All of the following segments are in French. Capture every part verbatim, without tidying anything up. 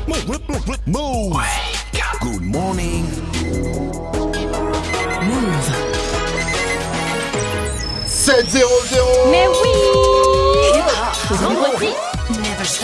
Move. Good morning. Move. sept zéro zéro. Mais oui. Vendredi. Never stop.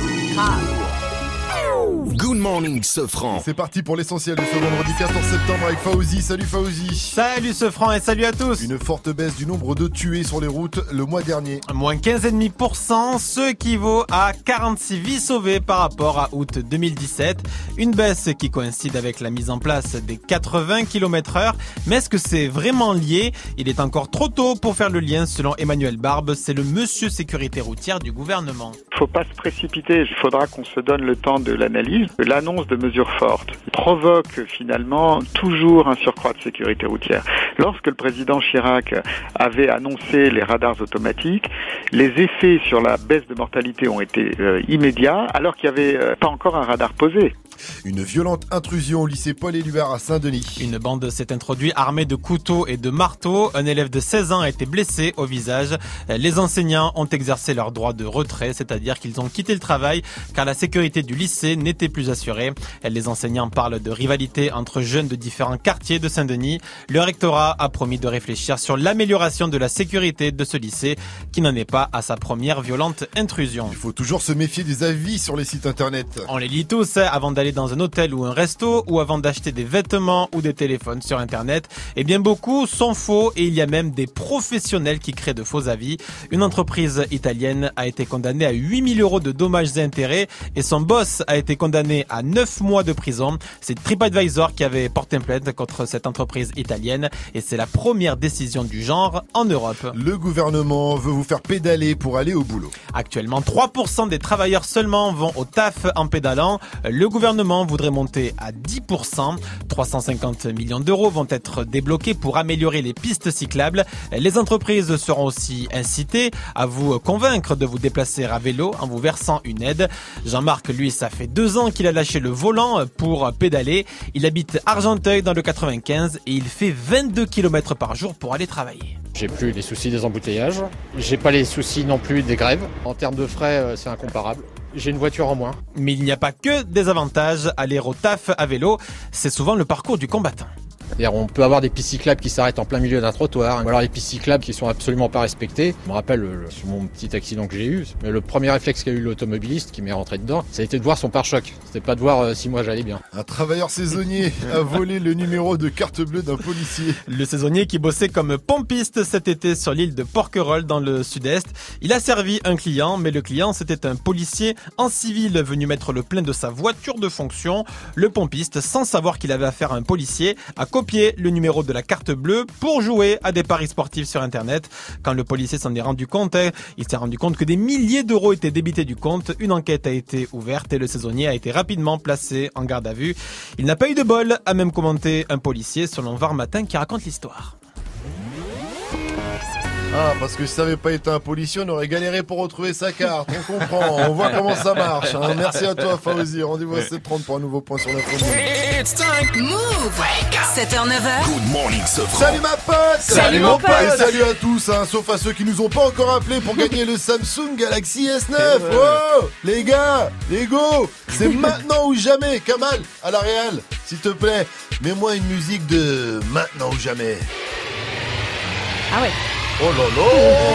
Good morning, Sofran. C'est parti pour l'essentiel de ce vendredi quatorze septembre avec Fauzi. Salut Fauzi. Salut Sofran et salut à tous. Une forte baisse du nombre de tués sur les routes le mois dernier. Moins quinze virgule cinq pour cent, ce équivaut à quarante-six vies sauvées par rapport à août deux mille dix-sept. Une baisse qui coïncide avec la mise en place des quatre-vingts kilomètres heure. Mais est-ce que c'est vraiment lié ? Il est encore trop tôt pour faire le lien selon Emmanuel Barbe. C'est le monsieur sécurité routière du gouvernement. Il ne faut pas se précipiter. Il faudra qu'on se donne le temps de l'analyse. L'annonce de mesures fortes provoque finalement toujours un surcroît de sécurité routière. Lorsque le président Chirac avait annoncé les radars automatiques, les effets sur la baisse de mortalité ont été euh, immédiats, alors qu'il n'y avait euh, pas encore un radar posé. Une violente intrusion au lycée Paul-Éluard à Saint-Denis. Une bande s'est introduite armée de couteaux et de marteaux. Un élève de seize ans a été blessé au visage. Les enseignants ont exercé leur droit de retrait, c'est-à-dire qu'ils ont quitté le travail car la sécurité du lycée n'était plus assurée. Les enseignants parlent de rivalité entre jeunes de différents quartiers de Saint-Denis. Le rectorat a promis de réfléchir sur l'amélioration de la sécurité de ce lycée qui n'en est pas à sa première violente intrusion. Il faut toujours se méfier des avis sur les sites internet. On les lit tous avant d'aller dans un hôtel ou un resto ou avant d'acheter des vêtements ou des téléphones sur internet. Eh bien beaucoup sont faux et il y a même des professionnels qui créent de faux avis. Une entreprise italienne a été condamnée à huit mille euros de dommages et intérêts et son boss a été condamné à neuf mois de prison. C'est TripAdvisor qui avait porté plainte contre cette entreprise italienne et c'est la première décision du genre en Europe. Le gouvernement veut vous faire pédaler pour aller au boulot. Actuellement, trois pour cent des travailleurs seulement vont au taf en pédalant. Le gouvernement voudrait monter à dix pour cent. trois cent cinquante millions d'euros vont être débloqués pour améliorer les pistes cyclables. Les entreprises seront aussi incitées à vous convaincre de vous déplacer à vélo en vous versant une aide. Jean-Marc, lui, ça fait deux ans qu'il a lâché le volant pour pédaler. Il habite Argenteuil dans le quatre-vingt-quinze et il fait vingt-deux kilomètres par jour pour aller travailler. J'ai plus les soucis des embouteillages, j'ai pas les soucis non plus des grèves. En termes de frais, c'est incomparable. J'ai une voiture en moins. Mais il n'y a pas que des avantages. Aller au taf à vélo, c'est souvent le parcours du combattant. C'est-à-dire on peut avoir des pistes cyclables qui s'arrêtent en plein milieu d'un trottoir, ou alors les pistes cyclables qui sont absolument pas respectées. Je me rappelle le, sur mon petit accident que j'ai eu, le premier réflexe qu'a eu l'automobiliste qui m'est rentré dedans, ça a été de voir son pare-choc. C'était pas de voir euh, si moi j'allais bien. Un travailleur saisonnier a volé le numéro de carte bleue d'un policier. Le saisonnier qui bossait comme pompiste cet été sur l'île de Porquerolles dans le sud-est. Il a servi un client, mais le client c'était un policier en civil venu mettre le plein de sa voiture de fonction. Le pompiste, sans savoir qu'il avait affaire à un policier, a copié le numéro de la carte bleue pour jouer à des paris sportifs sur internet. Quand le policier s'en est rendu compte, il s'est rendu compte que des milliers d'euros étaient débités du compte. Une enquête a été ouverte et le saisonnier a été rapidement placé en garde à vue. Il n'a pas eu de bol, a même commenté un policier selon Var Matin qui raconte l'histoire. Ah, parce que si ça n'avait pas été un policier, on aurait galéré pour retrouver sa carte. On comprend, on voit comment ça marche. Hein. Merci à toi, Fauzi. Rendez-vous à sept heures trente pour un nouveau point sur l'info. It's time. Move. sept heures neuf heures. Good morning, Sofran. Salut ma pote. Salut mon pote. Et salut à tous, hein, sauf à ceux qui nous ont pas encore appelés pour gagner le Samsung Galaxy S neuf. Oh, les gars, les go, c'est maintenant ou jamais. Kamal, à la Real, s'il te plaît, mets-moi une musique de maintenant ou jamais. Ah ouais. Oh là là.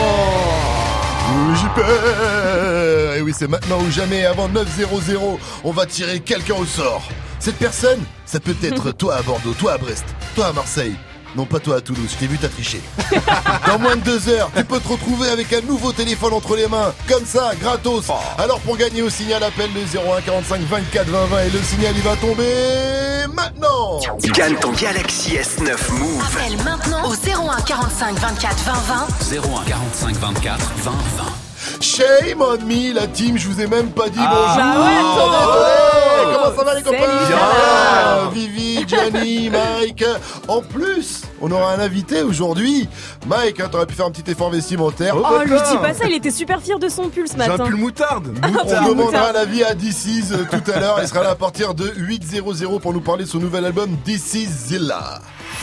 J'y perds. Et oui, c'est maintenant ou jamais. Avant neuf zéro zéro, on va tirer quelqu'un au sort. Cette personne, ça peut être toi à Bordeaux, toi à Brest, toi à Marseille. Non, pas toi à Toulouse, je t'ai vu, t'as triché. Dans moins de deux heures, tu peux te retrouver avec un nouveau téléphone entre les mains. Comme ça, gratos. Alors pour gagner au signal, appelle le zéro un quarante-cinq vingt-quatre vingt vingt et le signal, il va tomber maintenant. Gagne ton Galaxy S neuf Move. Appelle maintenant au zéro un quarante-cinq vingt-quatre vingt vingt. zéro un quarante-cinq vingt-quatre vingt vingt. Shame on me, la team, je vous ai même pas dit Ah, bonjour. bah ouais, Oh, attendez. comment ça va les copains? Salut, ça Ah, va. Vivi, Gianni, Mike. En plus, on aura un invité aujourd'hui. Mike, hein, t'aurais pu faire un petit effort vestimentaire. Oh, lui dis pas ça, il était super fier de son pull ce matin. moutarde. On demandera l'avis à This Is euh, tout à l'heure. Il sera là à partir de huit heures pour nous parler de son nouvel album This Is Zilla.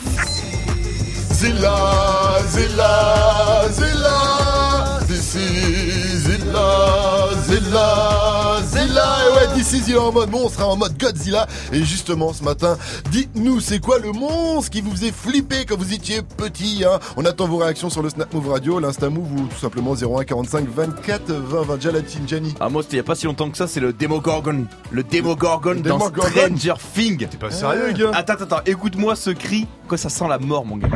Zilla, Zilla, Zilla. This is Zilla, Zilla, Zilla. Et ouais, This Sizzla en mode monstre, hein, en mode Godzilla. Et justement, ce matin, dites-nous, c'est quoi le monstre qui vous faisait flipper quand vous étiez petit, hein? On attend vos réactions sur le Snap Move Radio, l'Insta Move ou tout simplement zéro un quarante-cinq vingt-quatre vingt vingt. Jalatine, Gianni. Ah, moi, c'était il y a pas si longtemps que ça, c'est le Demogorgon. Le Demogorgon Le dans Demogorgon. Stranger Things. T'es pas sérieux, gars? Attends, attends, attends, écoute-moi ce cri quand ça sent la mort, mon gars.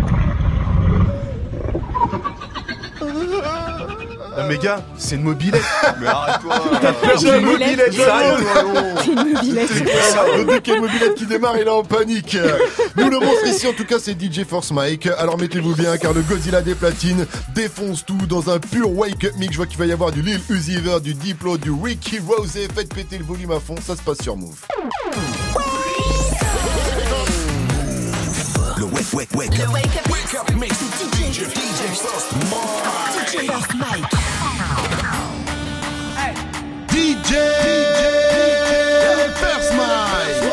Ah, mais gars, c'est une mobilette. Mais arrête-toi. T'as peur J'ai d'une mobilette, j'ai sérieux? C'est une mobilette. Dès qu'il y a une mobilette qui démarre, il est en panique. Nous, le monstre ici, en tout cas, c'est D J Force Mike. Alors mettez-vous bien, car le Godzilla des platines défonce tout dans un pur wake-up mix. Je vois qu'il va y avoir du Lil Uzi Vert, du Diplo, du Ricky Rose. Faites péter le volume à fond, ça se passe sur Move. Le wake, wake, wake. Le Wake Up Wake up mix. D J First Mike. D J First Mike. D J First Mike.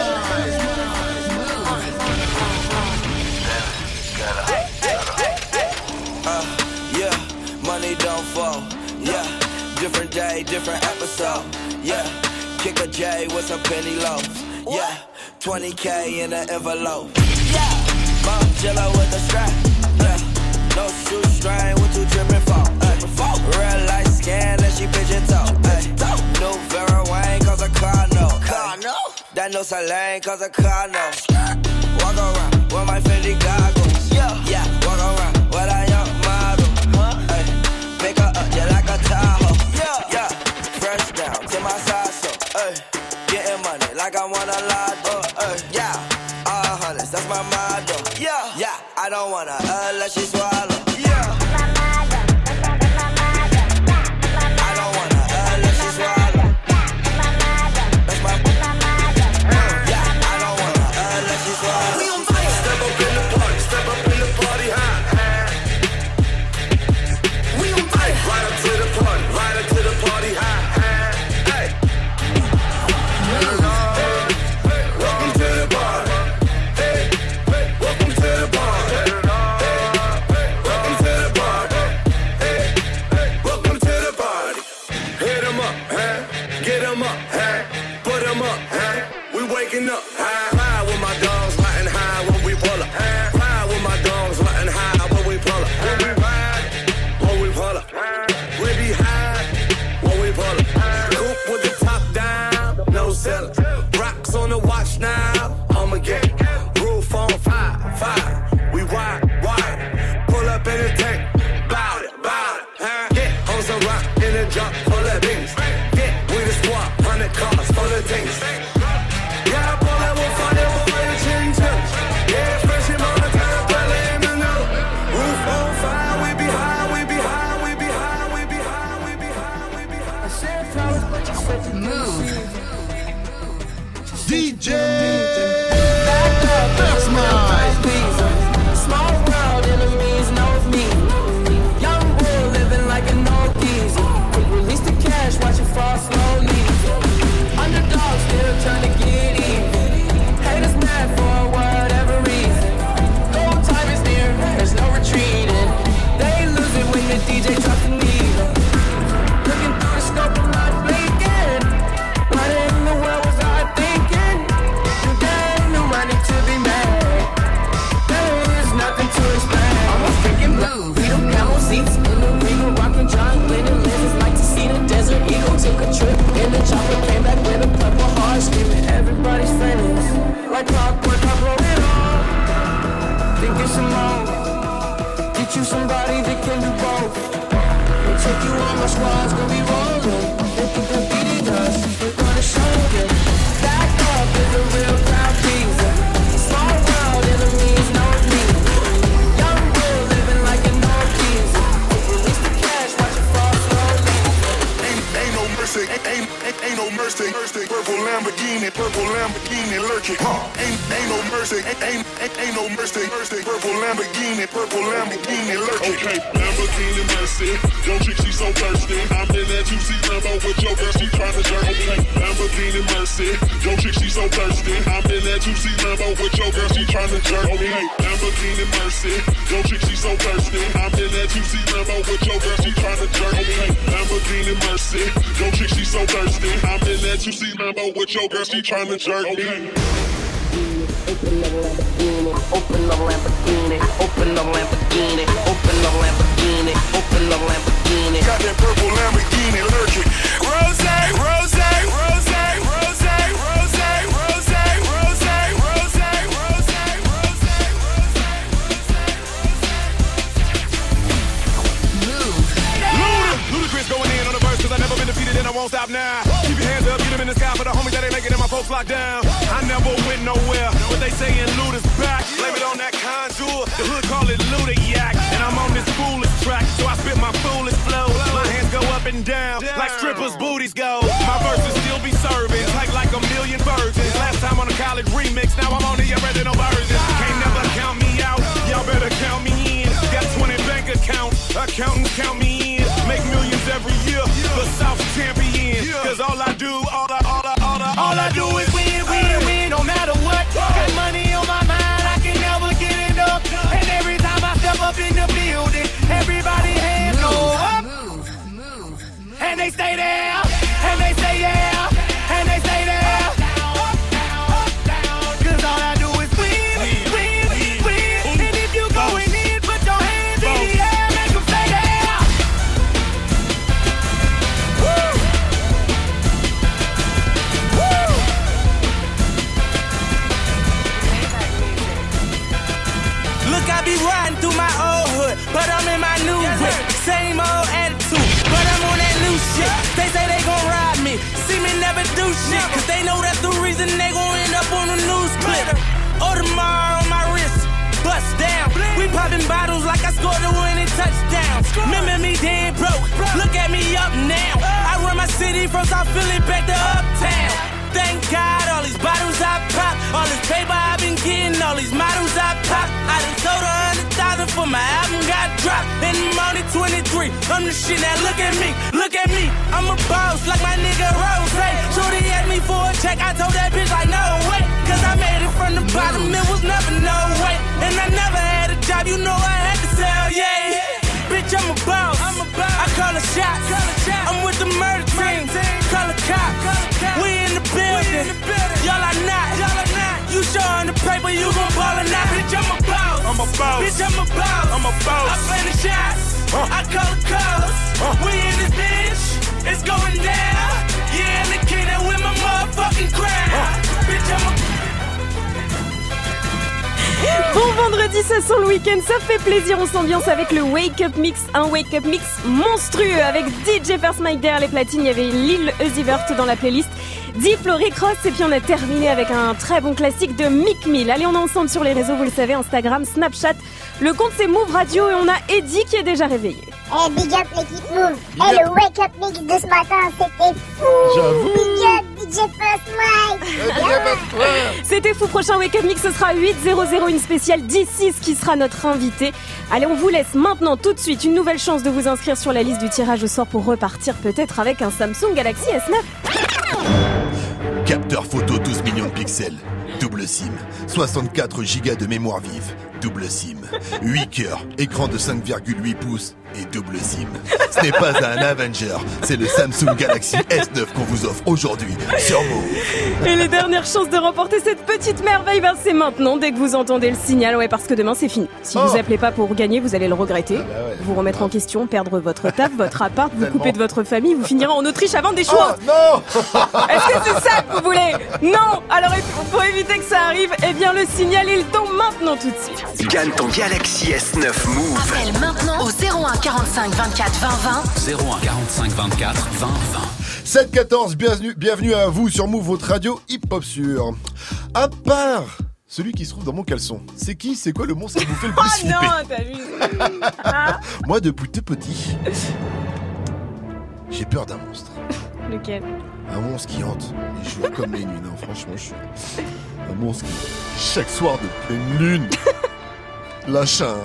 Yeah, money don't fall. Yeah, different day, different episode. Yeah, kick a J with some penny loaves. Yeah, twenty K in an envelope. Yeah, mom chilla with the strap. Yeah, no shoestring with two dripping fall. Real light scan and she pigeon toe. New Vera Wayne cause a car no. Car no. That no Salane cause a car no. Walk around with my Fendi goggles. Yeah, yeah. Walk around with a young model. Huh? Ay, make her up just like a Tahoe. Yeah, yeah. Fresh down to my side so. Ay, getting money like I want a lot. Uh, yeah, all hundreds that's my motto. Yeah, yeah. I don't wanna unless she swallow. Yeah. Up high, high with my dogs, riding high when we pull up. High with my dogs, riding high when we pull up. When we ride, when we pull up. We be high when we pull up. Coupe with the top down, no cellar. Rocks on the watch now, I'ma get roof on fire, fire. We ride, wide, pull up in the tank, bout it, bout it. Huh? Get on some rock in the drop, full of beans. Get with the squad, hundred cars full of things. Yeah, pull up with fire, boy, the chin chips. Yeah, fresh him on the top, belly in the middle. Roof on fire, we be high, we be high, we be high, we be high, we be high, we be high. I said flowers, but you said to move. D J First Mike. Small world, enemies know me. Young bull living like an old geezer. Release the cash, watch it fall slowly. Underdog still trying to get even. Haters mad for whatever reason. Gold time is near, there's no retreating. They lose it when the D J drops the needle. Looking through the scope, I'm not blinking. What in the world was I thinking? Today, no money to be made. There is nothing to explain. I'm a freaking blue. We don't camel seats in the Regal, rockin' John Lennon lenses. Like to see the desert eagle. Took a trip in the chopper, came back with a purple heart, screaming everybody's famous. Like clockwork, I blow it all. Think it's some more. Get you somebody that can do both. We'll take you on my squad's gonna be rolling. They think they're beating us, we're gonna show you. Back up is a real crowd pleaser. Small world, enemies know me. Young bull living like an old geezer. Release the cash, watch it fall slowly. Ain't, ain't no mercy, ain't, ain't, ain't, ain't no mercy. Purple Lamborghini, purple Lamborghini lurking. Ain't, ain't no mercy, ain't, ain't, ain't, ain't no mercy. Purple Lamborghini, purple Lamborghini lurking. Okay, Lamborghini Mercy, yo chick she so thirsty. I'm in that juicy Lambo with your girl, she tryna jerk. Okay, Lamborghini Mercy, yo chick she so thirsty. I'm in that two C Lambo with your girl, she tryna jerk me. Lamborghini Mercy, yo chick, she so thirsty. I'm in that two C Lambo with your girl, she tryna jerk me. Lamborghini Mercy, yo chick, she so thirsty. I'm in that two C Lambo with your girl, she tryna jerk me. Open the Lamborghini, open the Lamborghini, open the Lamborghini, open the Lamborghini, open the Lamborghini. Got that purple Lamborghini lurking. Rose, rose, rose, rose, rose, rose, rose, rose, rose, Ludacris going in on the verse, cause I never been defeated and I won't stop now. Keep your hands up, get them in the sky for the homies that ain't making it, my folks locked down. I never went nowhere, but they saying Luda's back. Blame it on that contour, the hood call it Luda Yak. And I'm on this foolish track, so I spit my foolish flow. My hands go up and down, like strippers' booties go. My verses still be serving, tight like a million virgins. Last time on a college remix, now I'm on the original version. Can't never count me out, y'all better count me in. Got twenty bank accounts, accountants count me in. Make millions every year, the South champion. Cause all I do, all I, all I, all I, all I do is win, win, win, no matter what. Got money on my mind, I can never get enough. And every time I step up in the building, everybody hands go up. And they stay there, and they say yeah, and they stay there. Cause all I do is win, win, win. And if you going in, put your hands in the air, make them stay there. Woo! Woo! Look, I be riding through my old hood, but I'm in my new whip. Same old attitude, but I'm on that new shit. They say they gon' ride me, see me never do shit. Cause they know that's the reason they gon' end up on the news clip. Audemars on my wrist, bust down. We popping bottles like I scored a winning touchdown. Remember me dead broke, look at me up now. I run my city from South Philly back to Uptown. Thank God, all these bottles I pop, all this paper I've been getting, all these models I pop. I done sold a hundred thousand for my album got dropped. And I'm only twenty-three, I'm the shit, now look at me, look at me. I'm a boss like my nigga Rose. Shorty asked me for a check, I told that bitch like no way. Cause I made it from the bottom, it was never no way. And I never had a job, you know I had to sell, yeah. Bitch, I'm a boss, I'm a boss. I call a shot, I'm with the murder team, call a cop. We in the building, y'all are not. You showing the paper, you gon' ball or not. Bitch, I'm a boss, I'm a boss. Bitch, I'm a boss, I'm a boss. I play the shots, I call the calls. We in this bitch, it's going down. Yeah, and the kid with my motherfucking crown. Bitch, I'm a Bon vendredi, ça sent le week-end, ça fait plaisir, on s'ambiance avec le Wake Up Mix, un Wake Up Mix monstrueux avec D J First Mike derrière les platines, il y avait Lil Uzi Vert dans la playlist, Diplo, Rick Ross, et puis on a terminé avec un très bon classique de Meek Mill. Allez, on est ensemble sur les réseaux, vous le savez, Instagram, Snapchat, le compte c'est Move Radio et on a Eddie qui est déjà réveillé. Eh, big up l'équipe Move. Eh, le Wake Up Mix de ce matin, c'était fou. J'avoue. Big up D J First Mike. C'était fou, prochain Wake Up Mix, ce sera huit zéro zéro, une spéciale D six qui sera notre invité. Allez, on vous laisse maintenant tout de suite une nouvelle chance de vous inscrire sur la liste du tirage au sort pour repartir peut-être avec un Samsung Galaxy S neuf. Capteur photo douze millions de pixels, double SIM, soixante-quatre gigas de mémoire vive, double SIM, huit cœurs, écran de cinq virgule huit pouces et double SIM. Ce n'est pas un Avenger, c'est le Samsung Galaxy S neuf qu'on vous offre aujourd'hui sur Move. Et les dernières chances de remporter cette petite merveille, ben c'est maintenant, dès que vous entendez le signal, ouais, parce que demain c'est fini. Si Oh. vous appelez pas pour gagner, vous allez le regretter, Ah bah ouais. vous remettre en question, perdre votre taf, votre appart, vous Tellement. couper de votre famille, vous finirez en Autriche avant des Oh choses. non. Est-ce que c'est ça que vous voulez? Non. Alors pour éviter que ça arrive, eh bien le signal il tombe maintenant tout de suite. Gagne ton Galaxy S neuf Move. Appelle maintenant au zéro un quarante-cinq vingt-quatre vingt vingt. zéro un quarante-cinq vingt-quatre vingt vingt. sept quatorze, bienvenue, bienvenue à vous sur Move, votre radio hip-hop sûr. À part celui qui se trouve dans mon caleçon, c'est qui? C'est quoi le monstre qui vous fait le plus Oh flipper? non, t'as vu? Ah, Moi, depuis tout petit, j'ai peur d'un monstre. lequel? Un monstre qui hante les jours comme les nuits. Non, franchement, je suis un monstre qui, chaque soir de pleine lune, lâche un...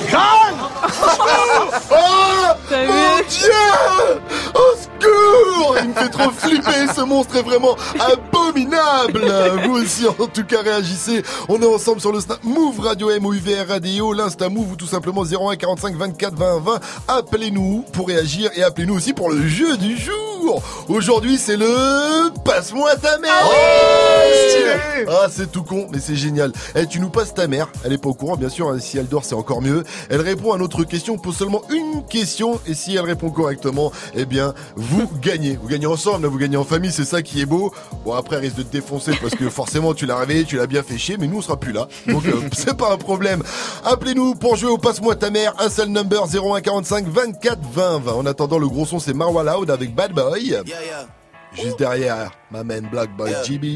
Oh, T'as mon vu? Dieu! Au secours! il me fait trop flipper, ce monstre est vraiment abominable. Vous aussi, en tout cas, réagissez. On est ensemble sur le Snap Move Radio, M O U V R Radio, l'Insta Move ou tout simplement zéro un quarante-cinq vingt-quatre vingt vingt. Appelez-nous pour réagir et appelez-nous aussi pour le jeu du jour. Aujourd'hui, c'est le Passe-moi ta mère. Oh, ah, c'est tout con, mais c'est génial. Eh, tu nous passes ta mère. Elle est pas au courant, bien sûr. Hein, si elle dort, c'est encore mieux. Elle répond à notre question. On pose seulement une question. Et si elle répond correctement, eh bien, vous gagnez. Vous gagnez ensemble, là, vous gagnez en famille. C'est ça qui est beau. Bon, après, elle risque de te défoncer parce que forcément, tu l'as réveillé, tu l'as bien fait chier. Mais nous, on sera plus là. Donc, euh, c'est pas un problème. Appelez-nous pour jouer au Passe-moi ta mère. Un seul number, zéro un quarante-cinq vingt-quatre vingt vingt. En attendant, le gros son, c'est Marwa Loud avec Bad Boy. Yeah, yeah. Juste derrière, ma man Black Boy yeah. G B.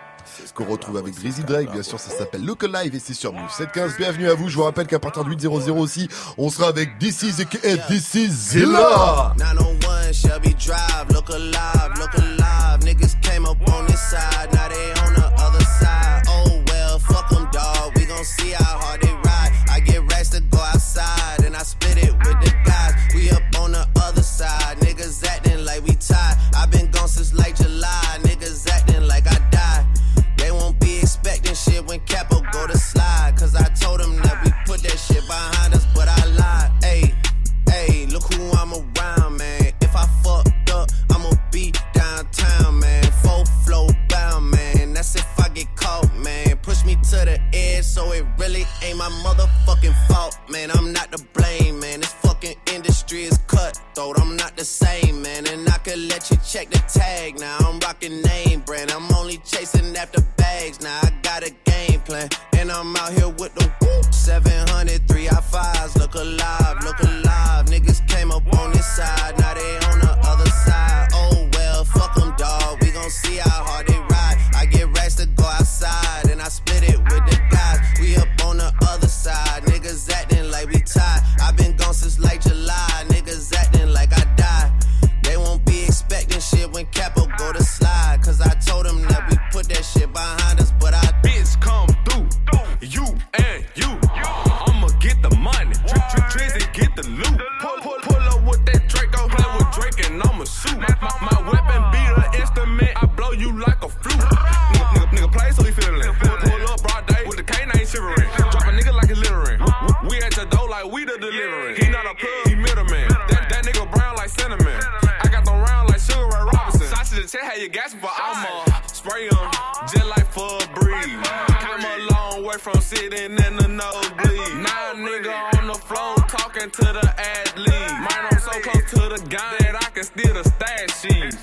Ce qu'on retrouve avec Drizzy Drake, bien sûr, ça s'appelle Look Alive et c'est sur Move sept quinze. Bienvenue à vous. Je vous rappelle qu'à partir de huit heures aussi, on sera avec This Is aka This Is Zilla. nine oh one Shelby Drive, look alive, look alive. Niggas came up on this side, now they on the other side. Oh well, fuck them, dawg. We gon' see how hard they ride. I get racks to go outside and I split it with the guys. We up on the other side, niggas acting like we tied. I've been gone since like July, niggas acting like I died. They won't be expecting shit when Capo go to slide. Cause I told them that we put that shit behind us, but I lied. Ayy, ayy, look who I'm around, man. If I fucked up, I'ma be downtown, man. Full flow bound, man. That's if I get caught, man. Push me to the edge, so it really ain't my motherfucking fault, man. I'm not to blame, man. This fucking industry is cutthroat. I'm not the same, man. And I could let you check the tag. Now I'm rocking name brand. I'm only chasing after bags. Now I got a game plan. And I'm out here with the whoop. seven hundred, three I fives. Look alive, look alive. Niggas came up on this side. Now they on the other side. Oh well, fuck them, dawg. We gon' see how hard they ride. I get racks to go outside. And I split it with the guys. We up on the other side. Niggas acting like we tied. I've been gone since like July. Niggas acting like I died. They won't be expecting shit when Capo go to slide. Cause I told them that we put that shit behind us, but I bitch come through, you and you. I'ma get the money, Drizzy get the loot. Pull, pull, pull up with that Draco, play with Drake and I'ma shoot. My, my weapon be the instrument, I blow you like a flute. Nigga, nigga, nigga play so he feelin'. Pull, pull up broad day with the K nine shivering. Drop a nigga like a littering. We at your door like we the delivering. He not a plug, he middleman. That, that nigga brown like cinnamon. I got them round like Sugar Ray Robinson. Sausage check how you gas but I'ma spray him just like for a breeze. Came a long way from sitting in the nosebleed. Now nigga on the floor talking to the athlete. Man, I'm so close to the gun that I can steal the stash sheets.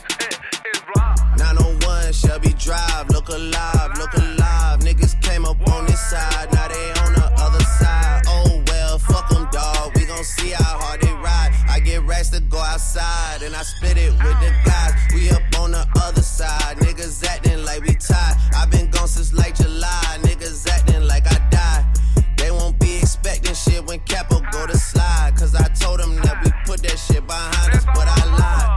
nine oh one Shelby Drive, look alive, look alive. Niggas came up on this side, now they on the other side. Oh well, fuck them, dawg. We gon' see how hard they ride. I get racks to go outside and I split it with the guys. We up on the other side, niggas acting like we tied. I've been gone since like July, niggas acting like I died. They won't be expecting shit when Capo go to slide. Cause I told them that we put that shit behind us, but I lied.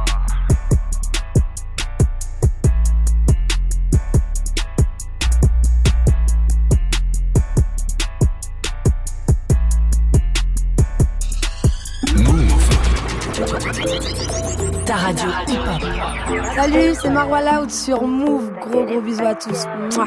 Ta radio hip-hop. Salut, c'est Marwa Loud sur Move. Gros gros bisous à tous. Mouah.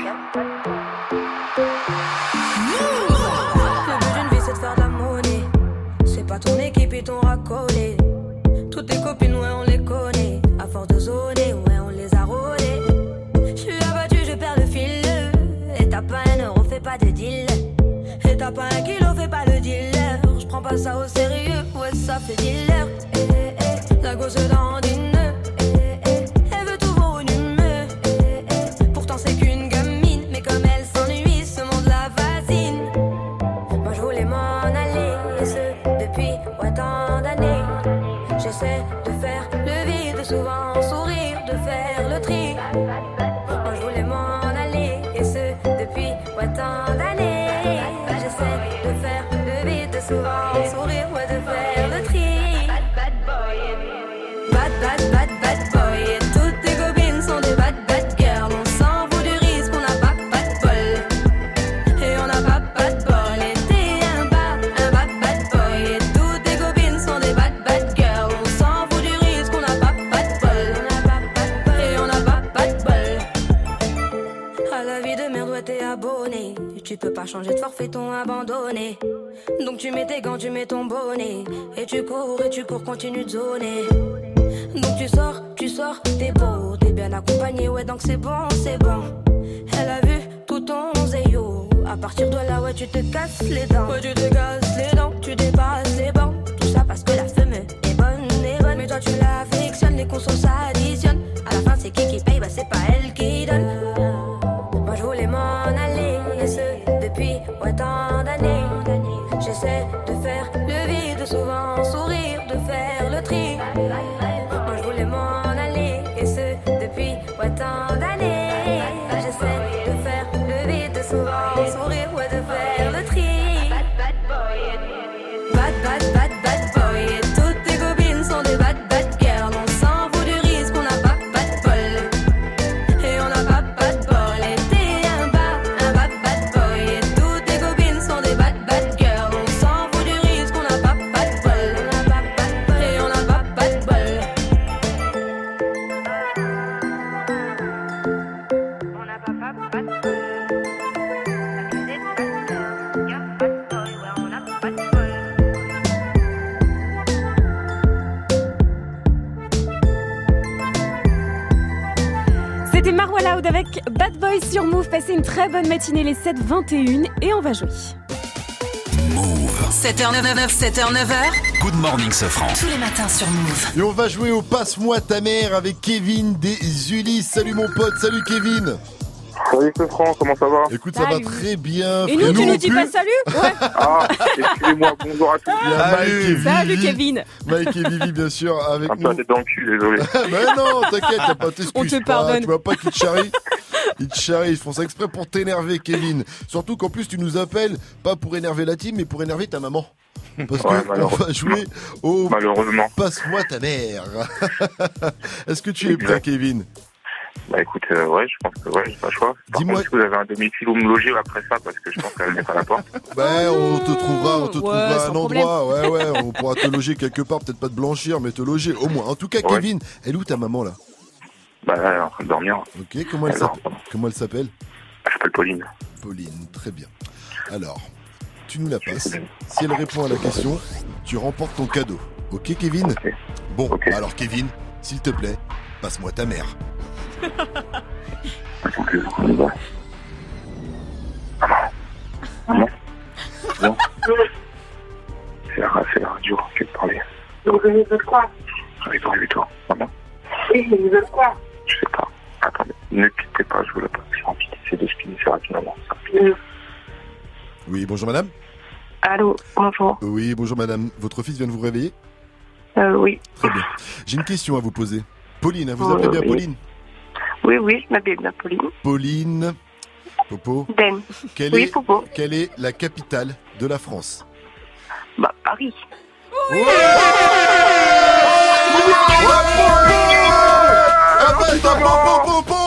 Le but d'une vie c'est de faire de la monnaie. C'est pas ton équipe et ton racolé. Toutes tes copines ouais on les connaît. À force de zoner ouais on les a rôlées. J'suis abattu je perds le fil. Et t'as pas un euro fais pas de deal. Et t'as pas un kilo fais pas le dealer. J'prends pas ça au sérieux ouais ça fait dealer. Eh, eh, la gosse dans une elle veut tout volume. Pourtant c'est qu'une gamine, mais comme elle s'ennuie, ce monde la fascine. Moi je voulais m'en aller, et ce depuis ouais, tant d'années. J'essaie de faire le vide, souvent sourire, de faire le tri. Moi je voulais m'en aller, et ce depuis ouais, tant d'années. J'essaie de faire le vide, souvent sourire, ouais, de faire le tri. Bad, bad, bad, bad boy. Et toutes tes copines sont des bad, bad girls. On s'en fout du risque, on n'a pas, pas de bol. Et on n'a pas, pas de bol. Et t'es un bad, un bad, bad boy. Et toutes tes copines sont des bad, bad girls. On s'en fout du risque, on n'a pas, pas de bol. t'es abonné. Tu peux pas changer de forfait, ton abandonné. Donc tu mets tes gants, tu mets ton bonnet. Et tu cours, et tu cours, continue de zoner. Donc tu sors, tu sors, t'es beau, t'es bien accompagné, ouais donc c'est bon, c'est bon. Elle a vu tout ton zéyo. À partir de là, ouais tu te casses les dents. Ouais tu te casses les dents, tu dépasses les bancs. Tout ça parce que la femme est bonne, est bonne. Mais toi tu l'affectionnes, les consos s'additionnent. À la fin c'est qui qui paye, bah c'est pas elle qui donne. Moi je voulais m'en aller, et ce depuis ouais tant d'années. J'essaie de faire le vide, souvent sourire, de faire le tri. Moi je voulais m'en aller, et ce depuis ouais tant d'années. J'essaie de faire le vide, souvent sourire, ouais de faire le tri. Bad, bad, bad, bad boy. Et toutes tes copines sont des bad, bad girls. On s'en fout du risque, on n'a pas bad bol. Et on n'a pas bad bol. Et t'es un bad, un bad, bad boy. Et toutes tes copines sont des bad, bad girls. On s'en fout du risque, on n'a pas bad bol. On n'a pas bad bol. Et on n'a pas bad bol. On n'a pas bad bol. C'était Marwa Loud avec Bad Boy sur Move. Passez une très bonne matinée, les sept vingt et un et on va jouer. sept heures neuf, sept heures neuf. Good morning, Sofran. Tous les matins sur Move. Et on va jouer au Passe-moi ta mère avec Kevin des Ulysses. Salut mon pote, salut Kevin. Salut Sofran, comment ça va? Écoute, ça Salut. va très bien. Et nous, tu nous dis pas salut? Ouais. Ah, excusez-moi, bonjour à tous. Il y a Mike et Vivi. Salut Kevin. Mike et Vivi, bien sûr, avec Un nous. peu tête dans le cul, désolé. Mais non, t'inquiète, y'a pas d'excuse. On te Ah, pardonne. Tu vois pas qu'ils te charrient. Ils te charrient, ils font ça exprès pour t'énerver, Kevin. Surtout qu'en plus, tu nous appelles, pas pour énerver la team, mais pour énerver ta maman. Parce Ouais, que on malheureusement. va jouer au Malheureusement. Passe-moi ta mère. Est-ce que tu es prêt, Exact. Kevin? Bah écoute, euh, ouais, je pense que ouais, j'ai pas le choix. Par Dis-moi- contre, si vous avez un domicile où me loger après ça, parce que je pense qu'elle n'est pas à la porte. Ben, on te trouvera, on te Ouais, trouvera sans un endroit. Ouais, ouais, on pourra te loger quelque part, peut-être pas te blanchir, mais te loger au moins. En tout cas, Ouais. Kevin, elle est où ta maman là? Bah elle est en train de dormir. Ok, comment elle Alors, s'appelle? Comment elle s'appelle? Elle s'appelle Pauline. Pauline, très bien. Alors, tu nous la passes. Si elle répond à la question, tu remportes ton cadeau. Ok, Kevin? Ok. Bon, Ok. alors Kevin, s'il te plaît, passe-moi ta mère. Donc, euh, on y va. Maman. Maman. Non. C'est la, c'est la radio qui veut parler. Donc, je veux quoi? Réveille-toi, réveille-toi. Maman. Oui, je veux quoi? Je sais pas. Attendez, ne quittez pas, je vous la passe. J'ai envie d'essayer de se finir rapidement. Oui, bonjour madame. Allô, bonjour. Oui, bonjour madame. Votre fils vient de vous réveiller? Euh, oui. Très bien. J'ai une question à vous poser. Pauline, hein, vous Euh, appelez bien oui. Pauline? Oui, oui, je m'appelle bien Pauline. Pauline. Popo. Ben. Quelle Oui, est, Popo. quelle est la capitale de la France? Bah, Paris. Ah bah, t'as pas Popo!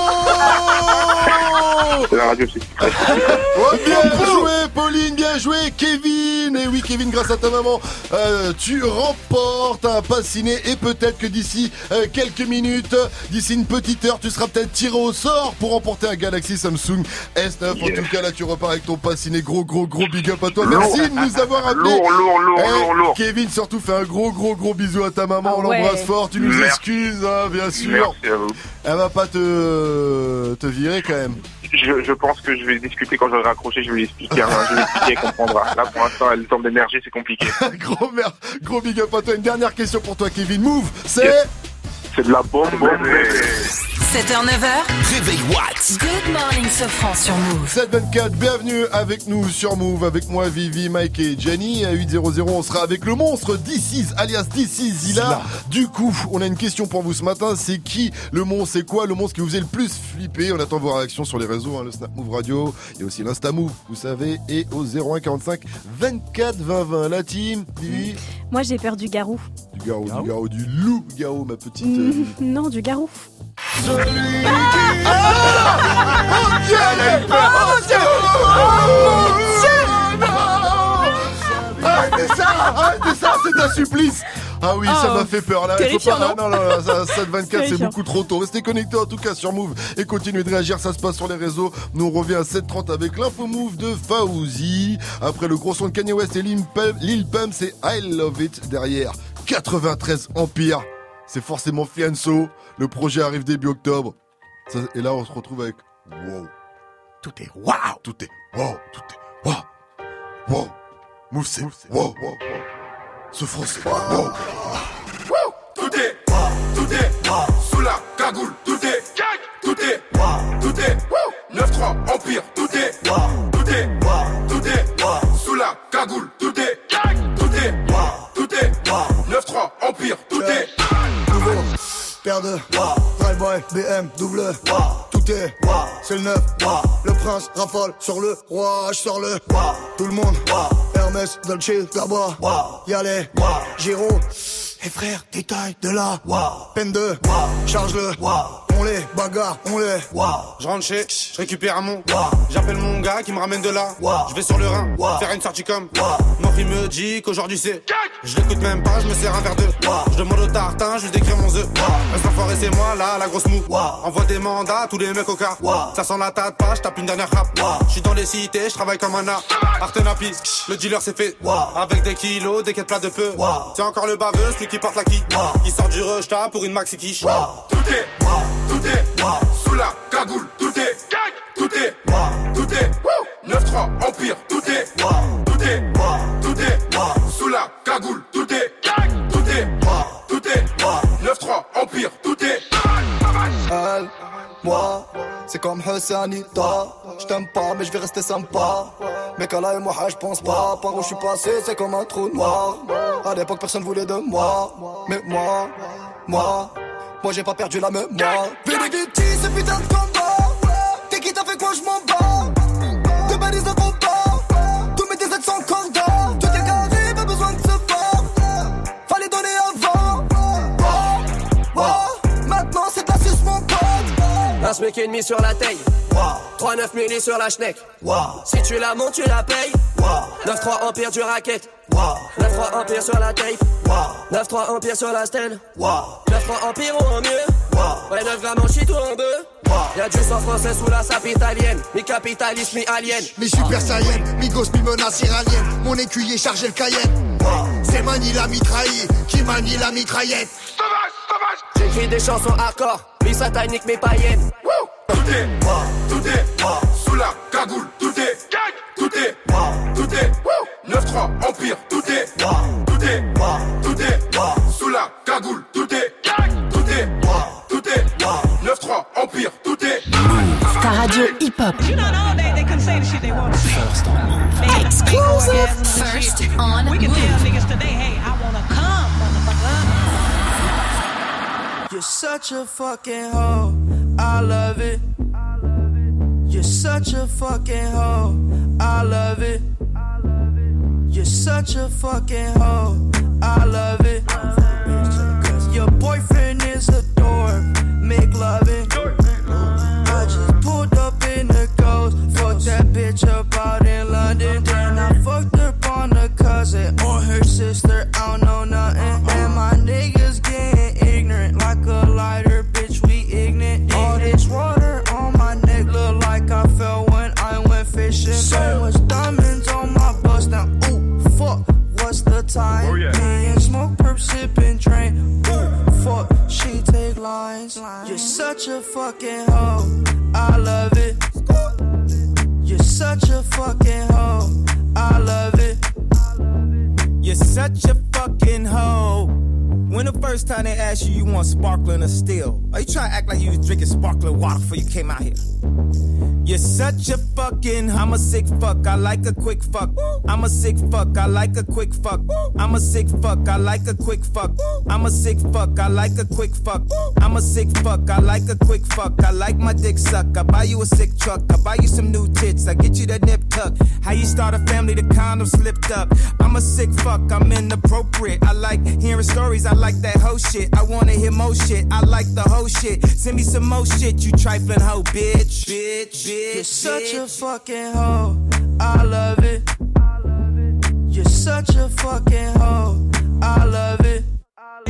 C'est la radio, c'est Oh, bien joué, Pauline, bien joué, Kevin. Et oui, Kevin, grâce à ta maman, euh, tu remportes un pass ciné et peut-être que d'ici euh, quelques minutes, d'ici une petite heure, tu seras peut-être tiré au sort pour remporter un Galaxy Samsung S neuf. En Yes. tout cas, là, tu repars avec ton pass ciné. Gros, gros, gros big up à toi. Merci de nous avoir appelés. Lourd, lourd, lourd, Eh, lourd, lourd. Kevin, surtout, fais un gros, gros, gros bisou à ta maman. Ah On l'embrasse ouais. fort. Tu nous Merci. excuses, hein, bien sûr. Merci à vous. Elle va pas te, te virer quand même. Je, je pense que je vais discuter quand j'aurai raccroché, je vais lui expliquer, hein, je vais lui expliquer, elle comprendra. Là, pour l'instant, elle tombe d'énergie, c'est compliqué. Gros merde, gros big up à toi. Une dernière question pour toi, Kevin. Move, c'est... Yes. C'est de la bombe, bébé. sept heures neuf. Réveil Watts. Good morning, Sofran sur Move. sept vingt-quatre, bienvenue avec nous sur Move, avec moi Vivi, Mike et Jenny. À huit zéro zéro, on sera avec le monstre D six, alias D six Zilla. Du coup, on a une question pour vous ce matin, c'est qui le monstre? C'est quoi le monstre qui vous faisait le plus flipper? On attend vos réactions sur les réseaux, hein, le Snap Move Radio, il y a aussi l'Insta Move, vous savez, et au zéro un quarante-cinq vingt-quatre vingt vingt. La team, Vivi? Moi, j'ai peur du garou. Du garou, du garou, du loup-garou, ma petite... euh, Mm, non, du garou. Celui qui... Ah oh Dieu, elle est peur. Oh Dieu. Oh mon Dieu. Arrêtez ça, arrêtez ça, c'est un supplice. Ah oui, Oh, ça m'a fait peur là. Faut terrifiant, pas... non ah, non, non, non, ça, sept vingt-quatre, c'est Terrifiant. beaucoup trop tôt. Restez connectés en tout cas sur Move et continuez de réagir. Ça se passe sur les réseaux. Nous on revient à sept trente avec l'info Move de Fauzi. Après le gros son de Kanye West et Lil Pump, Lil Pump, c'est I Love It derrière. quatre-vingt-treize Empire. C'est forcément Fianso. Le projet arrive début octobre. Ça, et là on se retrouve avec wow. Tout est wow. Tout est wow. Tout est wow. Wow. Move c'est wow. Wow. Wow. Ce français. Wow. Wow. Tout est, tout est, sous la cagoule, tout est, tout est, tout est, neuf trois Empire, tout est, tout est, tout est, sous la cagoule, tout est, tout est, tout est, neuf trois Empire, tout est. Nouveau, paire de, drive-by, B M, double, tout est, c'est le neuf, le prince rafale sur le roi, je sors le, tout le monde, Hermès, Dolce, là-bas, y'a les, Giro. Et frère, détail de la peine de charge-le, on les bagarre, on les. Je rentre chez, je récupère un mon, j'appelle mon gars qui me ramène de là. Je vais sur le Rhin, faire une sortie comme. Mon fils me dit qu'aujourd'hui c'est. Je l'écoute même pas, je me sers un verre de. Je demande au tartin, je lui décris mon œuf. Reste enfoiré, c'est moi là, la grosse mou. Envoie des mandats, tous les mecs au car. Ça sent la tâte pas, je tape une dernière rap. Je suis dans les cités, je travaille comme un art. Artenapi, le dealer c'est fait. Avec des kilos, des quêtes plats de peu. C'est encore le baveux, celui qui porte la qui. Qui sort du rejta pour une maxi quiche. Tout est, tout est, sous la cagoule, tout est, tout est, tout est, neuf trois Empire, tout est, tout est, tout est, sous la cagoule, tout est, tout est, tout est, neuf trois Empire, tout est. Elle, moi, c'est comme Hussanita. J't'aime pas, mais je vais rester sympa. Mec, Allah et moi, je pense pas. Par où je suis passé, c'est comme un trou noir. À l'époque, personne voulait de moi. Mais moi, moi, moi, j'ai pas perdu la mémoire. Benedicti, ce putain de combat. T'es qui t'a fait quoi, je m'en bats. De balises de combat. Tous mes D Z sont cordons. Tout est carré, pas besoin de se voir. Fallait donner avant. Oh, oh, maintenant, c'est de la suce, mon pote. Un smic et demi sur la taille, trois neuf milli sur la schneck. Si tu la montes, tu la payes. neuf trois Empire du racket. neuf trois Empire sur la tape. neuf trois Empire sur la stand. neuf trois Empire ou en mieux. Ouais, neuf grammes en shit ou en bœuf. Y'a du sang français sous la sape italienne. Mi capitaliste, mi alien. Mi super saiyan, mi gosse, mi menace iranienne. Mon écuyer chargé le Cayenne. C'est Mani la mitraille, qui manie la mitraillette. J'écris des chansons hardcore, mi satanique, mi païenne. Tout est, tout est, sous la cagoule, tout est, tout est, tout est, neuf trois Empire, tout est, tout est, tout est, sous la cagoule, tout est, tout est, tout est, neuf trois Empire, tout est. Ta radio hip-hop. First on Move. Exclusive. First on Move. We can tell niggas today, hey, I wanna come, motherfucker. You're such a fucking hoe, I love it. You're such a fucking hoe, I love it. You're such a fucking hoe, I love it. Your boyfriend is a dork, make loving. I just pulled up in the ghost, fucked that bitch up out in London. Then I fucked up on a cousin or her sister, I don't know nothing. And my niggas getting ignorant like a lighter, bitch, we ignorant. All this water on my neck look like I fell when I went fishing. So much diamonds on my bust now, ooh, fuck, what's the time? Me and smoke, perp, sipping, drain, ooh, fuck, she take lines. You're such a fucking hoe, I love it. You're such a fucking hoe, I love it. You're such a fucking hoe. When the first time they asked you, you want sparkling or still? Are you trying to act like you was drinking sparkling water before you came out here? You're such a fucking, I'm a sick fuck, I like a quick fuck. I'm a sick fuck, I like a quick fuck. I'm a sick fuck, I like a quick fuck. I'm a sick fuck, I like a quick fuck. I'm a sick fuck, I like a quick fuck. I like my dick suck, I buy you a sick truck. I buy you some new tits, I get you that nip tuck. How you start a family, the condom slipped up. I'm a sick fuck, I'm inappropriate. I like hearing stories, I like that hoe shit. I wanna hear more shit, I like the whole shit. Send me some more shit, you trifling hoe, bitch. Bitch, bitch. You're such a fucking hoe, I love it. You're such a fucking hoe, I love it.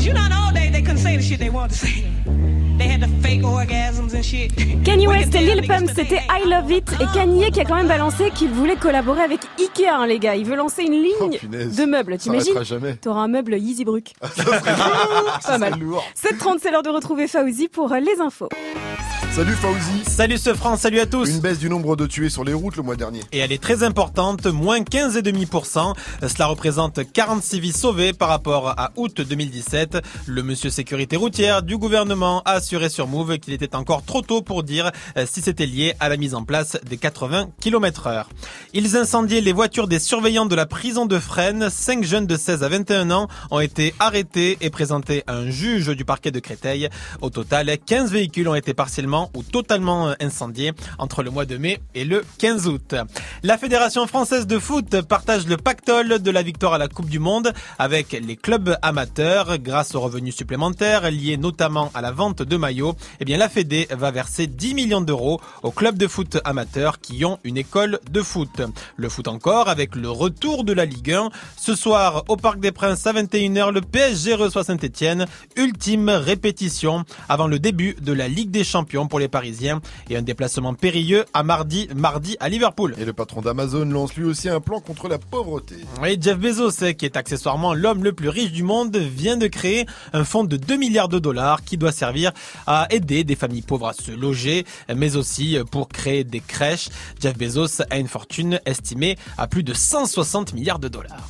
you know, in the old days they couldn't say the shit they wanted to say. They had the fake orgasms and shit. Kanye West et Lil Pump, c'était I Love It. Et Kanye qui a quand même balancé qu'il voulait collaborer avec Ikea, hein, les gars. Il veut lancer une ligne oh, de meubles. T'imagines ? T'auras un meuble Yeezy Bruk. Pas mal. sept heures trente, c'est l'heure de retrouver Fauzi pour les infos. Salut Fauzi. Salut ce France, salut à tous. Une baisse du nombre de tués sur les routes le mois dernier. Et elle est très importante, moins quinze virgule cinq pour cent. Cela représente quarante-six vies sauvées par rapport à août deux mille dix-sept. Le monsieur sécurité routière du gouvernement a assuré sur Move qu'il était encore trop tôt pour dire si c'était lié à la mise en place des quatre-vingts kilomètres heure. Ils incendiaient les voitures des surveillants de la prison de Fresnes. Cinq jeunes de seize à vingt et un ans ont été arrêtés et présentés à un juge du parquet de Créteil. Au total, quinze véhicules ont été partiellement ou totalement incendiés entre le mois de mai et le quinze août. La Fédération française de foot partage le pactole de la victoire à la Coupe du Monde avec les clubs amateurs. Grâce aux revenus supplémentaires liés notamment à la vente de maillots, eh bien la Fédé va verser dix millions d'euros aux clubs de foot amateurs qui ont une école de foot. Le foot encore avec le retour de la Ligue un. Ce soir au Parc des Princes à vingt et une heures, le P S G reçoit Saint-Etienne. Ultime répétition avant le début de la Ligue des Champions pour les Parisiens et un déplacement périlleux à mardi, mardi à Liverpool. Et le patron d'Amazon lance lui aussi un plan contre la pauvreté. Et Jeff Bezos, qui est accessoirement l'homme le plus riche du monde, vient de créer un fonds de deux milliards de dollars qui doit servir à aider des familles pauvres à se loger, mais aussi pour créer des crèches. Jeff Bezos a une fortune estimée à plus de cent soixante milliards de dollars.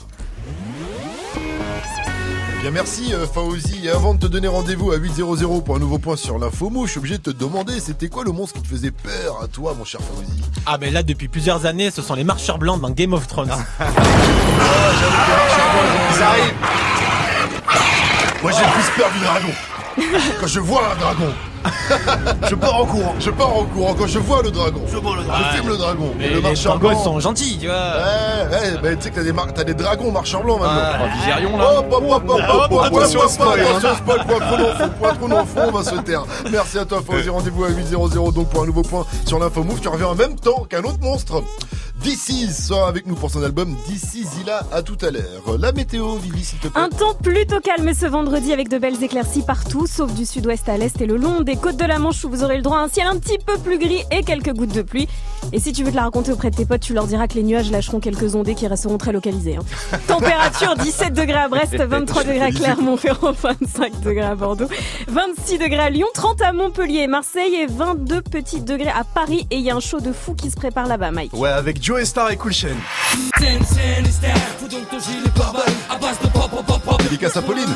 Bien merci euh, Fauzi. Et avant de te donner rendez-vous à huit heures pour un nouveau point sur l'info mou, je suis obligé de te demander, c'était quoi le monstre qui te faisait peur à toi, mon cher Fauzi? Ah ben là, depuis plusieurs années, ce sont les marcheurs blancs dans Game of Thrones. Ah, j'avoue que les marcheurs blancs, ils arrivent. Moi j'ai plus peur du dragon. Quand je vois un dragon, je pars en courant. Je pars en courant quand je vois le dragon. Je vois le dragon. Je filme le dragon. Mais le les marcheur blanc sont gentils, tu vois. Ouais, ouais, bah tu sais que t'as des, mar- t'as des dragons marcheurs blancs maintenant. Ah, Viserion là. Hop, hop, hop, hop, hop, hop, attention au spoil. Attention au spoil, point trop d'infos, point trop d'infos, on va se taire. Merci à toi, Fauzi. Rendez-vous à huit heures donc pour un nouveau point sur l'info move. Tu reviens en même temps qu'un autre monstre. This Is sera avec nous pour son album This Is Zilla. À tout à l'heure. La météo, Vivi, s'il te plaît. Un temps plutôt calme ce vendredi avec de belles éclaircies partout, sauf du sud-ouest à l'est et le long des côtes de la Manche où vous aurez le droit à un ciel un petit peu plus gris et quelques gouttes de pluie. Et si tu veux te la raconter auprès de tes potes, tu leur diras que les nuages lâcheront quelques ondées qui resteront très localisées. Hein. Température dix-sept degrés à Brest, vingt-trois degrés à Clermont-Ferrand, vingt-cinq degrés à Bordeaux, vingt-six degrés à Lyon, trente à Montpellier et Marseille et vingt-deux petits degrés à Paris. Et il y a un show de fou qui se prépare là-bas, Mike. Ouais, avec Joe Star et Cool Chain. Dédicace à Pauline.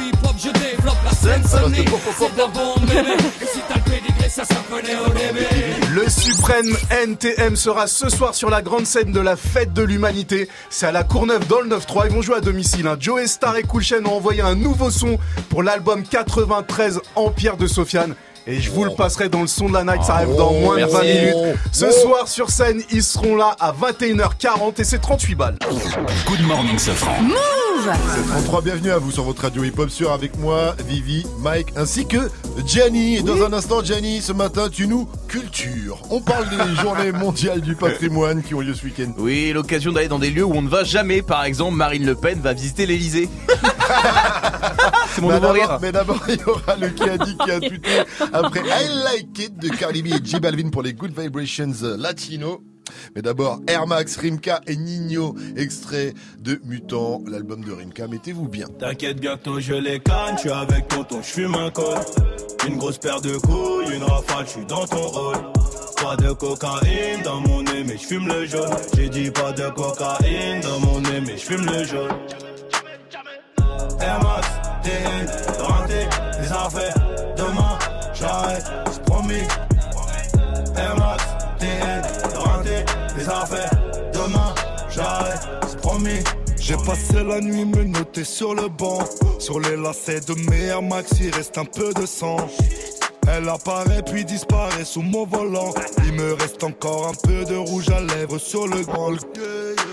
Le suprême N T M sera ce soir sur la grande scène de la fête de l'humanité. C'est à la Courneuve dans le neuf trois. Ils vont jouer à domicile. Hein. Joe Star et Cool Chain ont envoyé un nouveau son pour l'album quatre-vingt-treize Empire de Sofiane. Et je vous le passerai dans le son de la night, ça arrive dans moins de vingt minutes. Ce soir sur scène, ils seront là à vingt et une heures quarante et c'est trente-huit balles. Good morning, Sofran. Move! C'est trente-trois, bienvenue à vous sur votre radio hip-hop sur avec moi, Vivi, Mike, ainsi que Gianni. Et dans oui. un instant, Gianni, ce matin, tu nous cultures. On parle des journées mondiales du patrimoine qui ont lieu ce week-end. Oui, l'occasion d'aller dans des lieux où on ne va jamais. Par exemple, Marine Le Pen va visiter l'Elysée. C'est mon nouveau rire. Mais d'abord, il y aura le qui a dit qui a tweeté après I Like It de Cardi B et J Balvin pour les Good Vibrations Latino. Mais d'abord, Air Max, Rimka et Nino, extrait de Mutant, l'album de Rimka. Mettez-vous bien. T'inquiète, bientôt je les canne, je suis avec tonton, je fume un col. Une grosse paire de couilles, une rafale, je suis dans ton rôle. Pas de cocaïne dans mon nez, mais je fume le jaune. J'ai dit pas de cocaïne dans mon nez, mais je fume le jaune. Air Max, T N, rentré, les affaires, demain, j'arrête, c'est promis. Air Max, T N, rentré, les affaires, demain, j'arrête, c'est promis. J'ai passé la nuit me noter sur le banc. Sur les lacets de mes Air Max, il reste un peu de sang. Elle apparaît puis disparaît sous mon volant. Il me reste encore un peu de rouge à lèvres sur le grand.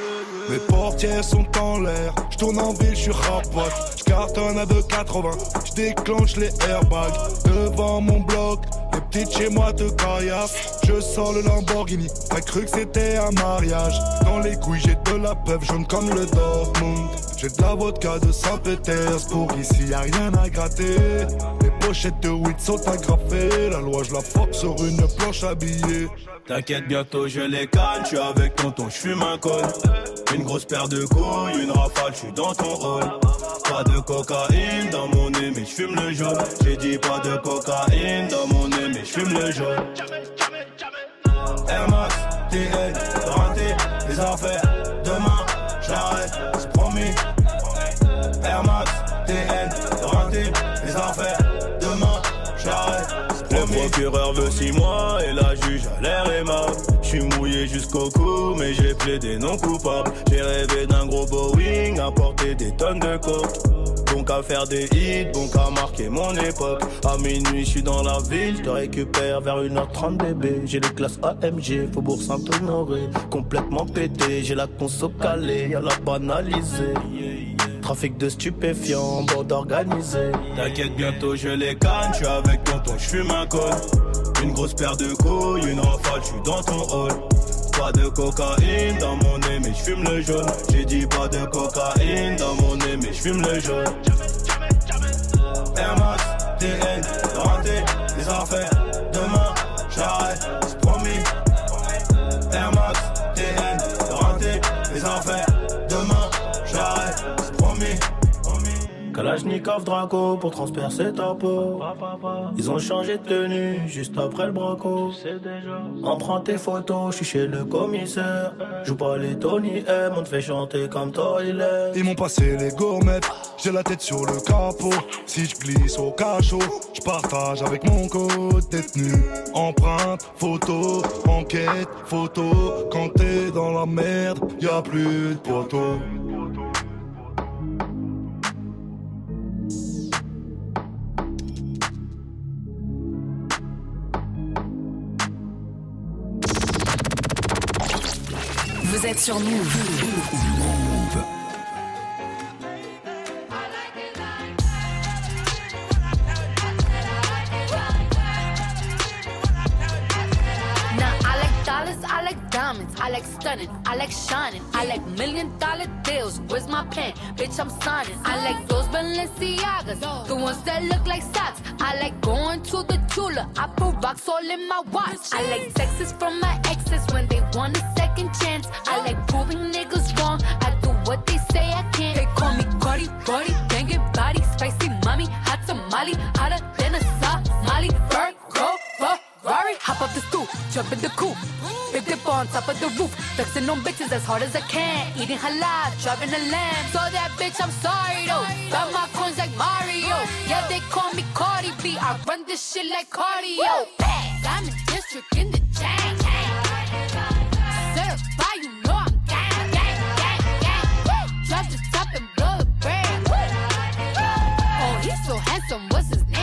Mes portières sont en l'air, j'tourne en ville, j'suis rapote. J'cartonne à deux quatre-vingts, j'déclenche les airbags. Devant mon bloc, les petites chez moi te caillassent. Je sors le Lamborghini, t'as cru que c'était un mariage. Dans les couilles j'ai de la peuple jaune comme le Dortmund. J'ai de la vodka de Saint-Pétersbourg, ici y'a rien à gratter. Les pochettes de weed sont agrafées, la loi je la force sur une planche habillée. T'inquiète, bientôt je les calme, j'suis avec tonton, j'fume un col. Une grosse paire de couilles, une rafale, j'suis dans ton rôle. Pas de cocaïne dans mon nez, mais j'fume le jaune. J'ai dit pas de cocaïne dans mon nez, mais j'fume le jaune. Air Max, T N, raté les affaires. Demain, j'arrête, c'est promis. Air Max, T N, raté les affaires. Demain, j'arrête. Le procureur veut six mois et la juge a l'air aimable. J'suis mouillé jusqu'au cou mais j'ai plaidé non coupable. J'ai rêvé d'un gros Boeing à porter des tonnes de coke. Bon qu'à faire des hits, bon qu'à marquer mon époque. À minuit j'suis dans la ville, j'te récupère vers une heure trente bébé. J'ai les classes A M G, Faubourg Saint-Honoré. Complètement pété, j'ai la conso calée, y'a la banalisée. Trafic de stupéfiants, bande organisée. T'inquiète, bientôt je les canne, j'suis avec tonton, j'fume un col. Une grosse paire de couilles, une rafale, j'suis dans ton hall. Pas de cocaïne dans mon nez, mais j'fume le jaune. J'ai dit pas de cocaïne dans mon nez, mais j'fume le jaune. Air Max, T N, raté les affaires. Demain, j'arrête, c'est promis. Air Max, T N, raté les affaires. Demain, j'arrête, c'est promis. Kalachnikov Draco pour transpercer ta peau. Ils ont changé de tenue juste après le braco. En prends tes photos, j'suis chez le commissaire. Joue pas les Tony M, on te fait chanter comme Toilet. Ils m'ont passé les gourmettes, j'ai la tête sur le capot. Si je glisse au cachot, je partage avec mon code détenu. Empreinte, photo, enquête, photo. Quand t'es dans la merde, y'a plus de poteau. Vous êtes sur Move. Move. Now I like dollars, I like diamonds, I like stunning, I like shining, I like million dollar deals. Where's my pen? Bitch, I'm signing. I like those Balenciagas, the ones that look like socks. I like going to the Tula, I put rocks all in my watch. I like texts from my exes when they want a second chance. I like proving niggas wrong, I do what they say I can't. They call me Cardi, Cardi, banging body, spicy mommy, hot tamale, hotter than a Somali. Bird, go, Ferrari, hop up the stoop, jump in the coupe. Big dip on top of the roof, flexing on bitches as hard as I can. Eating halal, driving a lamb. So that bitch, I'm sorry though. Got my coins like Mario. Yeah, they call me Cardi B. I run this shit like cardio. Diamond district in the chain. Certified, you know I'm gang, gang, gang, gang. Drop the top and blow the brand. Oh, he's so handsome. What's his name?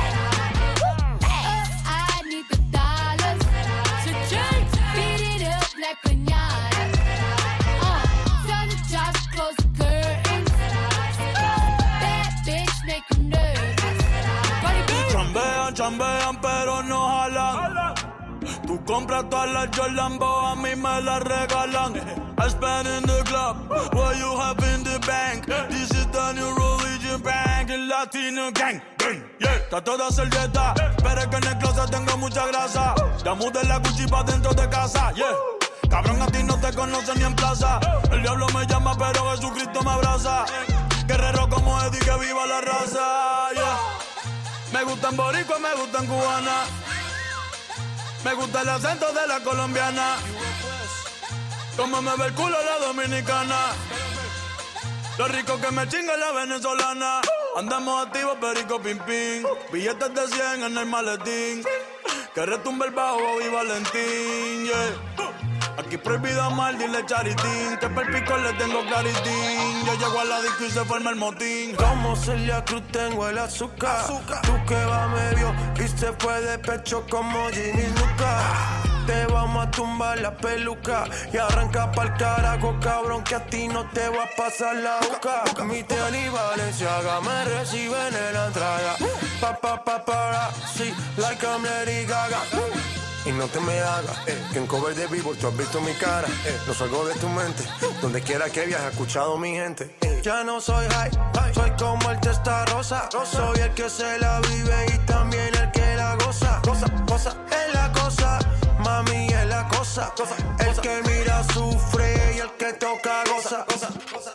I need the dollars to change. Beat it up like pinata. Uh, tell the job to close the curtains. That bitch make you nervous. Chambean, chambean, pero no jalan. Tú compras todas las Jolambo, a mí me las regalan. I spend in the club, what you have in the bank. This is the new religion bank, el Latino gang. Yeah, trato de hacer dieta, pero es que en el closet tengo mucha grasa. Ya mudé la Gucci pa' dentro de casa, yeah. Cabrón, a ti no te conocen ni en plaza. El diablo me llama, pero Jesucristo me abraza. Guerrero como Eddie, que viva la raza, yeah. Me gustan boricua, me gustan cubana. Me gusta el acento de la colombiana. Como me ve el culo la dominicana. Lo rico que me chinga la venezolana. Andamos activos, perico, pim, pim. Billetes de cien en el maletín. Que retumbe el bajo y Valentín, yeah. Aquí prohibido amar, dile charitín. Que per pico le tengo claritín. Yo llego a la disco y se forma el motín. Como Celia Cruz tengo el azúcar. azúcar. Tú que va me vio y se fue de pecho como Ginny Luca. Te vamos a tumbar activa la peluca y arranca pa'l carajo, cabrón, que a ti no te va a pasar la boca. Mi tel y Valenciaga me reciben en la entrada. Pa pa pa para, sí, like I'm Lady Gaga. Y no te me hagas, eh, que en cover de Billboard tú has visto mi cara, eh, no salgo de tu mente, donde quiera que viajes, he escuchado mi gente. Eh. Ya no soy high, high, soy como el testa rosa, rosa, soy el que se la vive y también el que la goza, goza, goza, es la cosa, mami es la cosa, cosa, el cosa. Que mira sufre y el que toca goza, goza, goza.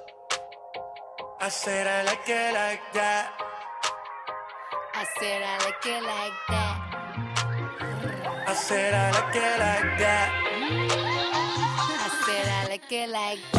I said I like it like that. I said I like it like that. I said I like it like that. I said I like it like that.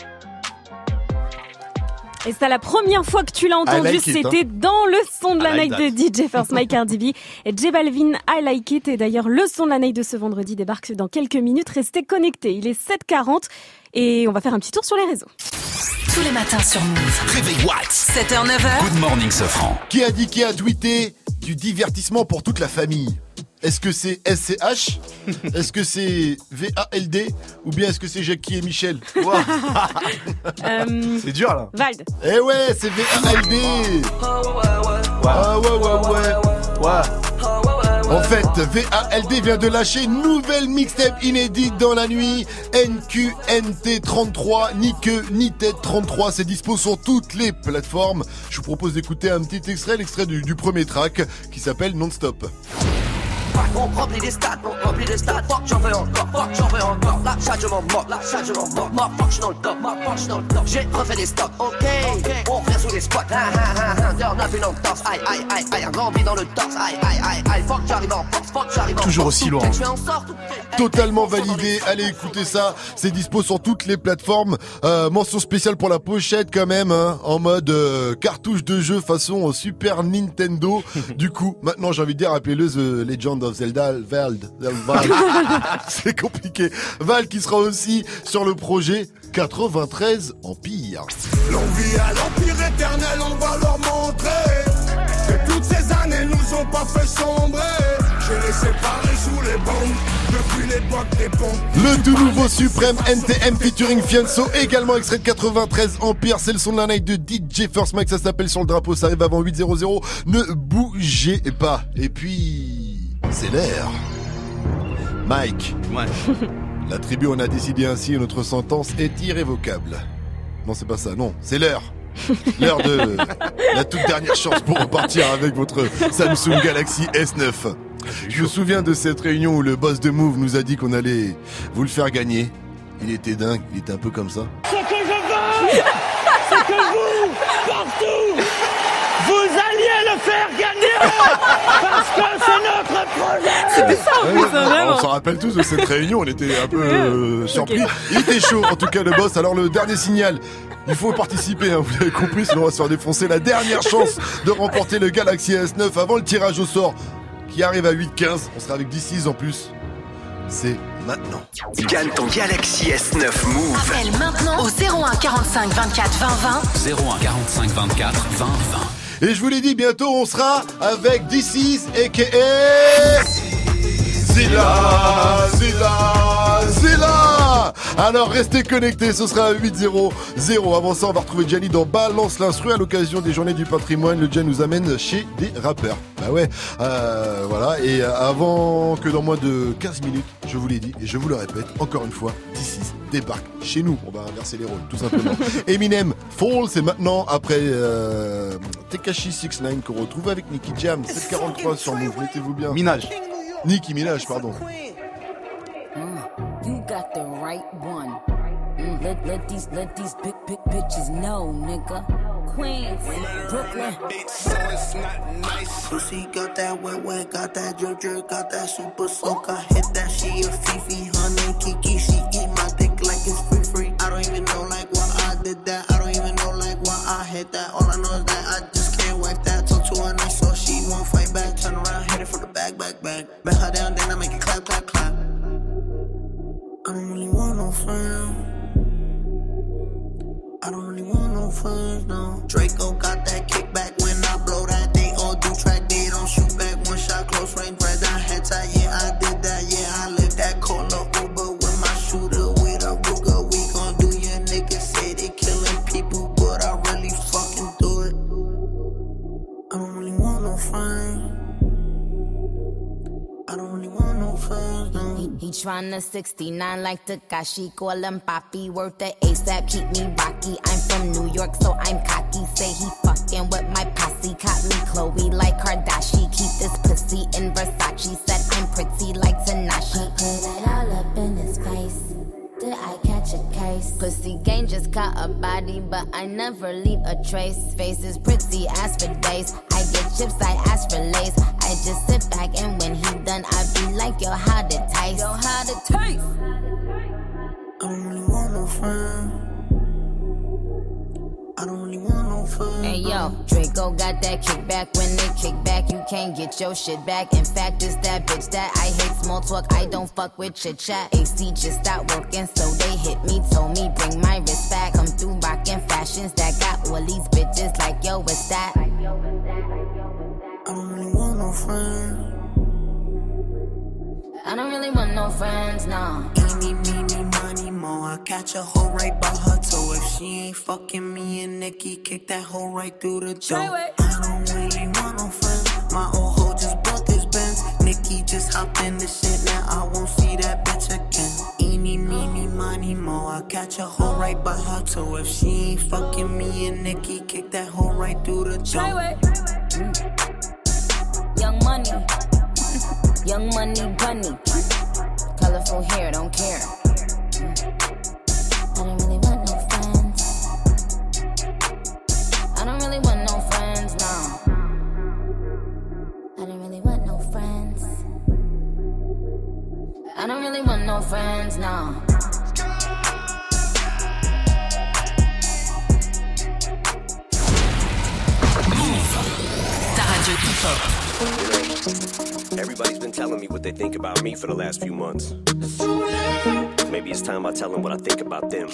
Et c'est la première fois que tu l'as entendu, like it, c'était hein. dans le son de la I like night de D J First Mike Cardi B et J Balvin, I Like It. Et d'ailleurs, le son de la night de ce vendredi débarque dans quelques minutes. Restez connectés. Il est sept heures quarante et on va faire un petit tour sur les réseaux. Tous les matins sur Move. Réveil Watts. sept heures neuf heures. Good morning, Sofran. Qui a dit qui a tweeté du divertissement pour toute la famille? Est-ce que c'est S C H? Est-ce que c'est V A L D? Ou bien est-ce que c'est Jackie et Michel? Wow. Euh, C'est dur là. Vald. Eh ouais, c'est V A L D. Ah ouais, ouais, ouais. Ouais. En fait, V A L D vient de lâcher une nouvelle mixtape inédite dans la nuit. N Q N T trente-trois, ni queue ni tête trente-trois. C'est dispo sur toutes les plateformes. Je vous propose d'écouter un petit extrait, l'extrait du, du premier track qui s'appelle Non-Stop. On remplit des stats, on remplit des stats. Fuck, j'en veux encore, fuck, j'en veux encore. La chat, je m'en moque, la chat, je m'en moque. Ma fuck, j'suis dans le top, ma fuck, j'suis dans le top. J'ai refait des stocks, ok. On revient sous les spots, ha ha ha ha. Turn up une en torse, aïe aïe aïe aïe. Un grand vide dans le torse, aïe aïe aïe aïe. Fuck, j'arrive en force, fuck, j'arrive en force. Toujours aussi loin. Je fais en sorte. Totalement validé, allez écouter ça, c'est dispo sur toutes les plateformes. Euh, mention spéciale pour la pochette quand même, hein, en mode euh, cartouche de jeu façon Super Nintendo. Du coup, maintenant j'ai envie de dire, appelez-le The Legend of Zelda, Vald, Vald. C'est compliqué. Val qui sera aussi sur le projet quatre-vingt-treize Empire. L'envie à l'empire éternel, on va leur montrer que toutes ces années nous ont pas fait sombrer. Je les séparés sous les bombes depuis l'époque des pompes. Le tout nouveau Supreme N T M featuring Fianso, également extrait de quatre-vingt-treize Empire. C'est le son de la night de D J First Mike, ça s'appelle Sur le drapeau, ça arrive avant huit heures. Ne bougez pas. Et puis, c'est l'heure. Mike. Ouais. La tribu en a décidé ainsi et notre sentence est irrévocable. Non, c'est pas ça, non, c'est l'heure. L'heure de la toute dernière chance pour repartir avec votre Samsung Galaxy S neuf. Je me souviens de cette réunion où le boss de Move nous a dit qu'on allait vous le faire gagner. Il était dingue, il était un peu comme ça. Ce que je veux, c'est que vous, partout, vous alliez le faire gagner, parce que c'est notre projet. C'était ça en plus, Ouais, hein, vraiment. on s'en rappelle tous de cette réunion, on était un peu euh, surpris. Il était chaud, en tout cas le boss. Alors le dernier signal, il faut participer, hein, vous l'avez compris, sinon on va se faire défoncer. La dernière chance de remporter le Galaxy S neuf avant le tirage au sort qui arrive à huit quinze. On sera avec D six en plus. C'est maintenant. Gagne ton Galaxy S neuf Move. Appelle maintenant au zéro un quarante-cinq vingt-quatre vingt vingt. zéro un quarante-cinc vingt-quatre vingt vingt. Et je vous l'ai dit, bientôt on sera avec D six aka Zilla, Zilla, Zilla. Alors restez connectés, ce sera à huit zéro zéro. Avant ça, on va retrouver Gianni dans Balance l'instru à l'occasion des Journées du Patrimoine. Le Gian nous amène chez des rappeurs. Bah ouais, euh, voilà. Et avant que dans moins de quinze minutes, je vous l'ai dit et je vous le répète encore une fois, D six débarque chez nous. On va inverser les rôles, tout simplement. Eminem, Fall, c'est maintenant après euh, Tekashi six neuf qu'on retrouve avec Nicky Jam. sept quarante-trois sur Move, mettez-vous bien. Minaj. Nicki Minaj, pardon. You got the right one. Mm, let, let these let these big big bitches know, nigga. Queens, Brooklyn. Pussy got that wet wet, got that drip drip, got that super soak. I hit that, she a Fifi, honey Kiki. She eat my dick like it's free free. I don't even know like why I did that. I don't even know like why I hit that. All I know is that I just can't wipe that. Talk to her nice so she won't fight back. Turn around, hit it from the back, back, back. Bet her down, then I make it clap, clap, clap. I don't really want no friends. I don't really want no friends, no. Draco got that kickback when I blow that. They all do track, they don't shoot back. One shot, close range, red dot, head tie. Yeah, I did that. Yeah, I lived that. Call up Uber friends, no. He, he tryna sixty-nine like Takashi, call him Papi, worth the ASAP, keep me rocky. I'm from New York, so I'm cocky. Say he fucking with my posse, caught me Chloe like Kardashian. Keep this pussy in Versace, said I'm pretty like Tanashi. Put it all up in his face. Did I catch a case? Pussy gang just caught a body, but I never leave a trace. Face is pretty as for days. I get chips, I ask for lace. I just sit back and when he done, I be like, yo, how'd it taste? Yo, how'd it taste? I don't really want no friend. I don't really want no friend. Hey yo, Draco got that kickback. When they kick back, you can't get your shit back. In fact, it's that bitch that I hate small talk. I don't fuck with chit chat. A C just stopped working, so they hit me, told me bring my wrist back. Come through rockin' fashions that got all these bitches like yo, what's that? I don't really want no friend. I don't really want no friends, no. Eeny, meeny, miny, mo. I catch a hoe right by her toe. If she ain't fucking me and Nikki, kick that hoe right through the door. I don't really want no friends. My old hoe just bought this Benz. Nikki just hopped in the shit, now I won't see that bitch again. Eeny, meeny, miny, mo. I catch a hoe right by her toe. If she ain't fucking me and Nikki, kick that hoe right through the door. Mm. Young Money. Young Money Bunny. Colorful hair, don't care. I don't really want no friends. I don't really want no friends, no. I don't really want no friends. I don't really want no friends, no. Ta radio hip-hop. Everybody's been telling me what they think about me for the last few months. Maybe it's time I tell them what I think about them.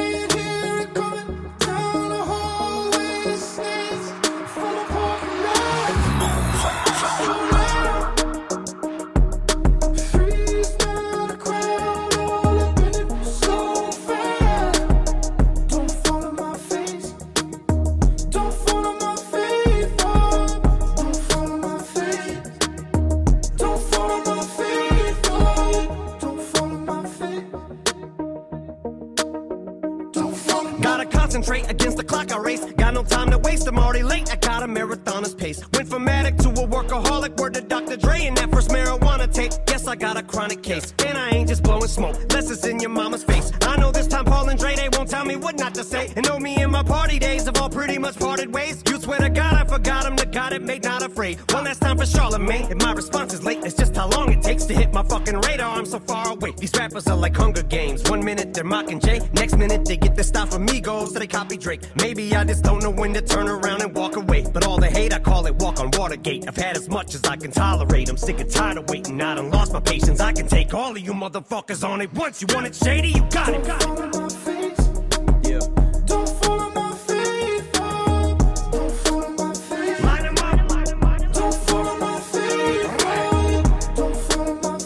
Against the clock I race, got no time to waste, I'm already late, I got a marathoner's pace. Went from addict to a workaholic, word to Doctor Dre and that first marijuana tape. Guess I got a chronic case, and I ain't just blowing smoke, less it's in your mama's face. I know this time Paul and Dre, they won't tell me what not to say. And know me and my party days have all pretty much parted ways. You swear to God I forgot him, the God it made not afraid. One last time for Charlemagne, if my response is late, it's just how long it takes to hit my fucking radar, I'm so far away. These rappers are like Hunger Games, one minute they're mocking Jay, next minute they get their style from Migos, so they copy Drake. Maybe I just don't know when to turn around and walk away. But all the hate, I call it walk on Watergate. I've had as much as I can tolerate. I'm sick and tired of waiting. I done lost my patience. I can take all of you motherfuckers on it once. You want it shady? You got it. Got it. Yeah. Don't follow my face. Don't follow my face. Line 'em up. Don't follow my face. Don't follow my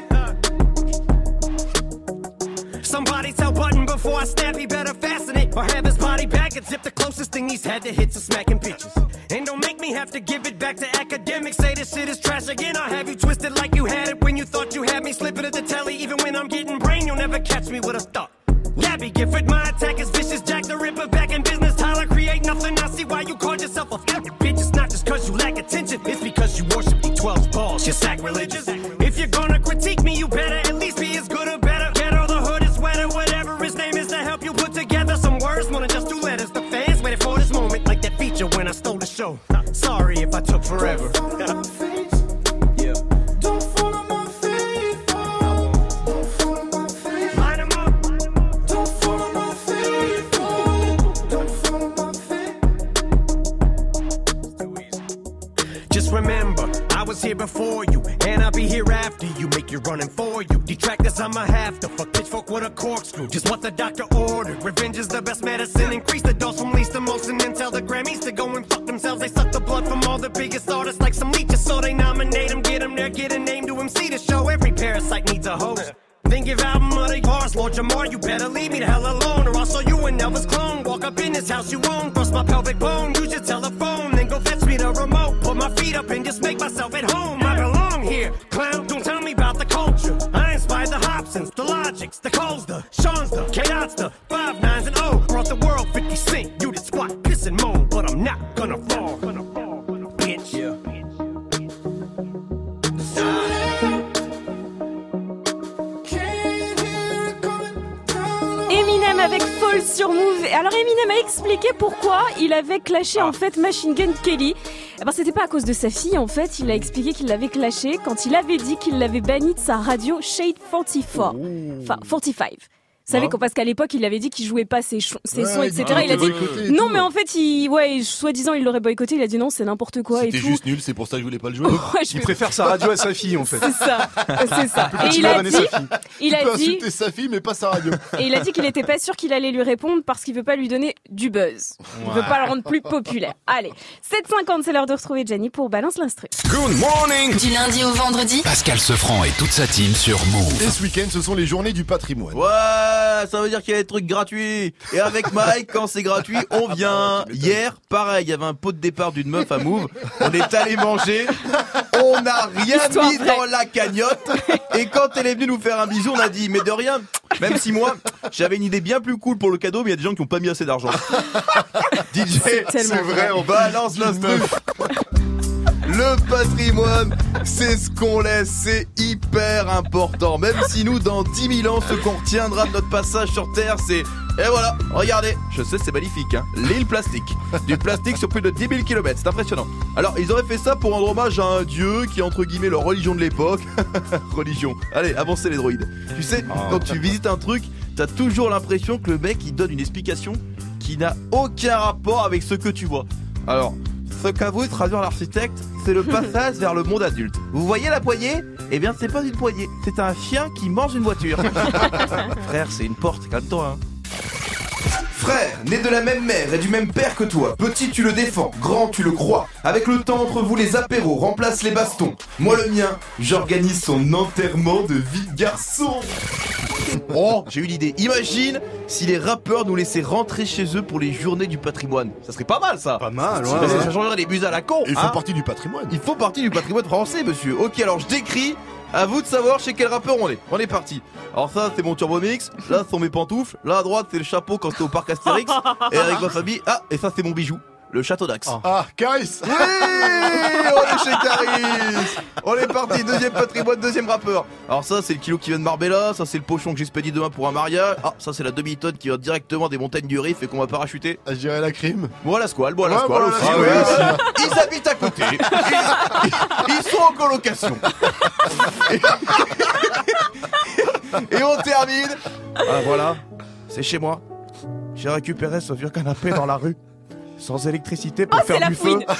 face. Somebody tell Button before I snap, he better fasten it or have his body back and zip. The closest thing he's had to hits are smacking bitches. And don't make me have to give it back to academics. Say this shit is trash again. I'll have you twisted like you had it when you thought you had me. Slipping at the telly, even when I'm getting brain, you'll never catch me with a thought. Labby Gifford, my attack is vicious. Jack the Ripper back in business. Tyler, create nothing. I see why you called yourself a fucking bitch. It's not just cause you lack attention, it's because you worship the twelve balls. You're sacrilegious. If you're gonna critique me, you better at least be as good or better. Get all the hood is wetter, whatever his name is, to help you put together some words. More than just two letters. The fans waited for this moment, like that feature when I stole the show. Sorry if I took forever. Yeah. Don't follow my face. Don't follow my face. Line 'em up. Don't follow my face. Don't follow my face. Just remember, I was here before you, and I'll be here after you. Make you running for you. Detractors, I'ma have to fuck pitchfork with a corkscrew. Just what the doctor ordered. Revenge is the best medicine. Increase the dose from least to most, and then tell the Grammys to go and fuck themselves. They suck the blood from all the biggest artists like some leeches, so they nominate them, get them there, get a name to M C to show. Every parasite needs a host. Then give album of the yours, Lord Jamar, you better leave me the hell alone, or I'll show you an Elvis clone. Walk up in this house you own, bust my pelvic bone, use your telephone, then go fetch me the remote. Put my feet up and just make myself at home. I belong here, clown, don't tell me about the culture. Logics, the calls, the Sean's, the chaos, the five nines and oh. Across the world, fifty cent. You did squat, piss and moan, but I'm not gonna fall. Gonna fall, gonna bitch. Yeah. Eminem avec Fall sur Move. Alors Eminem a expliqué pourquoi il avait clashé ah. en fait Machine Gun Kelly. Eh ben, c'était pas à cause de sa fille en fait, il a expliqué qu'il l'avait clashé quand il avait dit qu'il l'avait banni de sa radio Shade quarante-quatre. Enfin, quarante-cinq. Vous savez, ah. parce qu'à l'époque, il avait dit qu'il jouait pas ses, ch- ses ouais, sons, et cetera. Il a dit non, mais en fait, il, ouais, soi-disant, il l'aurait boycotté. Il a dit non, c'est n'importe quoi. C'était et tout. juste nul, c'est pour ça que je voulais pas le jouer. ouais, il préfère sa radio à sa fille, en fait. C'est ça, c'est ça. Et il a dit, il tu a peux dit, insulter sa fille, mais pas sa radio. Et il a dit qu'il était pas sûr qu'il allait lui répondre parce qu'il veut pas lui donner du buzz. Il veut pas le rendre plus populaire. Allez, sept cinquante, c'est l'heure de retrouver Gianni pour Balance l'instru. Good morning. Du lundi au vendredi. Pascal Sefranc et toute sa team sur Move. Et ce week-end, ce sont les journées du patrimoine. Ouais, ça veut dire qu'il y a des trucs gratuits. Et avec Mike, quand c'est gratuit, on vient. Hier, pareil, il y avait un pot de départ d'une meuf à Move. On est allé manger. On n'a rien Histoire mis vraie. dans la cagnotte. Et quand elle est venue nous faire un bisou, on a dit, mais de rien. Même si moi, j'avais une idée bien plus cool pour le cadeau, mais il y a des gens qui n'ont pas mis assez d'argent. D J, c'est, c'est vrai, on balance l'instru. Le patrimoine, c'est ce qu'on laisse, c'est hyper important. Même si nous, dans dix mille ans, ce qu'on retiendra de notre passage sur Terre, c'est... Et voilà, regardez, je sais c'est magnifique, hein, l'île plastique. Du plastique sur plus de dix mille kilomètres, c'est impressionnant. Alors, ils auraient fait ça pour rendre hommage à un dieu qui est entre guillemets leur religion de l'époque. Religion. Allez, avancez les droïdes. Tu sais, quand tu visites un truc, t'as toujours l'impression que le mec, il donne une explication qui n'a aucun rapport avec ce que tu vois. Alors... Ce qu'avoue traduire l'architecte, c'est le passage vers le monde adulte. Vous voyez la poignée ? Eh bien, c'est pas une poignée, c'est un chien qui mange une voiture. Frère, c'est une porte, calme-toi. Hein. Frère, né de la même mère et du même père que toi, petit tu le défends, grand tu le crois. Avec le temps entre vous les apéros remplacent les bastons. Moi le mien, j'organise son enterrement de vie de garçon. Oh, j'ai eu l'idée. Imagine si les rappeurs nous laissaient rentrer chez eux pour les journées du patrimoine. Ça serait pas mal ça. Pas mal, ouais. Ça, ouais. ça changerait des buses à la con. Ils hein font partie du patrimoine. Ils font partie du patrimoine français, monsieur. Ok, alors je décris. À vous de savoir chez quel rappeur on est. On est parti. Alors ça, c'est mon Turbo Mix. Là, ce sont mes pantoufles. Là, à droite, c'est le chapeau quand c'était au parc Astérix. Et avec ma famille. Ah, et ça, c'est mon bijou. Le château d'Axe. Oh. Ah, Caris. Oui, on est chez Caris. On est parti, deuxième patrimoine, deuxième rappeur. Alors ça, c'est le kilo qui vient de Marbella. Ça, c'est le pochon que j'expédie demain pour un mariage. Ah, ça, c'est la demi-tonne qui va directement des montagnes du Rif et qu'on va parachuter. Ah, je dirais la crime. Bon, la squale, bon, la ouais, squale bon, aussi. Ah, ouais, ouais, ouais. Ils habitent à côté. Ils, ils sont en colocation. Et, et on termine. Ah, voilà, c'est chez moi. J'ai récupéré ce vieux canapé dans la rue. Sans électricité pour oh, faire du fouine. feu.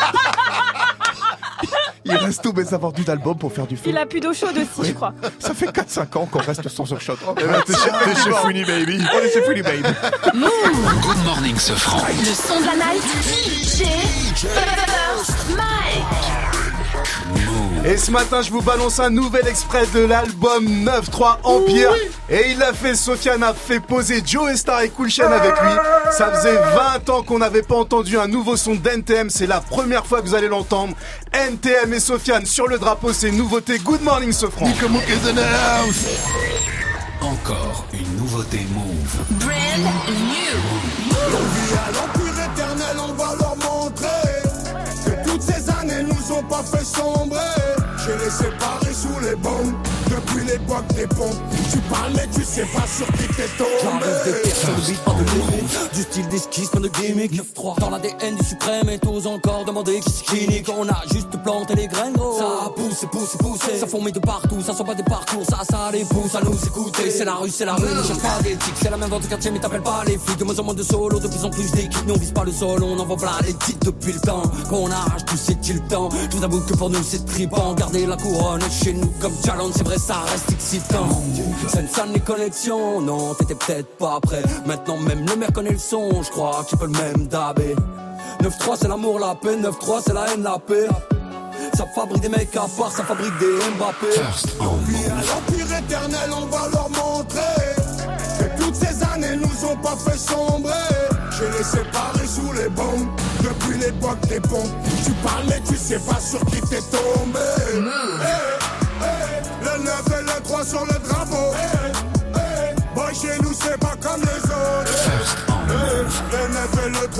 Il reste tous mes invendus d'albums pour faire du feu. Il a plus d'eau chaude aussi, oui. je crois. Ça fait quatre cinq ans qu'on reste sans surshot. Oh, eh ben, t'es chez, t'es chez Fouini Baby. On est chez Fouini Baby. Good morning, Sefranc. Le son de la night. D J First Mike. Et ce matin, je vous balance un nouvel extrait de l'album neuf trois Empire. Oui. Et il l'a fait, Sofiane a fait poser Joe Star et Cool Chain avec lui. Ça faisait vingt ans qu'on n'avait pas entendu un nouveau son d'N T M. C'est la première fois que vous allez l'entendre. N T M et Sofiane sur le drapeau, c'est une nouveauté. Good morning, Sefranc. Encore une nouveauté Move. Brand new. L'envie à l'empire éternel, on va leur montrer que toutes ces années nous ont pas fait sombrer. Je les séparés sous les bombes depuis l'époque des pompes. Tu parles mais tu sais pas sur qui t'es tombé. J'arrive des personnes, de beat, pas de limite. Du style d'esquisse, pas de gimmick. neuf trois dans l'A D N du suprême. Et t'oses encore demander qui c'est qui nique. On a juste planté les graines gros. Ça pousse, pousse, pousse. Ça fourmille de partout, ça sent pas des parcours. Ça, ça les pousse à nous écouter. C'est la rue, c'est la rue, ne cherche pas d'éthique. C'est la même dans ton quartier mais t'appelles pas les flics. De moins en moins de solo, de plus en plus d'équipes. Nous on vise pas le sol, on envoie plein les titres depuis le temps qu'on arrache tout c'est-il le temps. Je vous avoue que pour nous c'est trippant. Garder la couronne chez nous comme challenge, c'est vrai ça reste excitant. C'est une salle les connexions, non t'étais peut-être pas prêt. Maintenant même le maire connaît le son, je crois qu'il peut le même dabé. neuf trois c'est l'amour, la paix, neuf trois c'est la haine, la paix. Ça fabrique des mecs à part, ça fabrique des Mbappé. L'envie à l'empire éternel, on va leur montrer que toutes ces années nous ont pas fait sombrer. Je les séparés sous les bombes depuis l'époque des pompes. Tu parles mais tu sais pas sur qui t'es tombé. Hey, hey, le neuf et le trois sur le drapeau. Hey,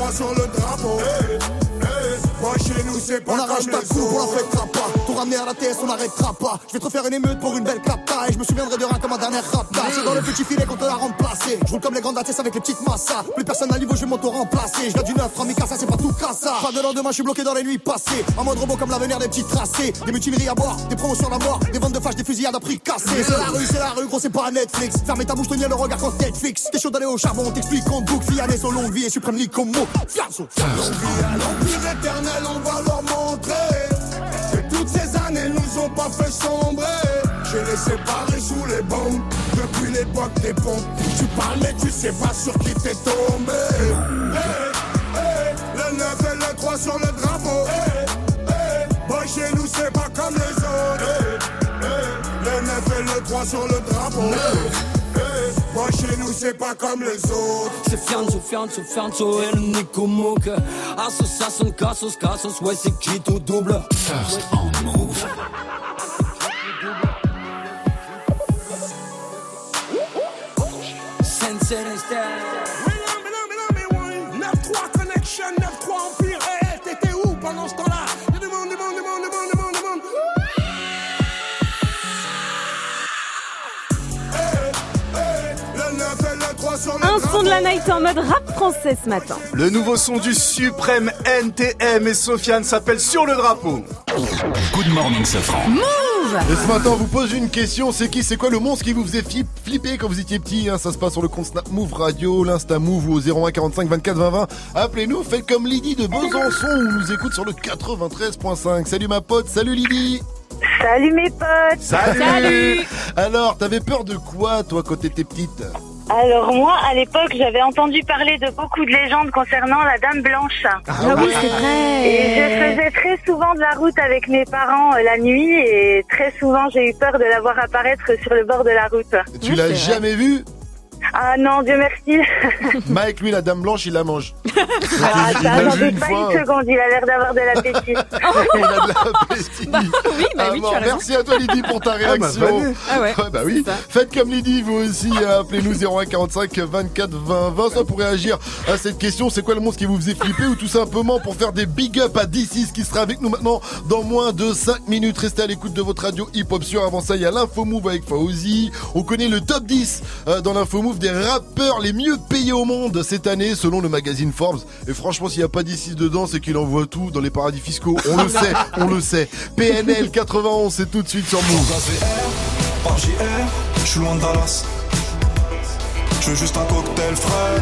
trois sur le drapeau. Hey, hey, moi chez nous c'est pas. On arrache ta coupe, on la fêtera pas. Tout ramener à la T S, on n'arrêtera pas. Je vais te refaire une émeute pour une belle capta. Et je me souviendrai de rien comme ma dernière rapta. C'est dans le petit filet qu'on te l'a remplacé. Je roule comme les grandes A T S avec les petites massas. Plus personne à niveau, je vais m'auto-remplacer. Je viens du neuf, Ramikasa, c'est pas tout cassa. Pas de lendemain, je suis bloqué dans les nuits passées. En mode robot comme l'avenir des petits tracés. Des mutineries à boire, des promotions à mort. Des ventes de fâches, des fusillades à prix cassé. C'est la rue, c'est la rue, gros, c'est pas Netflix. Fermez ta bouche, tenir le regard quand Netflix. T'es chaud d'aller au charbon, on t'explique qu'on te boucle. Fiané, son longue vie et suprême ligue comme mot. Fianso. Longue vie à l'empire éternel, on va leur montrer que toutes ces années nous ont pas fait sombrer. J'ai les séparés sous les bombes depuis l'époque des pompes. Tu parles mais tu sais pas sur qui t'es tombé. Hey, hey, le neuf et le trois sur le drapeau. Hey, hey, boy chez nous c'est pas comme les autres. Hey, hey, le neuf et le trois sur le drapeau. Hey, hey, boy chez nous c'est pas comme les autres. C'est Fianzo, Fianzo, Fianzo et le Nico Mouk. Association, Cassos, Cassos, ouais c'est qui tout double. First on Move. neuf trois Connection, neuf trois Empire. Hey, t'étais où pendant ce temps-là? Demande, demande, demande, demande, demande, demande. Hey, hey, le neuf et le trois sur le Un drapeau. son de la night en mode rap français ce matin. Le nouveau son du suprême N T M et Sofiane s'appelle Sur le drapeau. Good morning, Sofran. Move. Et ce matin, on vous pose une question. C'est qui, c'est quoi le monstre qui vous faisait flip- flipper quand vous étiez petit, hein? Ça se passe sur le compte Snap Move Radio, l'Insta Move ou au zéro un quarante-cinq vingt-quatre vingt vingt. Appelez-nous, faites comme Lydie de Besançon ou nous écoute sur le quatre-vingt-treize point cinq. Salut ma pote, salut Lydie. Salut mes potes. Salut. Salut. Alors, t'avais peur de quoi toi quand t'étais petite? Alors moi, à l'époque, j'avais entendu parler de beaucoup de légendes concernant la Dame Blanche. Ah oui, c'est vrai. Et je faisais très souvent de la route avec mes parents euh, la nuit et très souvent j'ai eu peur de la voir apparaître sur le bord de la route. Tu l'as jamais vue? Ah non, Dieu merci. Mike, lui, la Dame Blanche, il la mange. Ah, Il ça, l'a j'en vu doute une pas fois. une seconde, il a l'air d'avoir de l'appétit. Il a de l'appétit. Bah oui, bah Ah oui, bon, tu as raison. merci à toi Lydie pour ta réaction. Ah, bah, Ah ouais, bah oui. c'est ça. Faites comme Lydie, vous aussi. hein. Appelez-nous zéro un quarante-cinq vingt-quatre vingt vingt. Soit pour réagir à cette question, c'est quoi le monstre qui vous faisait flipper, ou tout simplement pour faire des big up à D six qui sera avec nous maintenant dans moins de cinq minutes. Restez à l'écoute de votre radio Hip Hop Sur. Avant ça, il y a l'Info Move avec Fauzi. On connaît le top dix euh, dans l'Info Move des rappeurs les mieux payés au monde cette année selon le magazine Forbes. Et franchement, s'il n'y a pas D six dedans, c'est qu'il envoie tout dans les paradis fiscaux. On le sait, on le sait. P N L quatre-vingt-onze, c'est tout de suite sur Move. Par J R, je suis loin de Dallas. Je veux juste un cocktail frais.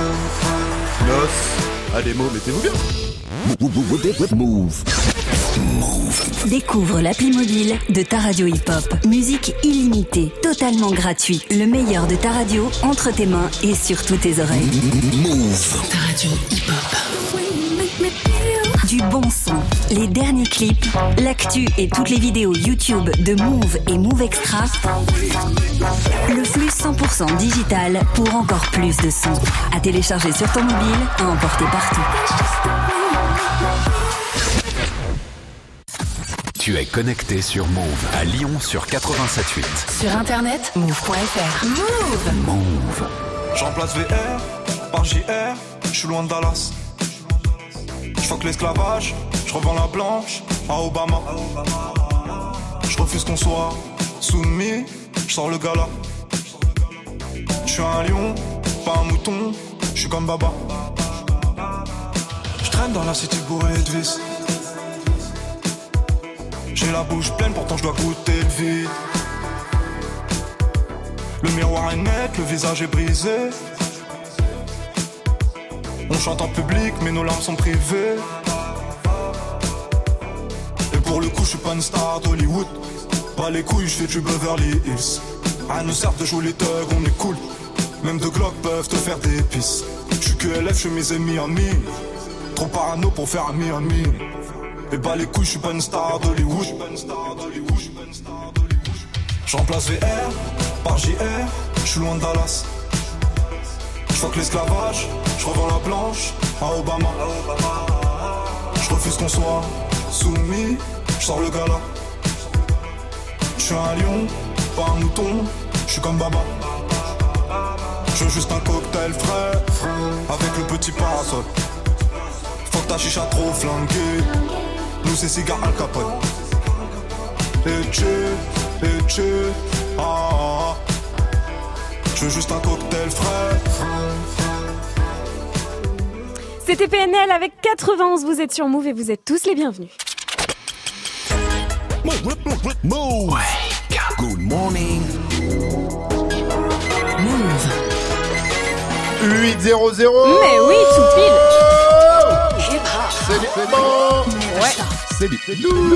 Nos, allez mots, mettez-vous bien. Move. Découvre l'appli mobile de ta radio hip-hop. Musique illimitée, totalement gratuit. Le meilleur de ta radio entre tes mains et sur toutes tes oreilles. Move. Ta radio hip-hop. Du bon son, les derniers clips, l'actu et toutes les vidéos YouTube de Move et Move Extra. Le flux cent pour cent digital pour encore plus de sons. À télécharger sur ton mobile, à emporter partout. Tu es connecté sur Move à Lyon sur quatre-vingt-sept huit. Sur internet, move point f r. Move. Move. Je remplace V R par J R, je suis loin de Dallas. Je fuck l'esclavage, je revends la blanche à Obama. Je refuse qu'on soit soumis, je sors le gala. Je suis un lion, pas un mouton, je suis comme Baba. Je traîne dans la cité bourrée de vis. J'ai la bouche pleine, pourtant je dois goûter le vide. Le miroir est net, le visage est brisé. On chante en public, mais nos larmes sont privées. Et pour le coup, je suis pas une star d'Hollywood. Pas les couilles, je fais du Beverly Hills. À nous sert de jouer les thugs, on est cool. Même deux Glock peuvent te faire des pisses. Je suis que L F, je suis mes ennemis amis. Trop parano pour faire ami ami. Et bah les couilles, je suis pas une star d'Hollywood. Je remplace V R par J R, je suis loin de Dallas. Je fuck l'esclavage, je revends la blanche à Obama. Je refuse qu'on soit soumis, je sors le gala. Je suis un lion, pas un mouton, je suis comme Baba. Je veux juste un cocktail frais, avec le petit parasol. ta chicha trop flanquée. Nous c'est cigare Al Capone. Et tu, et tu, ah, ah. Je veux juste un cocktail frais. C'était P N L avec quatre-vingt-onze, vous êtes sur Move et vous êtes tous les bienvenus. Move. Good morning. Move. huit zéro zéro. Mais oui, tout pile. C'est les bon. Ouais. C'est les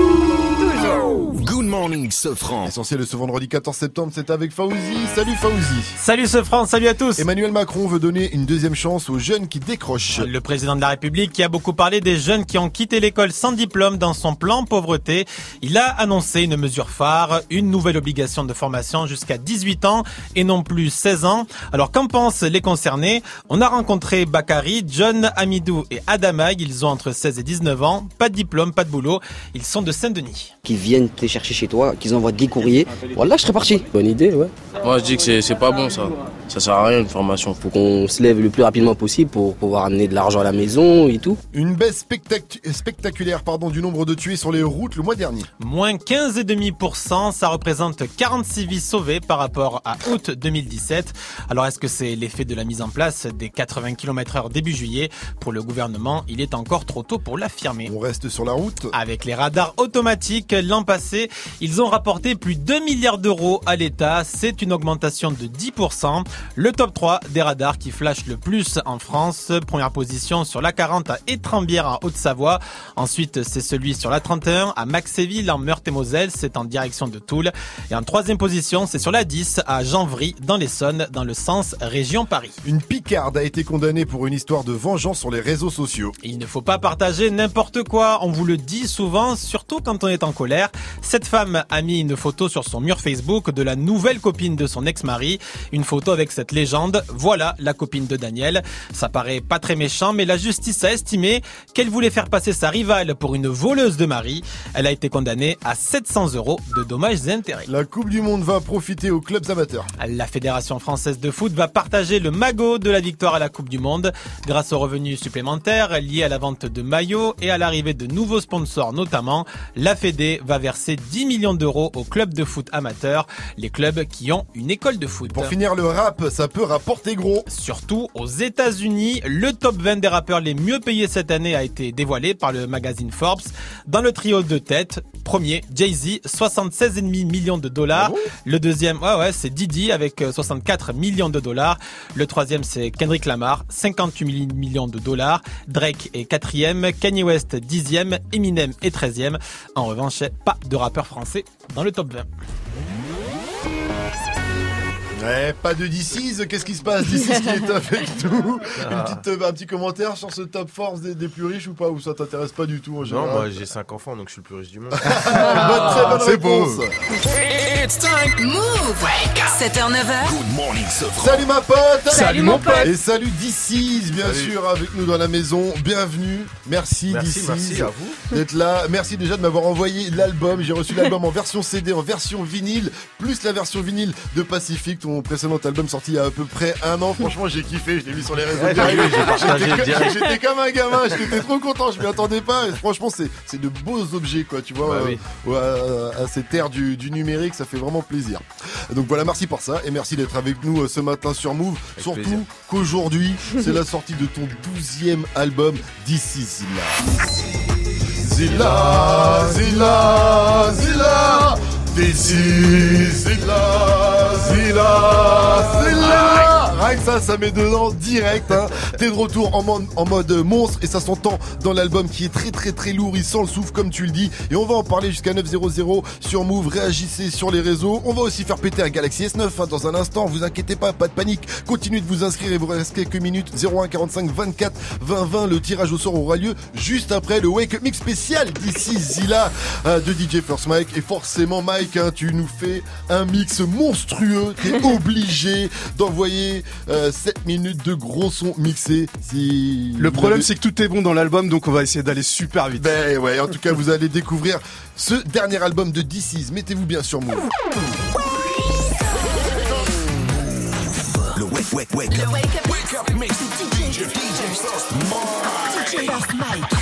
Toujours. Good morning, Sofran. Essentiel de ce vendredi quatorze septembre, c'est avec Fauzi. Salut Fauzi. Salut Sofran, salut à tous. Emmanuel Macron veut donner une deuxième chance aux jeunes qui décrochent. Le président de la République qui a beaucoup parlé des jeunes qui ont quitté l'école sans diplôme dans son plan pauvreté. Il a annoncé une mesure phare, une nouvelle obligation de formation jusqu'à dix-huit ans et non plus seize ans. Alors qu'en pensent les concernés? On a rencontré Bakary, John, Amidou et Adamag. Ils ont entre seize et dix-neuf ans. Pas de diplôme, pas de boulot. Ils sont de Saint-Denis. Qu'ils viennent te chercher chez toi, qu'ils envoient des courriers. Voilà, je serais parti. Bonne idée, ouais. Moi, je dis que c'est, c'est pas bon, ça. Ça sert à rien, une formation. Faut qu'on se lève le plus rapidement possible pour pouvoir amener de l'argent à la maison et tout. Une baisse spectac- spectaculaire pardon, du nombre de tués sur les routes le mois dernier. Moins quinze virgule cinq pour cent, ça représente quarante-six vies sauvées par rapport à août deux mille dix-sept. Alors est-ce que c'est l'effet de la mise en place des quatre-vingts kilomètres heure début juillet? Pour le gouvernement, il est encore trop tôt pour l'affirmer. On reste sur la route. Avec les radars automatiques, l'an passé, ils ont rapporté plus de deux milliards d'euros à l'État. C'est une augmentation de dix pour cent. Le top trois des radars qui flashent le plus en France. Première position sur l'A quarante à Étrembières en Haute-Savoie. Ensuite, c'est celui sur l'A trente et un à Maxéville en Meurthe-et-Moselle. C'est en direction de Toul. Et en troisième position, c'est sur l'A dix à Janvry dans l'Essonne, dans le sens région Paris. Une picarde a été condamnée pour une histoire de vengeance sur les réseaux sociaux. Il ne faut pas partager n'importe quoi. On vous le dit souvent, surtout quand on est en colère. Cette femme a mis une photo sur son mur Facebook de la nouvelle copine de son ex-mari. Une photo avec cette légende. Voilà la copine de Daniel. Ça paraît pas très méchant, mais la justice a estimé qu'elle voulait faire passer sa rivale pour une voleuse de mari. Elle a été condamnée à sept cents euros de dommages et intérêts. La Coupe du Monde va profiter aux clubs amateurs. La Fédération française de foot va partager le magot de la victoire à la Coupe du Monde grâce aux revenus supplémentaires liés à la vente de maillots et à l'arrivée de nouveaux sponsors notamment. La Fédé va verser dix millions d'euros aux clubs de foot amateurs, les clubs qui ont une école de foot. Pour finir, le rap, ça peut rapporter gros. Surtout aux États-Unis, le top vingt des rappeurs les mieux payés cette année a été dévoilé par le magazine Forbes. Dans le trio de tête, premier, Jay-Z, soixante-seize virgule cinq millions de dollars. Ah bon? Le deuxième, ouais, ouais, c'est Diddy avec soixante-quatre millions de dollars. Le troisième, c'est Kendrick Lamar, cinquante-huit millions de dollars. Drake est quatrième, Kanye West dixième, Eminem est treizième. En revanche, pas de rappeur français dans le top vingt. Ouais, pas de D six, qu'est-ce qui se passe? D six qui est avec nous. Une petite, un petit commentaire sur ce top force des, des plus riches ou pas? Ou ça t'intéresse pas du tout en général? Non, moi j'ai cinq enfants donc je suis le plus riche du monde. Ah, très bonne réponse. Beau. It's time. Move. sept heures neuf heures. Good morning, Sofran. Salut ma pote. Salut, salut mon pote. Et salut D six, bien salut. sûr, avec nous dans la maison. Bienvenue. Merci, merci D six. Merci à vous d'être là. Merci déjà de m'avoir envoyé l'album. J'ai reçu l'album en version C D, en version vinyle, plus la version vinyle de Pacific, ton précédent album sorti il y a à peu près un an. Franchement, j'ai kiffé. Je l'ai mis sur les réseaux. Ouais, j'ai partagé j'étais, direct. j'étais comme un gamin. J'étais trop content. Je m'y attendais pas. Et franchement, c'est, c'est de beaux objets, quoi. Tu vois, bah, euh, oui. à, à cette ère du, du numérique, ça fait vraiment plaisir. Donc voilà, merci pour ça et merci d'être avec nous ce matin sur Move. Avec Surtout plaisir. Qu'aujourd'hui, c'est la sortie de ton douzième album, This Is Zilla. Zilla, Zilla, Zilla. This is Zilla, Zilla, Zilla. Rien que ça, ça met dedans direct. Hein. T'es de retour en mode, en mode monstre et ça s'entend dans l'album qui est très très très lourd. Il sent le souffle comme tu le dis. Et on va en parler jusqu'à neuf cents sur Move. Réagissez sur les réseaux. On va aussi faire péter un Galaxy S neuf hein, dans un instant. Vous inquiétez pas, pas de panique. Continuez de vous inscrire et vous reste quelques minutes. zéro un quarante-cinq vingt-quatre vingt vingt. Le tirage au sort aura lieu juste après le Wake Up Mix spécial d'ici Zilla euh, de D J First Mike. Et forcément Mike, hein, tu nous fais un mix monstrueux. T'es obligé d'envoyer Euh, sept minutes de gros sons mixés. Si le problème avez... c'est que tout est bon dans l'album, donc on va essayer d'aller super vite. Ben ouais, en tout cas vous allez découvrir ce dernier album de D six. Mettez-vous bien sur Move. Le Wake Wake, wake up, wake up, wake up, mix D J, D J First Mike, D J First Mike,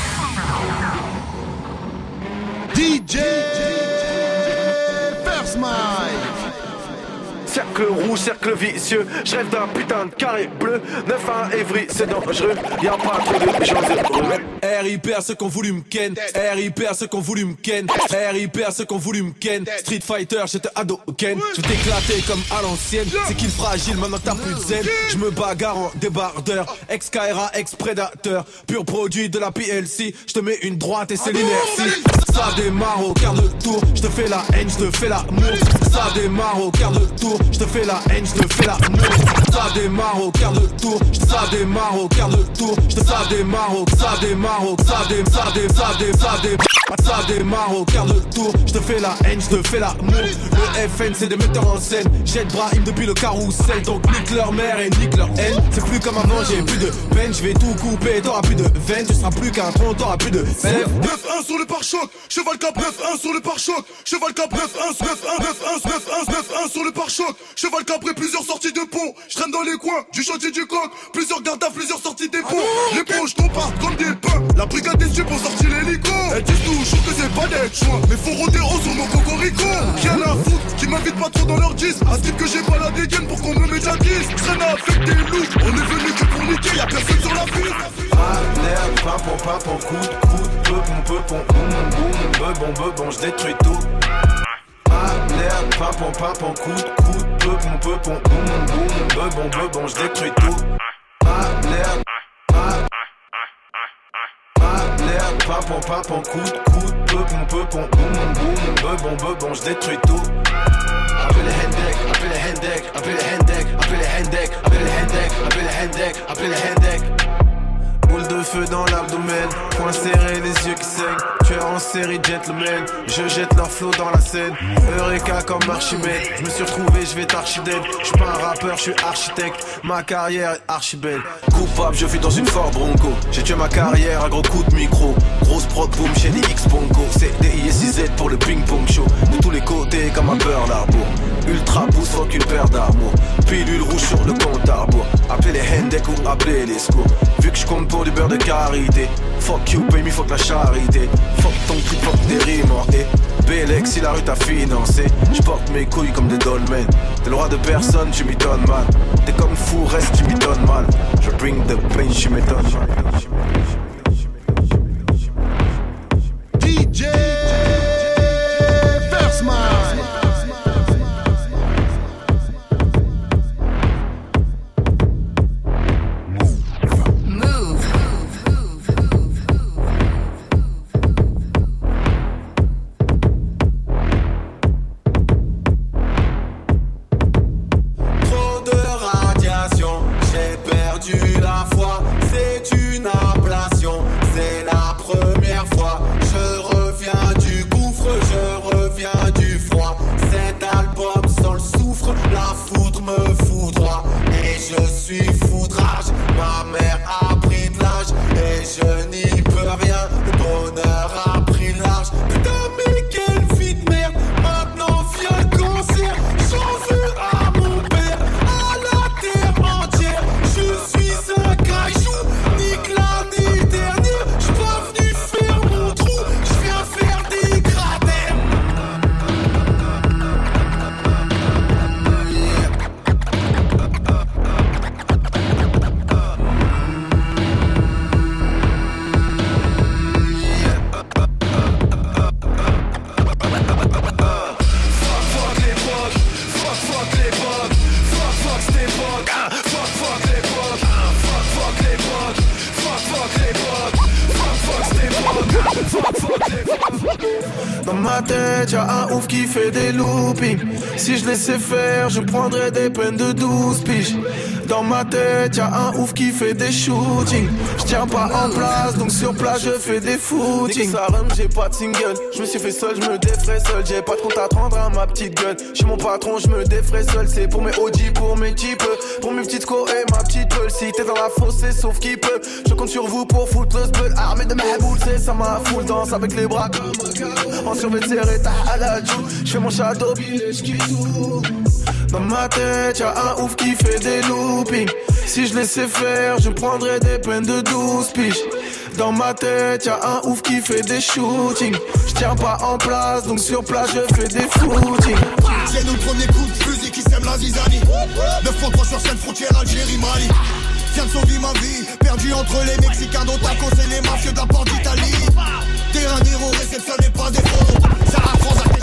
D J First Mike. Cercle rouge, cercle vicieux, je rêve d'un putain de carré bleu. neuf à un Évry, c'est dangereux, y'a pas trop de gens heureux. R I P à ceux qui ont voulu me ken, R I P à ceux qui ont voulu me ken, R I P à ceux qui ont voulu me ken. Street Fighter, j'étais ado ken, je vais t'éclater comme à l'ancienne. C'est qu'il fragile, maintenant t'as plus de zen. Je me bagarre en débardeur, ex-K R A, ex-prédateur, pur produit de la P L C. Je te mets une droite et c'est l'inertie. Ça démarre au quart de tour, je te fais la haine, je te fais l'amour. Ça démarre au quart de tour, je te fais la haine, je te fais l'amour. Ça démarre au quart de tour, ça démarre au quart de tour, je te ça démarre au, ça démarre au, ça dé, ça dé, ça dé, ça dé. Ça démarre au quart de tour, je te fais la haine, je te fais l'amour. Le F N c'est des metteurs en scène, jette Brahim depuis le carrousel. Donc nique leur mère et nique leur haine. C'est plus comme avant, j'ai plus de peine, je vais tout couper, t'auras plus de veine, tu seras plus qu'un tronc, t'auras plus de sève. neuf un sur le pare-choc, cheval cap neuf un sur le pare-choc, cheval cap neuf un, neuf un, neuf un, neuf un, neuf un sur le pare-choc, cheval capré, plusieurs sorties de pont, je traîne dans les coins, du chantier du coq, plusieurs gardes à plusieurs sorties des ponts. Les poches compartent comme des pains, la brigade des stupes ont sorti l'hélico. Elles disent toujours que c'est pas d'être choix, mais faut rôder haut sur mon cocorico. Qui a la foutre, qui m'invite pas trop dans leur disque, à ce type que j'ai pas la dégaine pour qu'on me médiatise. Je traîne avec des loups, on est venu que pour niquer, y'a personne sur la piste. Alerte, pimpon, pimpon, coup de coup de peu, mon peu, bon, boum, boum, be, bon, be, bon, je détruis tout. Alerte, pimpon, pimpon, coup de coup de peu, mon peu, bon, boum, boum, be, bon, be, bon, je détruis tout. Alerte, alerte, pimpon, pimpon, coup de coup de peu, mon peu, bon, boum, boum, be, bon, be, bon, je détruis tout. Appelle le Hendek, appelle le Hendek, appelle le Hendek, appelle le Hendek, appelle le Hendek, appelle le Hendek, appelle le Hendek. Boule de feu dans l'abdomen, poing serré, les yeux qui saignent. Tueur en série, gentleman, je jette leur flot dans la scène. Eureka comme Archimède, je me suis retrouvé, je vais t'archidède. Je suis pas un rappeur, je suis architecte, ma carrière est archibelle. Coupable, je vis dans une Ford Bronco. J'ai tué ma carrière, un gros coup de micro. Grosse prod, boom, chez les X-Bongo. C'est D I S I Z pour le ping-pong show. De tous les côtés comme un beurre d'arbour. Ultra boost, fuck une paire d'armour. Pilule rouge sur le compte à rebours. Appelez les Hendek ou appelez les secours. Vu que je compte pour du beurre de carité. Fuck you, pay me, fuck la charité. Fuck ton prix, fuck des rimes en et Bélex si la rue t'a financé. J'porte mes couilles comme des dolmens. T'es le roi de personne, tu m'étonnes mal. T'es comme fou, reste, tu m'étonnes mal. Je bring the pain, tu m'étonnes mal. D J First Mike. Dans ma tête, y'a un ouf qui fait des loopings. Si je laissais faire, je prendrais des peines de douze piges. Dans ma tête, y'a un ouf qui fait des shootings. Je tiens pas en place, donc sur place je fais des footings. Ça run, j'ai pas de single. Je me suis fait seul, je me défrais seul. J'ai pas de compte à te rendre à ma petite gueule. J'suis mon patron, je me défrais seul. C'est pour mes O G, pour mes types, pour mes petites co et ma petite gueule. Si t'es dans la fosse, c'est sauf qui peut. Je compte sur vous pour foutre le spell. Armé de ma boule, c'est ça ma foule. Danse avec les bras en survêt serré, t'as à la joue. J'fais mon shadow, j'quitte tout. Dans ma tête, y'a un ouf qui fait des loopings. Si je laissais faire, je prendrais des peines de douze piges. Dans ma tête, y'a un ouf qui fait des shootings. Je tiens pas en place, donc sur place je fais des footings. C'est nous le premier coup de fusil qui sème la zizanie. Neuf fois trois sur scène, frontière Algérie-Mali. Viens de sauver ma vie, perdu entre les Mexicains d'Otaco et les mafieux d'un port d'Italie. Terrain d'héros, réception n'est pas des faux. Ça raffronce à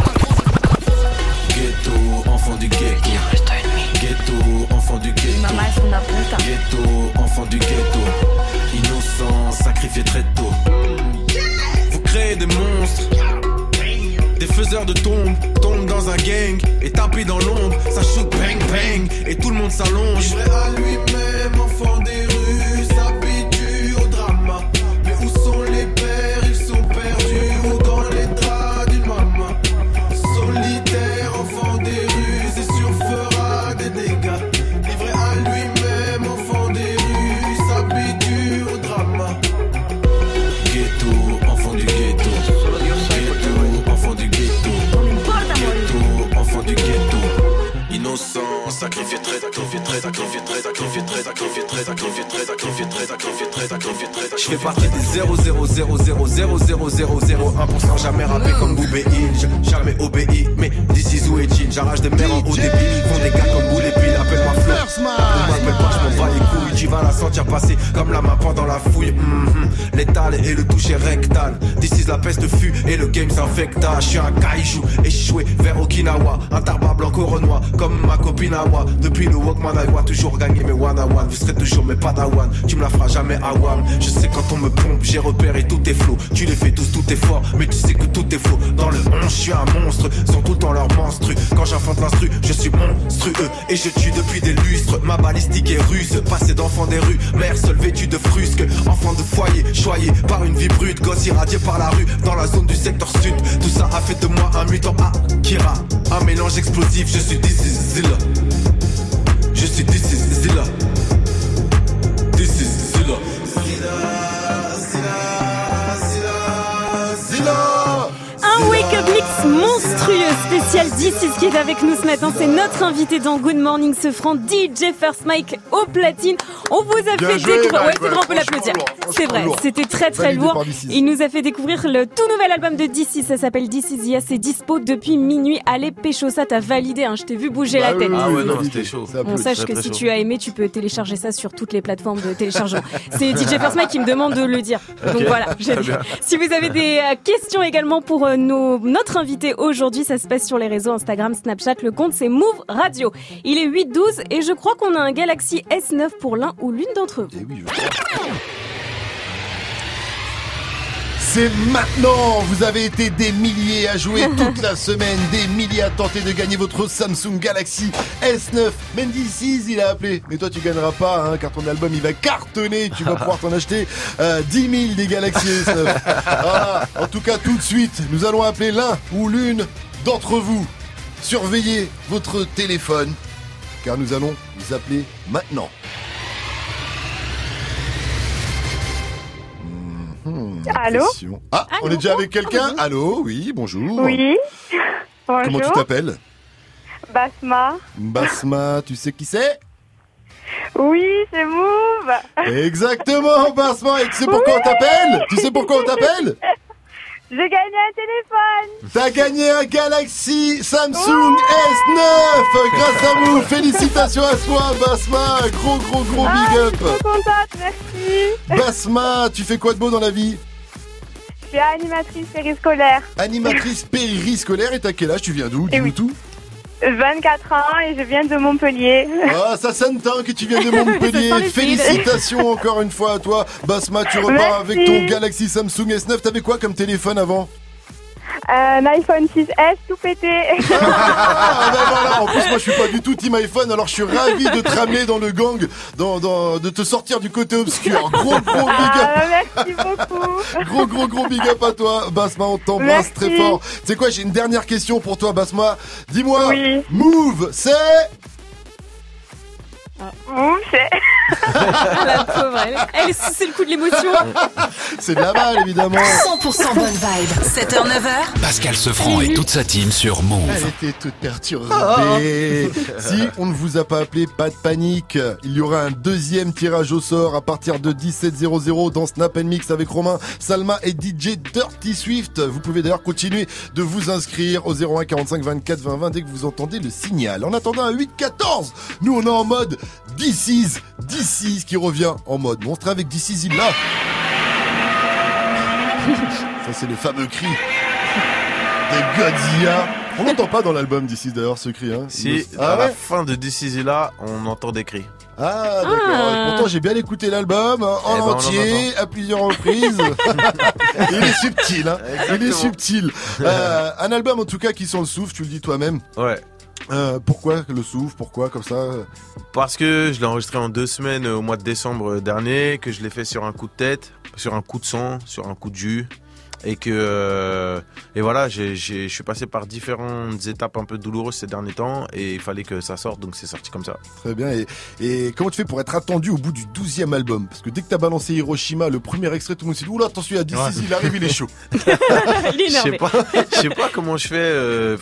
Ghetto, enfant du ghetto. Ghetto, enfant du ghetto. Ghetto, enfant du ghetto. Innocent, sacrifié très tôt. Vous créez des monstres, des faiseurs de tombes, tombent dans un gang et tapis dans l'ombre. Ça shoot bang bang et tout le monde s'allonge. Livré à lui-même, enfant des rues, s'habitue au drama. Mais où sont les pères? Ils sont perdus ou dans les draps d'une maman. Solitaire, enfant des rues, et surfera des dégâts. Livré à lui-même, enfant des rues, s'habitue au drama. Ghetto, enfant du ghetto. Ghetto, enfant du ghetto. Ghetto, enfant du ghetto. Innocent, sacrifié très, sacrifié très, sacrifié très, sacrifié très, sacrifié très, sacrifié très, sacrifié très, sacrifié très, sacrifié très. Je fais partie des zéro zéro zéro zéro zéro zéro zéro zéro un pour cent jamais rappé comme Boubé Inge, jamais obéi, mais this is où est Jean. J'arrache des mers en haut débit, font des gars comme Boule et Pile, appelle-moi Fleur. On m'appelle pas, je m'en bats les couilles, tu vas la sentir passer comme la main pendant la fouille. Mm-hmm. Létal et le toucher rectal, this is la peste fut et le game s'infecta. Je suis un kaiju, échoué vers Okinawa, un tarba blanc renois comme ma copine à moi. Depuis le Walkman I want toujours gagner mes one on one. Vous serez toujours mes padawan, tu me la feras jamais à Wam. Je sais quand on me pompe, j'ai repéré tous tes flots. Tu les fais tous, tout est fort, mais tu sais que tout est faux. Dans le onze, je suis un monstre, sont tout le temps leur monstru. Quand j'infante l'instru, je suis monstrueux et je tue depuis des lustres. Ma balistique est russe, passé d'enfant des rues, mère seule vêtue de frusque, enfant de foyer, choyé par une vie brute, gosse irradié par la rue, dans la zone du secteur sud. Tout ça a fait de moi un mutant Akira, un mélange explosif. Je suis this is Zilla, je suis this is Zilla, this is Zilla. Un wake-up mix monstrueux spécial D six qui est avec nous ce matin. C'est notre invité dans Good Morning Sofran, D J First Mike au platine. On vous a Bien fait joué, découvrir. ouais, Ouais, c'est ouais, grand, on peut franchement l'applaudir. lourd, C'est franchement vrai, lourd. c'était très très Validé lourd. par D six. Il nous a fait découvrir le tout nouvel album de D six. Ça s'appelle D six Yes. C'est dispo depuis minuit. Allez, pécho ça, t'as validé. Hein. Je t'ai vu bouger Bah la tête. oui, Ah oui, ouais, oui, non, oui. c'était chaud. Ça On applaudit. sache très, que très si chaud. tu as aimé, tu peux télécharger ça sur toutes les plateformes de téléchargement. C'est D J First Mike qui me demande de le dire. Donc Ok, voilà. j'ai très dit. bien. Si vous avez des euh, questions également pour euh, nos, notre invité aujourd'hui, ça se passe sur les réseaux Instagram, Snapchat. Le compte c'est Move Radio. Il est huit douze et je crois qu'on a un Galaxy S neuf pour l'un ou l'une d'entre vous. Eh oui, je crois. C'est maintenant. Vous avez été des milliers à jouer toute la semaine, des milliers à tenter de gagner votre Samsung Galaxy S neuf. Mendy six, il a appelé. Mais toi, tu gagneras pas, hein, car ton album, il va cartonner. Tu vas pouvoir t'en acheter euh, dix mille des Galaxy S neuf. Voilà. En tout cas, tout de suite, nous allons appeler l'un ou l'une d'entre vous. Surveillez votre téléphone, car nous allons vous appeler maintenant. Hmm, Allô question. Ah, on est déjà avec quelqu'un. Allô, oui, bonjour. Oui. Bonjour. Comment tu t'appelles? Basma. Basma, tu sais qui c'est? Oui, c'est Move. Exactement, Basma. Et tu sais pourquoi on t'appelle? Tu sais pourquoi on t'appelle? J'ai gagné un téléphone. T'as gagné un Galaxy Samsung S neuf grâce à vous. Félicitations à toi, Basma. Gros, gros, gros Ah, big up. je suis trop contente, merci. Basma, tu fais quoi de beau dans la vie? Je suis animatrice périscolaire. Animatrice périscolaire. Et t'as quel âge? Tu viens d'où? Eh Dis-nous oui. tout. vingt-quatre ans et je viens de Montpellier. Ah, ça s'entend que tu viens de Montpellier. Ça sent le Félicitations encore une fois à toi. Basma, tu repars Merci. avec ton Galaxy Samsung S neuf. T'avais quoi comme téléphone avant? Un iPhone six S tout pété. Ah, ben voilà. En plus, moi, je suis pas du tout team iPhone, alors je suis ravi de te ramener dans le gang, dans, dans, de te sortir du côté obscur. Gros, gros big up. Ah, merci beaucoup. Gros, gros, gros big up à toi, Basma. On t'embrasse Merci. très fort. Tu sais quoi, j'ai une dernière question pour toi, Basma. Dis-moi, Oui. Move, c'est... Move, c'est... Ah, la pauvre, elle, elle c'est le coup de l'émotion. C'est de la balle, évidemment. cent pour cent bonne vibe. sept heures neuf heures. Pascal Sefranc et toute sa team sur Move. Elle était toute perturbée. Si on ne vous a pas appelé, pas de panique. Il y aura un deuxième tirage au sort à partir de dix-sept heures dans Snap and Mix avec Romain, Salma et D J Dirty Swift. Vous pouvez d'ailleurs continuer de vous inscrire au zéro un quarante-cinq vingt-quatre vingt vingt dès que vous entendez le signal. En attendant un huit quatorze, nous on est en mode This is, This is qui revient en mode monstre avec This is là. Ça c'est le fameux cri de Godzilla. On n'entend pas dans l'album This is d'ailleurs ce cri. Hein. Si, ah, à ouais la fin de This is là, on entend des cris. Ah d'accord, ah. Pourtant j'ai bien écouté l'album hein, en eh ben, entier à plusieurs reprises. Il est subtil, hein. Il est subtil. Euh, un album en tout cas qui sent le souffle, tu le dis toi-même. Ouais. Euh, pourquoi le souffle? Pourquoi comme ça? Parce que je l'ai enregistré en deux semaines au mois de décembre dernier, que je l'ai fait sur un coup de tête, sur un coup de sang, sur un coup de jus. Et que euh, et voilà, j'ai, j'ai, je suis passé par différentes étapes un peu douloureuses ces derniers temps et il fallait que ça sorte, donc c'est sorti comme ça. Très bien. Et, et comment tu fais pour être attendu au bout du douzième album? Parce que dès que t'as balancé Hiroshima, le premier extrait, tout le monde s'est dit oula, attention, il y a D C, il arrive, il est chaud. Il est énervé. Je sais pas, je sais pas comment je fais. Euh,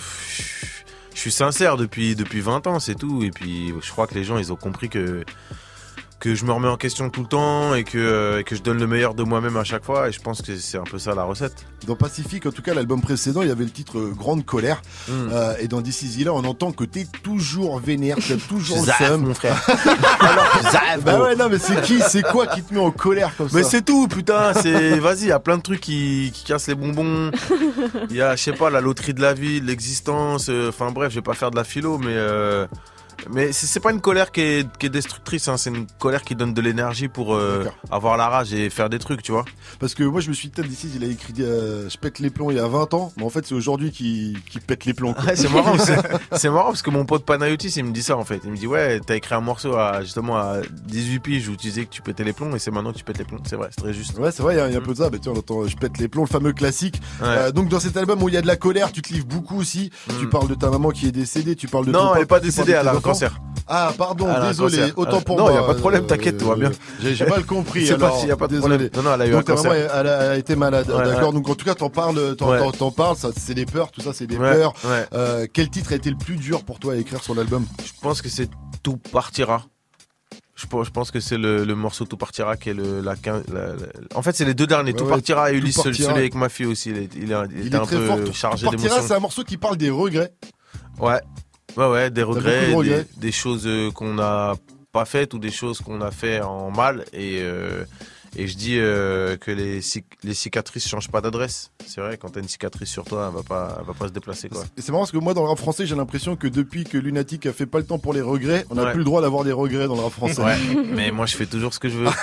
je suis sincère depuis depuis vingt ans, c'est tout. Et puis je crois que les gens ils ont compris que que je me remets en question tout le temps et que, euh, et que je donne le meilleur de moi-même à chaque fois et je pense que c'est un peu ça la recette. Dans Pacifique, en tout cas l'album précédent, il y avait le titre euh, Grande Colère mm. euh, et dans This Is là on entend que t'es toujours vénère, t'as toujours le seum. Mon frère. Alors, zaf, bah ouais non mais c'est qui, c'est quoi qui te met en colère comme ça? Mais c'est tout putain, c'est vas-y, il y a plein de trucs qui, qui cassent les bonbons. Il y a je sais pas la loterie de la vie, de l'existence, enfin euh, bref, je vais pas faire de la philo mais euh, Mais c'est, c'est pas une colère qui est, qui est destructrice, hein. C'est une colère qui donne de l'énergie pour euh, avoir la rage et faire des trucs, tu vois. Parce que moi je me suis dit, peut-être d'ici, il a écrit euh, je pète les plombs il y a vingt ans, mais en fait c'est aujourd'hui qui, qui pète les plombs. Ouais, c'est marrant, c'est, c'est marrant parce que mon pote Panayotis il me dit ça en fait. Il me dit ouais, t'as écrit un morceau à, justement à dix-huit piges où tu disais que tu pétais les plombs et c'est maintenant que tu pètes les plombs. C'est vrai, c'est très juste. Ouais, c'est vrai, il y, y a un peu de ça. Bah, tu vois, on entend je pète les plombs, le fameux classique. Ouais. Euh, donc dans cet album où il y a de la colère, tu te livres beaucoup aussi. Mm. Tu parles de ta maman qui est décédée, tu parles de non, ton elle est pas décédée, elle a un cancer. Ah pardon, ah, désolé, cancer. Autant pour non, moi. Non, il y a pas de problème, t'inquiète, tout va bien. J'ai, j'ai mal compris. C'est alors, pas s'il y a pas de désolé. problème. Non, non, elle a eu donc, un cancer. Elle a, elle a été malade, ouais, d'accord. Ouais. Donc en tout cas, t'en parles, t'en, ouais. t'en, t'en parles, ça, c'est des peurs, tout ça, c'est des ouais, peurs. Ouais. Euh, quel titre a été le plus dur pour toi à écrire sur l'album? Je pense que c'est Tout partira. Je pense que c'est le, le morceau Tout partira qui est le la, la, la... En fait, c'est les deux derniers. Ouais, Tout ouais, partira et Ulysse, celui avec ma fille aussi. Il est, il est, il il est un très peu fort. chargé Tout partira, d'émotions. C'est un morceau qui parle des regrets. Ouais, ouais, ouais, des regrets, de regrets. Des, des choses qu'on n'a pas faites ou des choses qu'on a fait en mal et euh, et je dis euh, que les les cicatrices changent pas d'adresse. C'est vrai, quand t'as une cicatrice sur toi, elle va pas elle va pas se déplacer quoi. Et c'est marrant parce que moi dans le rap français, j'ai l'impression que depuis que Lunatic a fait pas le temps pour les regrets, on n'a ouais. plus le droit d'avoir des regrets dans le rap français. Ouais. Mais moi je fais toujours ce que je veux.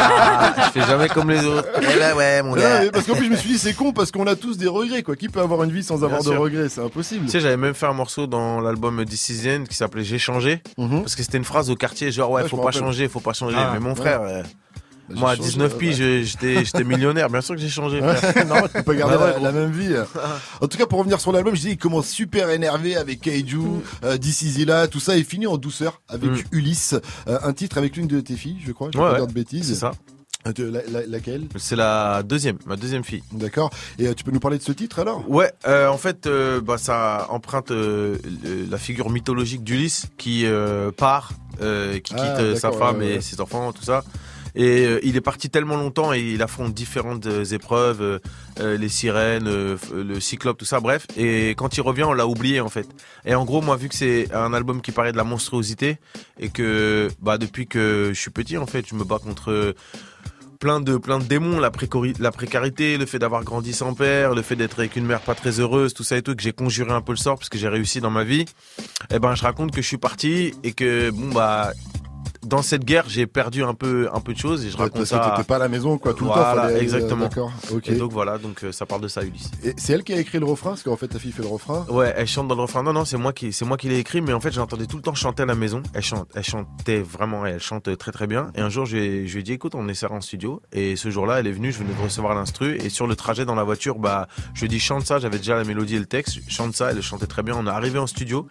Je fais jamais comme les autres. Eh ben ouais, mon gars. Ouais, parce qu'en plus je me suis dit c'est con parce qu'on a tous des regrets quoi. Qui peut avoir une vie sans avoir Bien de sûr. regrets? C'est impossible. Tu sais, j'avais même fait un morceau dans l'album Decision qui s'appelait J'ai changé mm-hmm. parce que c'était une phrase au quartier genre ouais, ouais faut pas rappelle. changer, faut pas changer. Ah, mais mon ouais. frère. Euh, Bah, moi, à dix-neuf piges, ouais. j'étais, j'étais millionnaire. Bien sûr que j'ai changé. Frère. Non, tu peux pas garder bah, ouais, la, la même vie. En tout cas, pour revenir sur l'album, je dis, il commence super énervé avec Kaiju, mm. euh, This Is Là, tout ça, et finit en douceur avec mm. Ulysse, euh, un titre avec l'une de tes filles, je crois. Je vais ouais, pas ouais. dire de bêtises. C'est ça. Euh, la, la, laquelle? C'est la deuxième, ma deuxième fille. D'accord. Et euh, tu peux nous parler de ce titre alors? Ouais, euh, en fait, euh, bah, ça emprunte euh, la figure mythologique d'Ulysse qui euh, part, euh, qui quitte ah, sa femme ouais, et ouais. ses enfants, tout ça. Et euh, il est parti tellement longtemps et il affronte différentes euh, épreuves, euh, euh, les sirènes, euh, le cyclope, tout ça, bref. Et quand il revient, on l'a oublié en fait. Et en gros, moi, vu que c'est un album qui parlait de la monstruosité et que bah depuis que je suis petit, en fait, je me bats contre plein de plein de démons, la, précori- la précarité, le fait d'avoir grandi sans père, le fait d'être avec une mère pas très heureuse, tout ça et tout, que j'ai conjuré un peu le sort parce que j'ai réussi dans ma vie. Et ben, je raconte que je suis parti et que bon bah. Dans cette guerre, j'ai perdu un peu, un peu de choses et je raconte Parce ça. Parce que t'étais pas à la maison, quoi, tout voilà, le temps. Fallait... Exactement. D'accord. Okay. Et donc voilà, donc euh, ça parle de ça, Ulysse. Et c'est elle qui a écrit le refrain, parce qu'en fait ta fille fait le refrain. Ouais, elle chante dans le refrain. Non, non, c'est moi qui, c'est moi qui l'ai écrit, mais en fait j'entendais tout le temps chanter à la maison. Elle chante, elle chantait vraiment, elle chante très très bien. Et un jour, je lui, je lui ai dit, écoute, on essaiera en studio. Et ce jour-là, elle est venue, je venais de recevoir l'instru. Et sur le trajet dans la voiture, bah, je lui ai dit, chante ça. J'avais déjà la mélodie et le texte. Chante ça. Elle chantait très bien. On est arrivé en studio.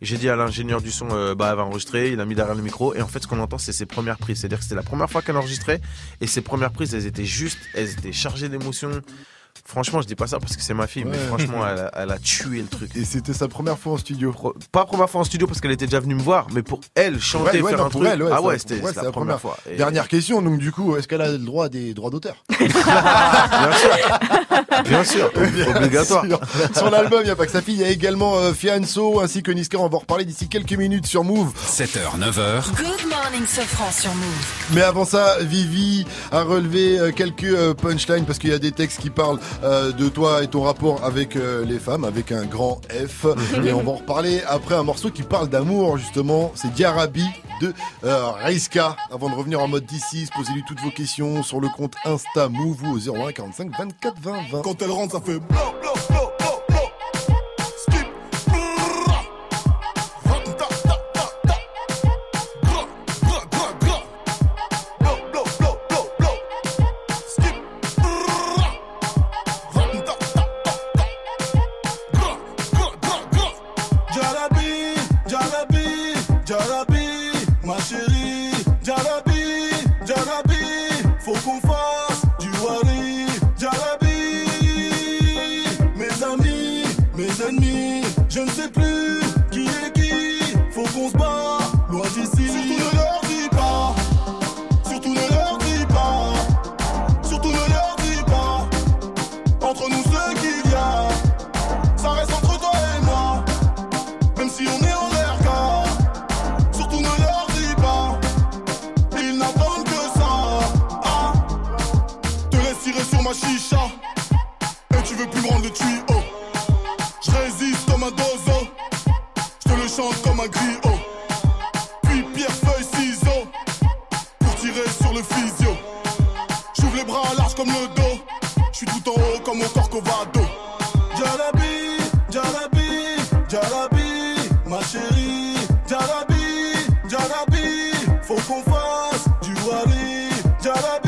J'ai dit à l'ingénieur du son, euh, bah, elle va enregistrer. Il a mis derrière le micro. Et en fait, ce qu'on entend, c'est ses premières prises. C'est-à-dire que c'était la première fois qu'elle enregistrait. Et ses premières prises, elles étaient justes. Elles étaient chargées d'émotions. Franchement, je dis pas ça parce que c'est ma fille, ouais. mais franchement, elle a, elle a tué le truc. Et c'était sa première fois en studio. Pro- pas première fois en studio parce qu'elle était déjà venue me voir, mais pour elle, chanter, ouais, ouais, faire non, un truc. Elle, ouais, ah ouais, c'était, ouais, c'était la, la première, première fois. Et... Dernière question, donc du coup, est-ce qu'elle a le droit à des droits d'auteur? Bien sûr. Bien sûr. Bien obligatoire. Sûr. Sur l'album, il n'y a pas que sa fille, il y a également euh, Fianso ainsi que Niska. On va en reparler d'ici quelques minutes sur Move. sept heures, neuf heures. Good morning, Sofran sur Move. Mais avant ça, Vivi a relevé euh, quelques euh, punchlines parce qu'il y a des textes qui parlent euh, de toi et ton rapport avec euh, les femmes, avec un grand F. Et on va en reparler après un morceau qui parle d'amour, justement. C'est Diarabi de euh, Reiska. Avant de revenir en mode D six, posez-lui toutes vos questions sur le compte Insta Move ou au zéro un quarante-cinq vingt-quatre vingt vingt. Quand elle rentre, ça fait blo blo blo blo blo. Skip. Ma chérie, Jarabi, Jarabi, faut qu'on fasse du wari, Jarabi. Mes amis, mes ennemis, je ne sais plus qui est qui, faut qu'on se bat, loin d'ici. Surtout ne leur dis pas, surtout ne leur dis pas, surtout ne leur dis pas, entre nous ce qu'il y a, ça reste entre toi et moi, même si on est en l'air car, surtout ne leur dis pas, ils n'attendent que ça. Ah, te laisse tirer sur ma chicha, et tu veux plus me rendre le tuyau. Je résiste comme un dozo, je te le chante comme un griot. Puis pierre, feuille, ciseaux, pour tirer sur le physio. J'ouvre les bras larges comme le dos, je suis tout en haut comme mon Corcovado. Jarabi, Jarabi, Jarabi, ma chérie, Jarabi, Jarabi, faut qu'on fasse du wari, Jarabi.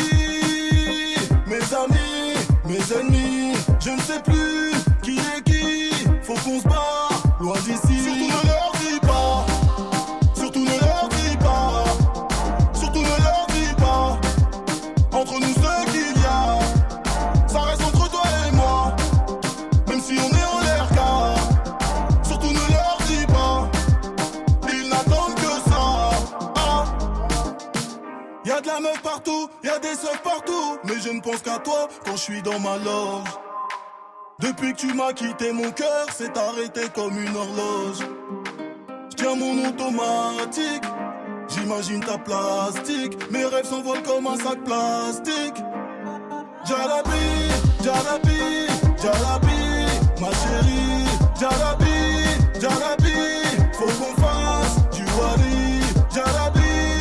Mes amis, mes ennemis, je ne sais plus qui est qui, faut qu'on se bat, loin d'ici. Surtout ne leur dis pas, surtout ne leur dis pas, surtout ne leur dis pas, entre nous ce qu'il y a, ça reste entre toi et moi, même si on est en l'air car, surtout ne leur dis pas, ils n'attendent que ça. Ah. Y'a de la meuf partout, y'a des seufs partout, mais je ne pense qu'à toi quand je suis dans ma loge. Depuis que tu m'as quitté, mon cœur s'est arrêté comme une horloge. J'tiens mon automatique, j'imagine ta plastique, mes rêves s'envolent comme un sac plastique. Jarabi, Jarabi, Jarabi, ma chérie, Jarabi, Jarabi, faut qu'on fasse du wari, Jarabi.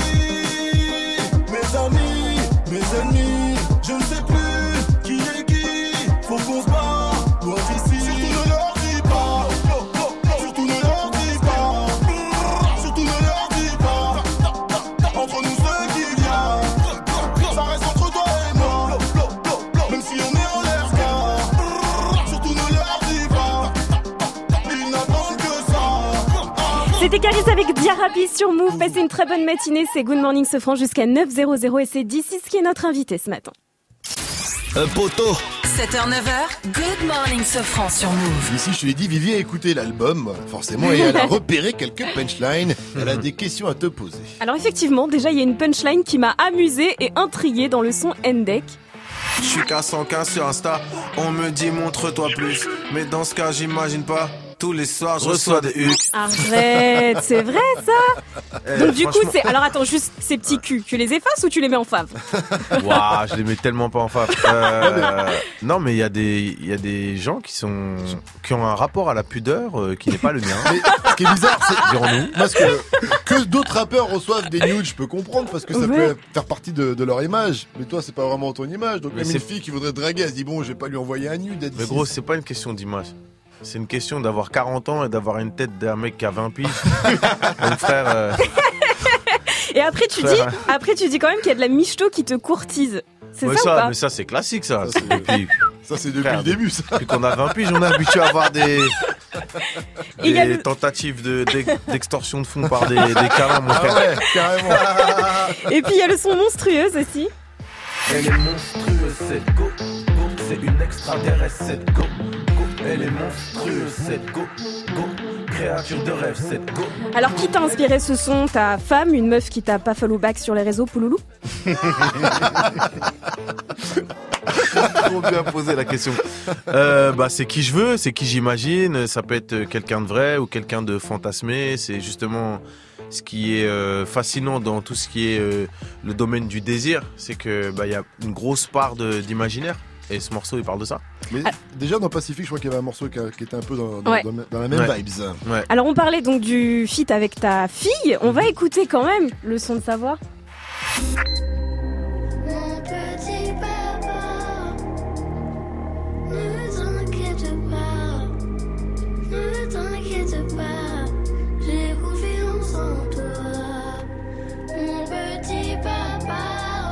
Mes amis, mes ennemis, je ne sais plus qui est qui, faut qu'on se bat, loin d'ici. Surtout ne leur dis pas, surtout ne leur dis pas, surtout ne leur dis pas, entre nous ce qu'il y a, ça reste entre toi et moi, même si on est en l'air car, surtout ne leur dis pas, ils n'attendent que ça. C'était Caris avec Diarabi sur Move. Passez une très bonne matinée. C'est Good Morning Sofran jusqu'à neuf heures et c'est D six qui est notre invité ce matin. Un poteau. sept heures, neuf heures, Good Morning Sofran sur Move. Ici, je te l'ai dit, Vivi a écouté l'album, forcément, et elle a repéré quelques punchlines. Elle a des questions à te poser. Alors effectivement, déjà il y a une punchline qui m'a amusée et intriguée dans le son Hendek. Je suis qu'à cent quinze sur Insta, on me dit montre-toi plus, mais dans ce cas j'imagine pas. Tous les soirs, je reçois des hucs. Arrête, c'est vrai ça. Eh, Donc du coup, franchement- c'est... Alors attends, juste ces petits culs, tu les effaces ou tu les mets en fave? Waouh, je les mets tellement pas en face. Euh, non, mais il y a des, il y a des gens qui sont, qui ont un rapport à la pudeur euh, qui n'est pas le mien. Mais ce qui est bizarre, c'est, dirons-nous. parce que, que d'autres rappeurs reçoivent des nudes, je peux comprendre, parce que ça Ouais. peut faire partie de, de leur image. Mais toi, c'est pas vraiment ton image. Donc Mais même c'est- une fille qui voudrait draguer, elle se dit, bon, je vais pas lui envoyer un nude. Mais gros, c'est pas une question d'image. C'est une question d'avoir quarante ans et d'avoir une tête d'un mec qui a vingt piges. Donc frère, euh, Et après tu dis, Frère. après tu dis quand même qu'il y a de la michto qui te courtise. C'est ouais, ça, ça, ou pas? mais ça c'est classique ça. Depuis, Ça, c'est depuis frère, le début, ça. depuis qu'on a vingt piges, on est habitué à avoir des. Et il y a Les le- tentatives de, d'ex- d'extorsion de fonds par des, des câlins, mon frère. Ah ouais, carrément. Et puis il y a le son monstrueuse aussi. Elle est monstrueuse, cette go, go. C'est une extraterrestre, cette go, go. Elle est monstrueuse, cette go, go. Créature de rêve, cette go. Alors qui t'a inspiré ce son? Ta femme, une meuf qui t'a pas follow back sur les réseaux, Pouloulou? Trop bien posé la question. Euh, bah, c'est qui je veux, c'est qui j'imagine. Ça peut être quelqu'un de vrai ou quelqu'un de fantasmé. C'est justement ce qui est euh, fascinant dans tout ce qui est euh, le domaine du désir. C'est que bah, y a une grosse part de, d'imaginaire. Et ce morceau, il parle de ça. Mais déjà dans Pacifique, je crois qu'il y avait un morceau qui, qui était un peu dans, dans, Ouais. dans, dans la même Ouais. vibes. Ouais. Alors on parlait donc du feat avec ta fille. On va écouter quand même le son de sa voix. Mon petit papa, ne t'inquiète pas, ne t'inquiète pas, j'ai confiance en toi. Mon petit papa.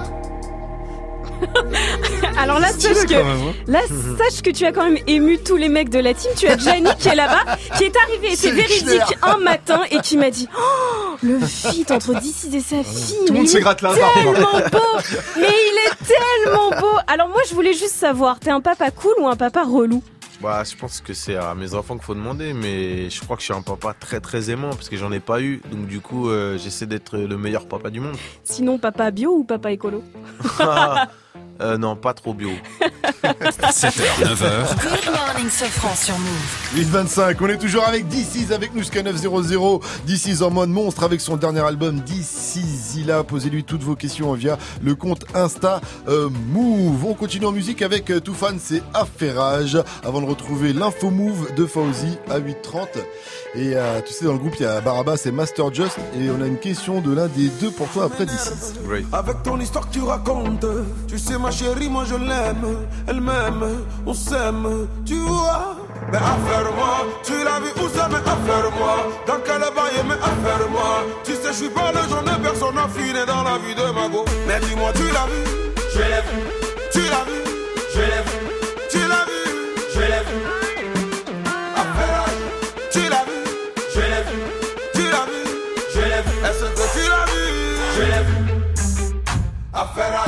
Alors là, Stylé sache quand que, même, hein. là, sache que tu as quand même ému tous les mecs de la team. Tu as Gianni qui est là-bas, qui est arrivé, c'est C'est véridique, clair. un matin et qui m'a dit oh, le feat entre D C et sa fille. Tout le mais monde il se est gratte la barbe. tellement beau. Mais il est tellement beau. Alors moi, je voulais juste savoir, t'es un papa cool ou un papa relou? Bah, je pense que c'est à mes enfants qu'il faut demander, mais je crois que je suis un papa très très aimant parce que j'en ai pas eu. Donc du coup, euh, j'essaie d'être le meilleur papa du monde. Sinon, papa bio ou papa écolo? Euh, non, pas trop bio. sept heures, neuf heures. Good morning, Sofran sur Move. huit vingt-cinq, on est toujours avec D C avec nous jusqu'à neuf cents. D C en mode monstre avec son dernier album D C Zilla. Posez-lui toutes vos questions via le compte Insta euh, Move. On continue en musique avec euh, Toufan, c'est Affairage. Avant de retrouver l'info Move de Fauzi à huit heures trente. Et euh, tu sais, dans le groupe, il y a Barabas et Master Just. Et on a une question de l'un des deux pour toi après D C. Avec ton histoire que tu racontes, tu sais ma chérie, moi je l'aime, elle m'aime, on s'aime, tu vois. Mais affaire-moi, tu l'as vu où ça, mais affaire-moi. Dans quel bail, mais affaire-moi. Tu sais, je suis pas le genre de personne affinée dans la vie de ma go. Mais dis-moi, tu l'as vu, je l'ai vu. Tu l'as vu, je l'ai vu. Tu l'as vu, je l'ai vu. Affairage, tu l'as vu, je l'ai vu. Tu l'as vu, je l'ai vu. Est-ce que tu l'as vu, je l'ai vu. Affairage.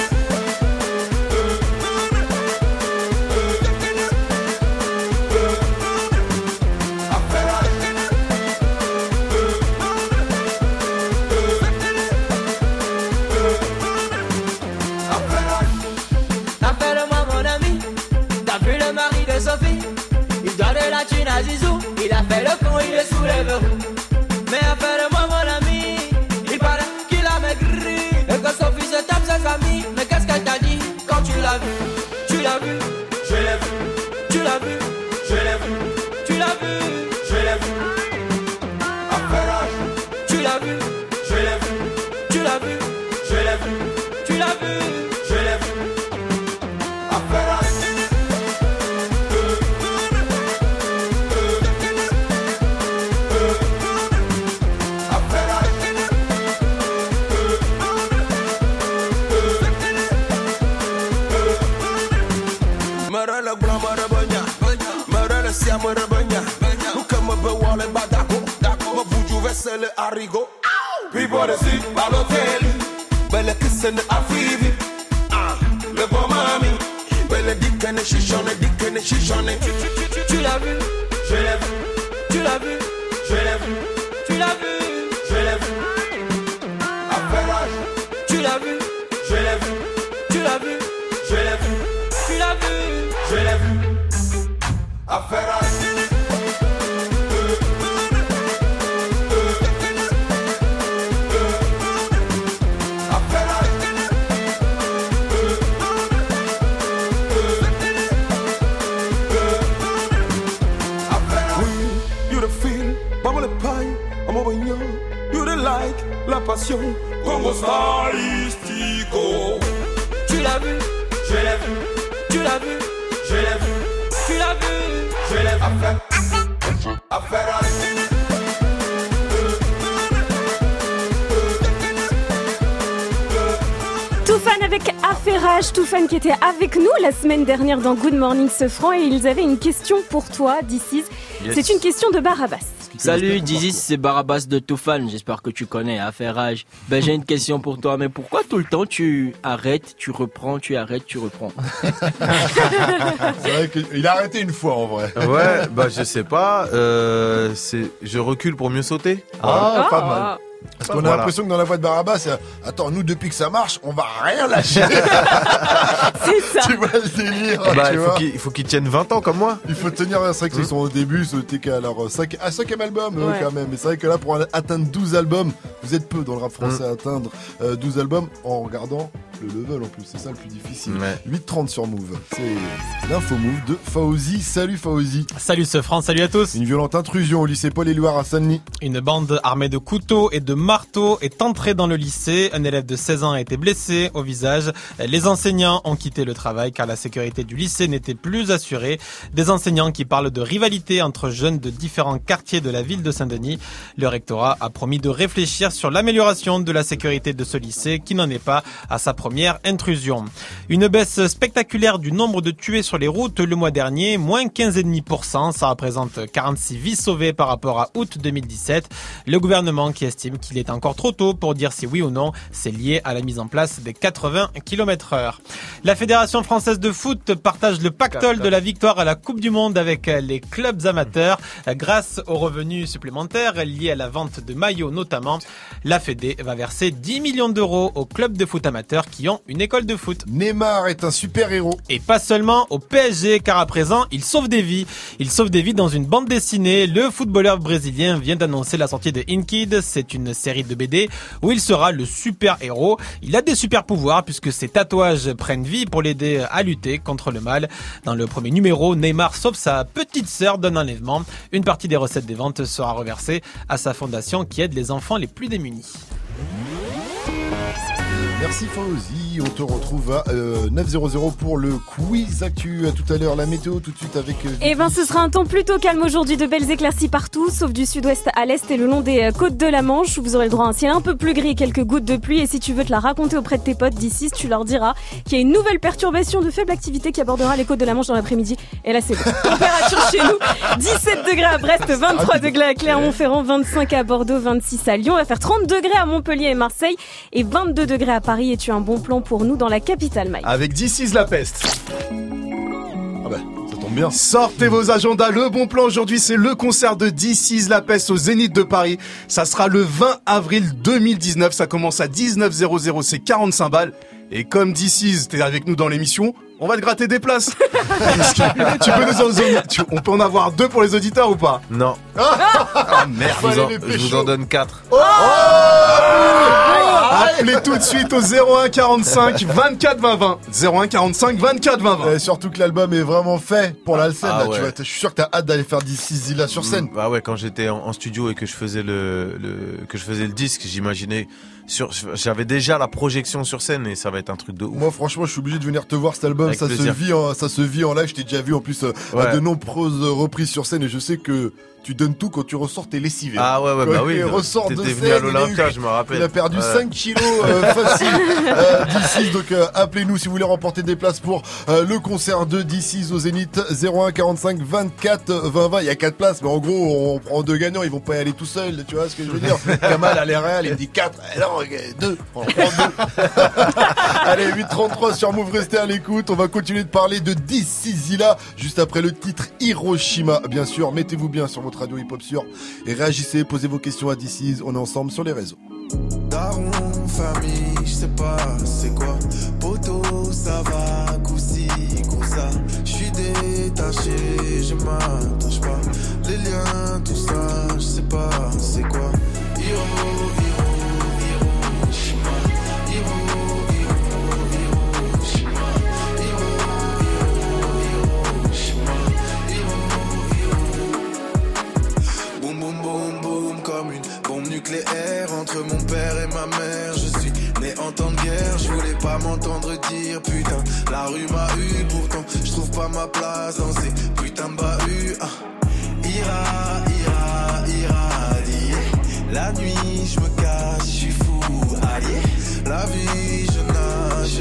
Appelle-moi mon ami, t'as vu le mari de Sophie? Il doit de la thune à Zizou, il a fait le con, il est sous les verrous. Mais appelle-moi mon ami, il paraît qu'il a maigri et que Sophie se tape ses amis. Mais qu'est-ce qu'elle t'a dit quand tu l'as vu? Tu l'as vu, je l'ai vu. Tu l'as vu, je l'ai vu. Tu l'as vu, je l'ai vu. Affairage, tu l'as vu, je l'ai vu. Tu l'as vu, je l'ai vu. Tu l'as vu, je l'ai vu. Affairage. Marala bla mara banya, marala sia mara banya. Nunca me bewale badako, ma buju vesele arigo. People they see Balotelli, belle kissene afivi. Ah, le bon mami, belle dikene chichone, dikene chichone. Tu l'as vu, je l'ai vu. Tu l'as vu, je l'ai vu. Tu l'as vu, je l'ai vu. Affairage, tu l'as vu, je l'ai vu. Tu l'as vu, je l'ai vu. Tu l'as vu, je l'ai vu. Affairage. You the feel, vamos le paille, vamos baño. You the like, la passion, como stylistico. Tu l'as vu, je l'ai vu. Tu l'as vu, je l'ai vu. Tu l'as vu, je l'ai vu. Affaire, affaire, Toufan avec Affairage. Toufan qui était avec nous la semaine dernière dans Good Morning Sofran et ils avaient une question pour toi, D six. Yes. C'est une question de Barabas. Salut Dizzy, c'est Barabas de Toufan, j'espère que tu connais Affairage. Ben j'ai une question pour toi, mais pourquoi tout le temps tu arrêtes, tu reprends, tu arrêtes, tu reprends? C'est vrai qu'il a arrêté une fois en vrai. Ouais, bah je sais pas, euh, c'est... je recule pour mieux sauter. Ah, ah pas mal. Parce qu'on a voilà. l'impression que dans la voix de Barabas, c'est attends, nous depuis que ça marche, on va rien lâcher. C'est ça. Tu vois le délire. Bah, tu il faut vois. qu'il, il faut qu'ils tiennent vingt ans comme moi. Il faut tenir, c'est vrai que mmh. sont au début, c'était qu'à leur cinq, à cinquième album ouais. quand même. Mais c'est vrai que là, pour atteindre douze albums, vous êtes peu dans le rap français mmh. à atteindre euh, douze albums en regardant le level en plus. C'est ça le plus difficile. Ouais. huit trente sur Move. C'est l'info Move de Fauzi. Salut Fauzi. Salut Sofran, salut à tous. Une violente intrusion au lycée Paul-Éluard à Senlis. Une bande armée de couteaux et de marteaux est entrée dans le lycée. Un élève de seize ans a été blessé au visage. Les enseignants ont quitté le travail car la sécurité du lycée n'était plus assurée. Des enseignants qui parlent de rivalité entre jeunes de différents quartiers de la ville de Saint-Denis. Le rectorat a promis de réfléchir sur l'amélioration de la sécurité de ce lycée qui n'en est pas à sa première intrusion. Une baisse spectaculaire du nombre de tués sur les routes le mois dernier, moins quinze virgule cinq pour cent. Ça représente quarante-six vies sauvées par rapport à août deux mille dix-sept. Le gouvernement qui estime qu'il est encore trop tôt pour dire si oui ou non c'est lié à la mise en place des quatre-vingts kilomètres heure. La Fédération française de foot partage le pactole de la victoire à la Coupe du Monde avec les clubs amateurs grâce aux revenus supplémentaires liés à la vente de maillots notamment. La Fédé va verser dix millions d'euros aux clubs de foot amateurs qui ont une école de foot. Neymar est un super-héros. Et pas seulement au P S G car à présent il sauve des vies. Il sauve des vies dans une bande dessinée. Le footballeur brésilien vient d'annoncer la sortie de Inkid. C'est une série de B D où il sera le super-héros. Il a des super-pouvoirs puisque ses tatouages prennent vie pour l'aider à lutter contre le mal. Dans le premier numéro, Neymar sauve sa petite sœur d'un enlèvement. Une partie des recettes des ventes sera reversée à sa fondation qui aide les enfants les plus démunis. Merci Fauzi, on te retrouve à euh, neuf cents pour le quiz actu. À tout à l'heure, la météo tout de suite avec... Euh, eh ben ce sera un temps plutôt calme aujourd'hui, de belles éclaircies partout, sauf du sud-ouest à l'est et le long des euh, côtes de la Manche où vous aurez le droit à un ciel un peu plus gris et quelques gouttes de pluie. Et si tu veux te la raconter auprès de tes potes d'ici, tu leur diras qu'il y a une nouvelle perturbation de faible activité qui abordera les côtes de la Manche dans l'après-midi. Et là c'est bon. Température chez nous, dix-sept degrés à Brest, vingt-trois degrés à Clermont-Ferrand, vingt-cinq à Bordeaux, vingt-six à Lyon. On va faire trente degrés à Montpellier et Marseille et vingt-deux degrés à Paris. Et tu as un bon plan pour nous dans la capitale, Mike. Avec This is la peste. Ah bah, ça tombe bien. Sortez vos agendas. Le bon plan aujourd'hui, c'est le concert de This is la peste au Zénith de Paris. Ça sera le vingt avril deux mille dix-neuf. Ça commence à dix-neuf heures. C'est quarante-cinq balles. Et comme This is, t'es avec nous dans l'émission, on va te gratter des places. Tu peux nous en, tu, on peut en avoir deux pour les auditeurs ou pas? Non. Ah merde, je vous, en, je vous en donne quatre. Oh Appelez tout de suite au zéro un quarante-cinq vingt-quatre vingt vingt. zéro un quarante-cinq vingt-quatre vingt vingt. Et surtout que l'album est vraiment fait pour la scène. Ah là, ouais. tu vois, je suis sûr que t'as hâte d'aller faire d'ici Zilla sur scène. Bah ouais, quand j'étais en, en studio et que je faisais le, le que je faisais le disque, j'imaginais sur, j'avais déjà la projection sur scène et ça va être un truc de ouf. Moi franchement, je suis obligé de venir te voir cet album. Avec ça plaisir. se vit, en, ça se vit en live. Je t'ai déjà vu en plus euh, ouais. à de nombreuses reprises sur scène et je sais que tu donnes tout quand tu ressors tes lessives. Ah ouais, ouais, quand bah oui. Il ressort de T'étais scène, venu à l'Olympia, je me rappelle. Il a perdu ouais. cinq kilos euh, facile euh, d'ici. Donc euh, appelez-nous si vous voulez remporter des places pour euh, le concert de d'ici au Zénith. Zéro un quarante-cinq vingt-quatre vingt vingt. Il y a quatre places, mais en gros, on prend deux gagnants. Ils vont pas y aller tout seuls. Tu vois ce que je veux dire? Kamal à l'Réal, il me dit quatre. Eh non, deux. On prend deux. Allez, huit trente-trois sur Move. Restez à l'écoute. On va continuer de parler de d'ici Zilla juste après le titre Hiroshima. Bien sûr, mettez-vous bien sur votre radio hip-hop sûr. Et réagissez, posez vos questions à D C. On est ensemble sur les réseaux. Daron, famille, je sais pas c'est quoi. Poto, ça va, coussi, coussa. Je suis détaché, je m'attache pas. Les liens, tout ça, je sais pas c'est quoi. Hiro, hiro, Hiroshima. Hiro, hiro, Hiroshima. Hiro, hiro, Hiroshima. Hiro, hiro. Boum, boum, boum, boum, comme une bombe nucléaire entre mon père et ma mère. Je suis né en temps de guerre, je voulais pas m'entendre dire putain. La rue m'a eu, pourtant je trouve pas ma place dans ces putains de bahuts. Ah. Ira, ira, irradié. La nuit je me cache, je suis fou, allié. La vie je nage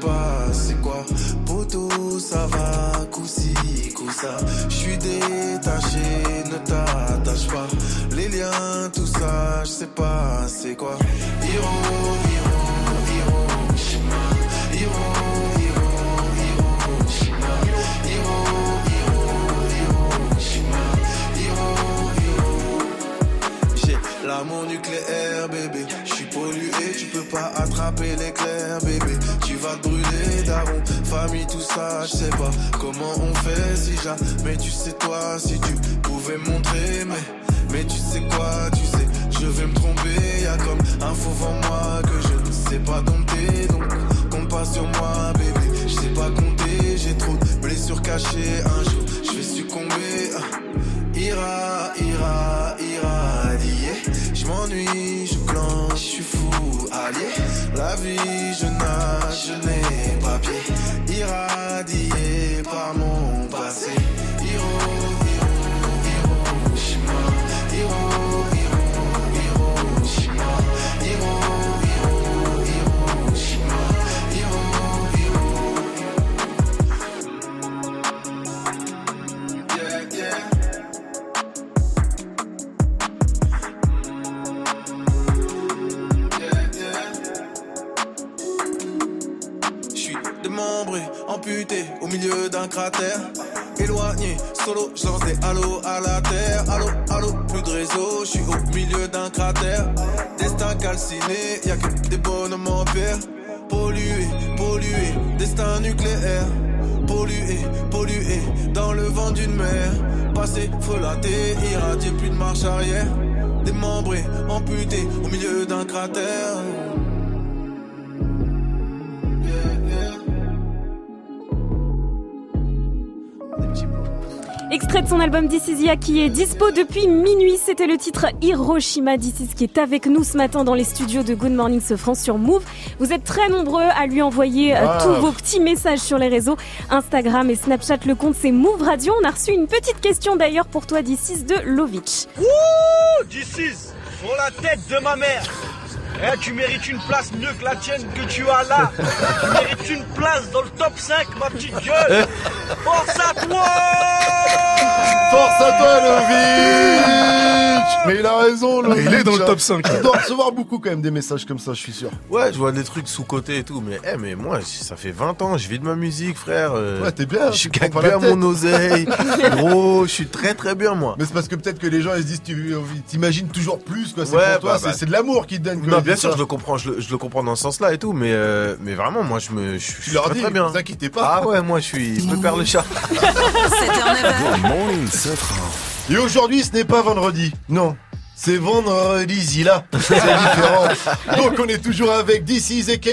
pas c'est quoi. Poto, ça va, coup-ci, coup-ça. J'suis détaché, ne t'attache pas. Les liens, tout ça, j'sais pas c'est quoi. Hiro, hiro, hiro, shima. Hiro, hiro, hiro, shima. Hiro, hiro, hiro, shima. Hiro, hiro. J'ai l'amour nucléaire, bébé. J'suis pollué, tu peux pas attraper l'éclair, bébé. Tu vas te brûler, daron, famille, tout ça, j'sais pas comment on fait si jamais tu sais toi, si tu pouvais me montrer, mais, mais tu sais quoi, tu sais, je vais me tromper, y'a comme un faux vent moi que je ne sais pas dompter, donc compte pas sur moi, bébé, j'sais pas compter, j'ai trop de blessures cachées, un jour je vais succomber, ah. Ira, ira, irradier, je m'ennuie, je clenche, je suis fou, allié, la vie, je nage, je n'ai pas pied, irradié par mon passé. Hiro, hiro, hiro, shima. Hiro, hiro, hiro, shima. Hiro, hiro, hiro, shima. Hiro, hiro. Yeah, yeah. Démembré, amputé au milieu d'un cratère. Éloigné, solo, je lance des halos à la terre. Allô, allô, plus de réseau, je suis au milieu d'un cratère. Destin calciné, y'a que des bonhommes en pierre. Pollué, pollué, destin nucléaire. Pollué, pollué, dans le vent d'une mer. Passé, frelaté, irradié, plus de marche arrière. Démembré, amputé au milieu d'un cratère. Extrait de son album This Is Ya qui est dispo depuis minuit. C'était le titre Hiroshima. This Is qui est avec nous ce matin dans les studios de Good Morning France sur Move. Vous êtes très nombreux à lui envoyer euh, tous vos petits messages sur les réseaux Instagram et Snapchat. Le compte c'est Move Radio. On a reçu une petite question d'ailleurs pour toi, This Is de Lovitch. Wouh, This Is sur la tête de ma mère. Eh, tu mérites une place mieux que la tienne que tu as là. Tu mérites une place dans le top cinq, ma petite gueule. Force à toi. Force à toi, Lovitch. Mais il a raison, Lovitch. Il est dans le top cinq. Il doit recevoir beaucoup quand même des messages comme ça, je suis sûr. Ouais, je vois des trucs sous-côté et tout, mais, eh, mais moi, ça fait vingt ans, je vis de ma musique, frère. Euh, ouais, t'es bien. Je gagne bien mon oseille. Gros, je suis très très bien, moi. Mais c'est parce que peut-être que les gens, ils se disent, tu t'imagines toujours plus, quoi. C'est ouais, pour toi, bah, c'est, bah, c'est de l'amour qui te donne. Non, bien sûr, je le comprends, je le, je le comprends dans ce sens-là et tout, mais, euh, mais vraiment, moi, je me, je suis très, très bien. Ne vous inquiétez pas. Ah ouais, moi, je suis Pépère le chat. Et aujourd'hui, ce n'est pas vendredi. Non. C'est vendredi Zilla. C'est différent. Donc, on est toujours avec D C aka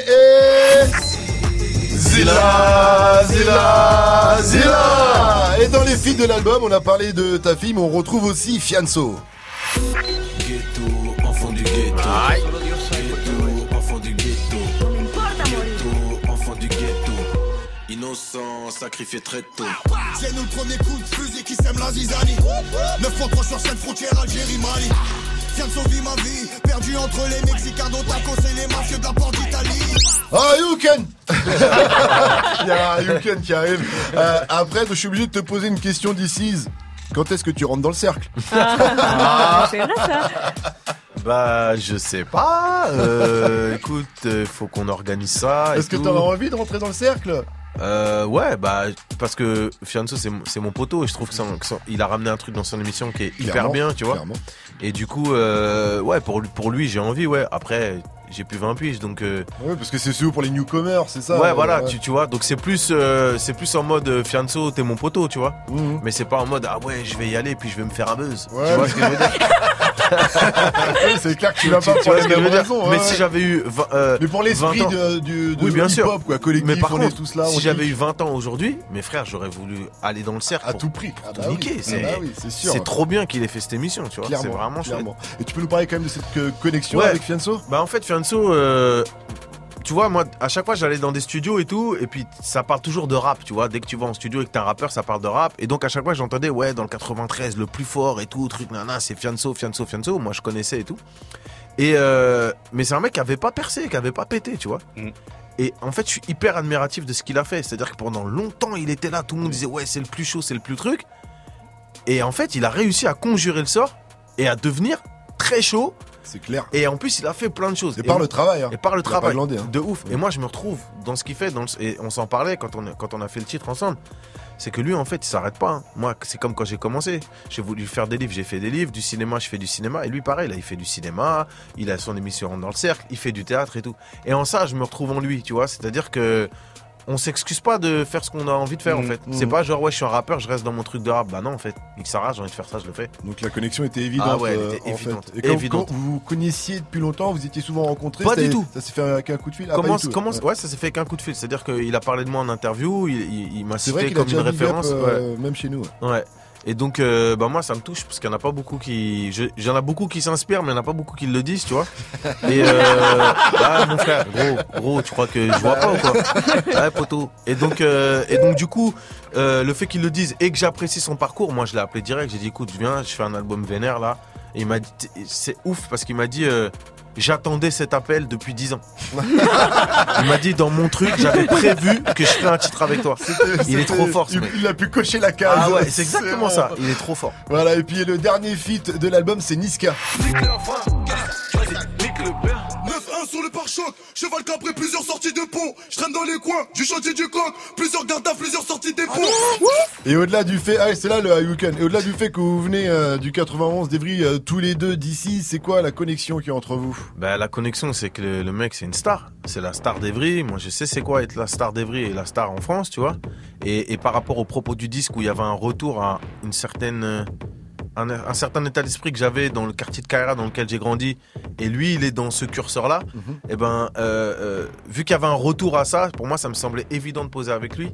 Zilla, Zilla, Zilla. Et dans les feats de l'album, on a parlé de ta fille, mais on retrouve aussi Fianso. Ghetto, enfant du ghetto. Aïe. Ghetto, enfant du ghetto. Ghetto, enfant du ghetto. Innocent, sacrifié très tôt. C'est nous le premier coup de fusil qui sème la zizanie. neuf fois trois sur cette frontière Algérie, Mali. Fianso vit ma vie, perdu entre les Mexicains dont tacos et les mafieux de la porte d'Italie. Ah, Youken. Il y a Youken qui arrive. Euh, après, je suis obligé de te poser une question d'ici. Quand est-ce que tu rentres dans le cercle? Ah, c'est vrai ça. Bah, je sais pas. Euh, écoute, euh, faut qu'on organise ça. Est-ce que t'en as envie de rentrer dans le cercle? Euh, ouais, bah, parce que Fianso, c'est, c'est mon poteau et je trouve que, ça, que ça, il a ramené un truc dans son émission qui est hyper clairement, bien, tu vois. Clairement. Et du coup, euh, ouais, pour, pour lui, j'ai envie, ouais. Après, j'ai plus vingt piges, donc. Euh... Ouais, parce que c'est celui pour les newcomers, c'est ça. Ouais, euh, voilà, ouais. Tu, tu vois. Donc c'est plus, euh, c'est plus en mode euh, Fianso, t'es mon poteau, tu vois. Mmh. Mais c'est pas en mode ah ouais, je vais y aller puis je vais me faire un buzz. Ouais, tu vois ce que je veux dire? C'est clair que tu vas pas pour les mêmes raisons. Mais ouais. si j'avais eu vingt, euh, mais pour l'esprit vingt ans, de, du, de oui, bien hip-hop, sûr. quoi, collectif, mais par on contre, est tous là. Si j'avais eu vingt ans aujourd'hui, mes frères, j'aurais voulu aller dans le cercle à pour tout prix, pour ah tout bah niquer. Oui. C'est, ah bah oui, c'est sûr. C'est trop bien qu'il ait fait cette émission, tu vois. Clairement, c'est vraiment clairement. chouette. Et tu peux nous parler quand même de cette euh, connexion ouais. avec Fianso? Bah en fait, Fianso. Euh, Tu vois, moi, à chaque fois, j'allais dans des studios et tout, et puis ça parle toujours de rap, tu vois. Dès que tu vas en studio et que t'es un rappeur, ça parle de rap. Et donc, à chaque fois, j'entendais, ouais, dans le quatre-vingt-treize, le plus fort et tout, truc, nana, c'est Fianso, Fianso, Fianso. Moi, je connaissais et tout. Et euh, mais c'est un mec qui avait pas percé, qui avait pas pété, tu vois. Mm. Et en fait, je suis hyper admiratif de ce qu'il a fait. C'est-à-dire que pendant longtemps, il était là, tout le monde disait ouais, c'est le plus chaud, c'est le plus truc. Et en fait, il a réussi à conjurer le sort et à devenir très chaud. C'est clair. Et en plus, il a fait plein de choses. Et, et par moi, le travail. Hein. Et par le travail. Demandé, hein. De ouf. Ouais. Et moi, je me retrouve dans ce qu'il fait. Dans le... Et on s'en parlait quand on, quand on a fait le titre ensemble. C'est que lui, en fait, il s'arrête pas. Hein. Moi, c'est comme quand j'ai commencé. J'ai voulu faire des livres, j'ai fait des livres. Du cinéma, je fais du cinéma. Et lui, pareil, là, il fait du cinéma. Il a son émission dans le cercle. Il fait du théâtre et tout. Et en ça, je me retrouve en lui, tu vois. C'est-à-dire que on s'excuse pas de faire ce qu'on a envie de faire, mmh, en fait. Mmh. C'est pas genre, ouais, je suis un rappeur, je reste dans mon truc de rap. Bah non, en fait. X R A, j'ai envie de faire ça, je le fais. Donc la connexion était évidente. Ah ouais, elle était euh, évidente. En fait. Et quand, évidente. quand vous vous connaissiez depuis longtemps, vous étiez souvent rencontrés. Pas du tout. Ça s'est fait avec un coup de fil. Ah, comment, pas du tout. Comment, ouais. ouais, ça s'est fait avec un coup de fil. C'est-à-dire qu'il a parlé de moi en interview, il, il, il m'a c'est cité vrai comme a une référence. Up, euh, ouais. Même chez nous. Ouais. ouais. Et donc, euh, bah moi, ça me touche parce qu'il n'y en a pas beaucoup qui. Je, j'en a beaucoup qui s'inspirent, mais il n'y en a pas beaucoup qui le disent, tu vois. Et euh, ah, mon frère, gros, gros, tu crois que je vois pas ou quoi? Ouais, poteau. Et donc, euh, et donc, du coup, euh, le fait qu'il le dise et que j'apprécie son parcours, moi, je l'ai appelé direct. J'ai dit, écoute, viens, je fais un album vénère là. Et il m'a dit, c'est ouf parce qu'il m'a dit. Euh, J'attendais cet appel depuis dix ans. Il m'a dit dans mon truc, j'avais prévu que je ferais un titre avec toi. C'était, il c'était, est trop fort. Ce il, mec. il a pu cocher la case. Ah ouais, c'est exactement c'est... ça. Il est trop fort. Voilà, et puis le dernier feat de l'album, c'est Niska. neuf un sur le pare-choc, cheval cabré, plusieurs sorties de pont. Je traîne dans les coins, du chantier du coq, plusieurs gardes à plusieurs sorties des ponts. Et au-delà du fait, ah c'est là le Hayuken. Et au-delà du fait que vous venez euh, du quatre-vingt-onze d'Evry euh, tous les deux d'ici, c'est quoi la connexion qui est entre vous? Bah la connexion, c'est que le, le mec c'est une star, c'est la star d'Evry. Moi je sais c'est quoi être la star d'Evry et la star en France, tu vois. Et, et par rapport au propos du disque où il y avait un retour à une certaine euh, Un, un certain état d'esprit que j'avais dans le quartier de Kaira dans lequel j'ai grandi, et lui il est dans ce curseur là, mm-hmm. et ben euh, euh, vu qu'il y avait un retour à ça, pour moi ça me semblait évident de poser avec lui.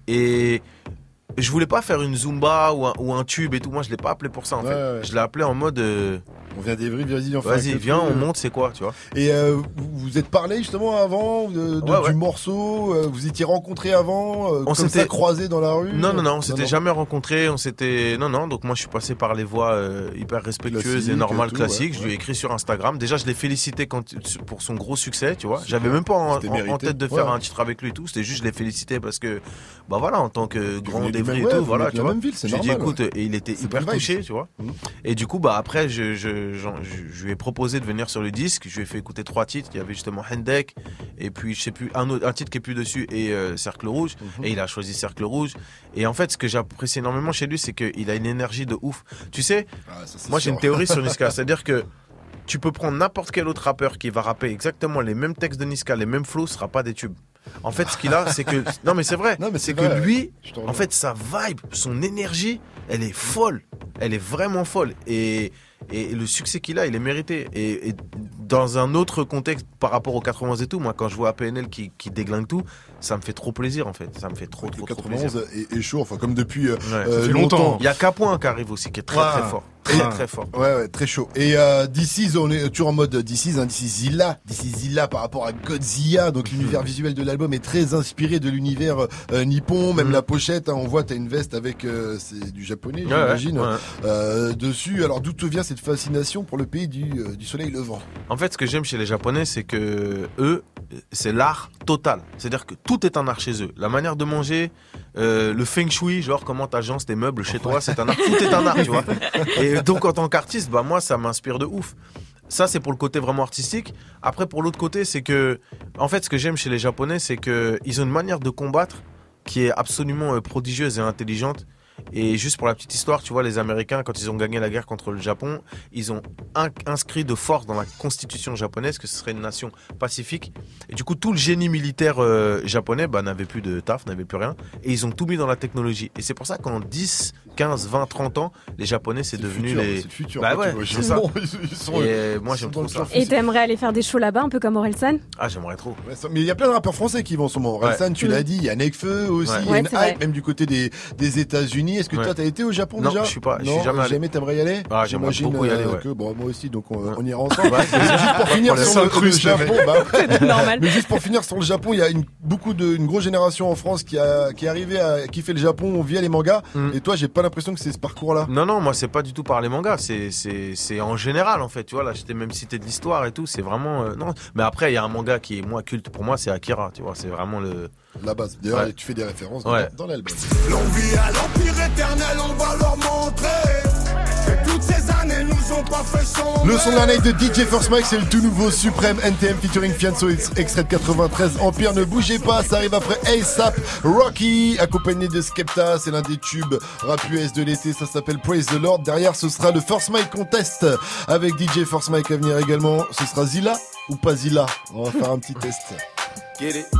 Et je voulais pas faire une Zumba ou un, ou un tube et tout, moi je l'ai pas appelé pour ça en ouais, fait ouais. Je l'ai appelé en mode euh, on vient d'Evry, vas-y, on fait vas-y, viens, on monte, c'est quoi, tu vois. Et euh, vous vous êtes parlé justement avant de, de, ouais, ouais. du morceau, euh, vous étiez rencontrés avant, euh, on comme s'était croisés dans la rue. Non, non, non, on s'était non, jamais rencontrés, on s'était, non, non. Donc moi, je suis passé par les voies euh, hyper respectueuses classique, et normales, et tout, classiques. Ouais, je lui ai écrit sur Instagram. Déjà, je l'ai félicité quand, pour son gros succès, tu vois. J'avais même pas en, en, en tête de faire ouais. un titre avec lui et tout. C'était juste, je l'ai félicité parce que, bah voilà, en tant que grand d'Evry et tout, voilà, tu vois. J'ai dit, écoute, et il était hyper touché, tu vois. Et du coup, bah après, je, je, je lui ai proposé de venir sur le disque. Je lui ai fait écouter trois titres. Il y avait justement Hendek et puis je sais plus un autre un titre qui est plus dessus et euh, Cercle Rouge. Mm-hmm. Et il a choisi Cercle Rouge. Et en fait, ce que j'apprécie énormément chez lui, c'est qu'il a une énergie de ouf. Tu sais, ah, ça, moi j'ai une théorie sur Niska, c'est-à-dire que tu peux prendre n'importe quel autre rappeur qui va rapper exactement les mêmes textes de Niska, les mêmes flows, ce sera pas des tubes. En fait, ce qu'il a, c'est que non mais c'est vrai, non, mais c'est, c'est vrai, que lui, en fait, sa vibe, son énergie, elle est folle. Elle est vraiment folle et Et le succès qu'il a, il est mérité. Et, et dans un autre contexte par rapport aux quatre-vingt-onze et tout, moi quand je vois A P N L qui, qui déglingue tout, ça me fait trop plaisir en fait. Ça me fait trop trop, trop plaisir. quatre-vingt-onze est, est chaud, enfin comme depuis euh, ouais, euh, longtemps. longtemps. Il y a Capoin qui arrive aussi, qui est très ah, très fort. Très ah, très fort. Ouais ouais, très chaud. Et euh, D C, on est toujours en mode D C, hein, D C Zilla, D C Zilla par rapport à Godzilla. Donc l'univers visuel de l'album est très inspiré de l'univers euh, nippon. Même mmh. la pochette, hein, on voit t'as une veste avec euh, c'est du japonais, ouais, j'imagine, ouais. Euh, dessus. Alors d'où te vient cette fascination pour le pays du, euh, du soleil levant? En fait, ce que j'aime chez les Japonais, c'est que eux, c'est l'art total. C'est-à-dire que tout est un art chez eux. La manière de manger, euh, le feng shui, genre comment t'agences tes meubles chez toi, c'est un art. Tout est un art, tu vois. Et donc en tant qu'artiste, bah moi, ça m'inspire de ouf. Ça, c'est pour le côté vraiment artistique. Après, pour l'autre côté, c'est que, en fait, ce que j'aime chez les Japonais, c'est que ils ont une manière de combattre qui est absolument euh, prodigieuse et intelligente. Et juste pour la petite histoire, tu vois, les Américains, quand ils ont gagné la guerre contre le Japon, ils ont in- inscrit de force dans la constitution japonaise que ce serait une nation pacifique. Et du coup, tout le génie militaire euh, japonais bah, n'avait plus de taf, n'avait plus rien. Et ils ont tout mis dans la technologie. Et c'est pour ça qu'en dix, quinze, vingt, trente ans, les Japonais, c'est, c'est devenu futur, les... C'est le futur. Bah ouais, c'est ça. Ils sont, et moi, j'aime trop ça. Et t'aimerais aller faire des shows là-bas, un peu comme Orelsan? Ah, j'aimerais trop. Ouais, ça, mais il y a plein de rappeurs français qui vont en ce moment. Orelsan, ouais. tu mmh. l'as dit, il y a Nekfeu aussi, il ouais. y a une ouais, hype, même du côté des, des États-Unis. Est-ce que ouais. toi, t'as été au Japon non, déjà? Non, je suis pas, je non, suis jamais allé. Jamais t'aimerais y aller? Ah, j'aimerais beaucoup y aller, ouais. Que, bon, moi aussi, donc on, on ira ensemble. Ouais, juste pour finir sur le, le Japon, bah, c'est normal. Mais juste pour finir sur le Japon, il y a une, beaucoup de, une grosse génération en France qui a, qui est arrivée à kiffer le Japon via les mangas. Mm. Et toi, j'ai pas pas l'impression que c'est ce parcours-là. Non, non, moi c'est pas du tout par les mangas, c'est, c'est, c'est en général en fait. Tu vois, là, je t'ai même cité de l'histoire et tout, c'est vraiment. Euh, non. Mais après, il y a un manga qui est moins culte pour moi, c'est Akira, tu vois, c'est vraiment le. La base. D'ailleurs, Ouais. tu fais des références Ouais. dans, dans l'album. L'envie à l'empire éternel, on va leur montrer que toutes ces années nous ont pas fait sombrer. Le son de la night de D J First Mike, c'est le tout nouveau Supreme N T M featuring Fianso, extrait de quatre-vingt-treize. Empire, ne bougez pas, ça arrive après A$AP Rocky, accompagné de Skepta, c'est l'un des tubes rap U S de l'été, ça s'appelle Praise the Lord. Derrière, ce sera le First Mike Contest avec D J First Mike à venir également. Ce sera Zilla ou pas Zilla? On va faire un petit test. Get it?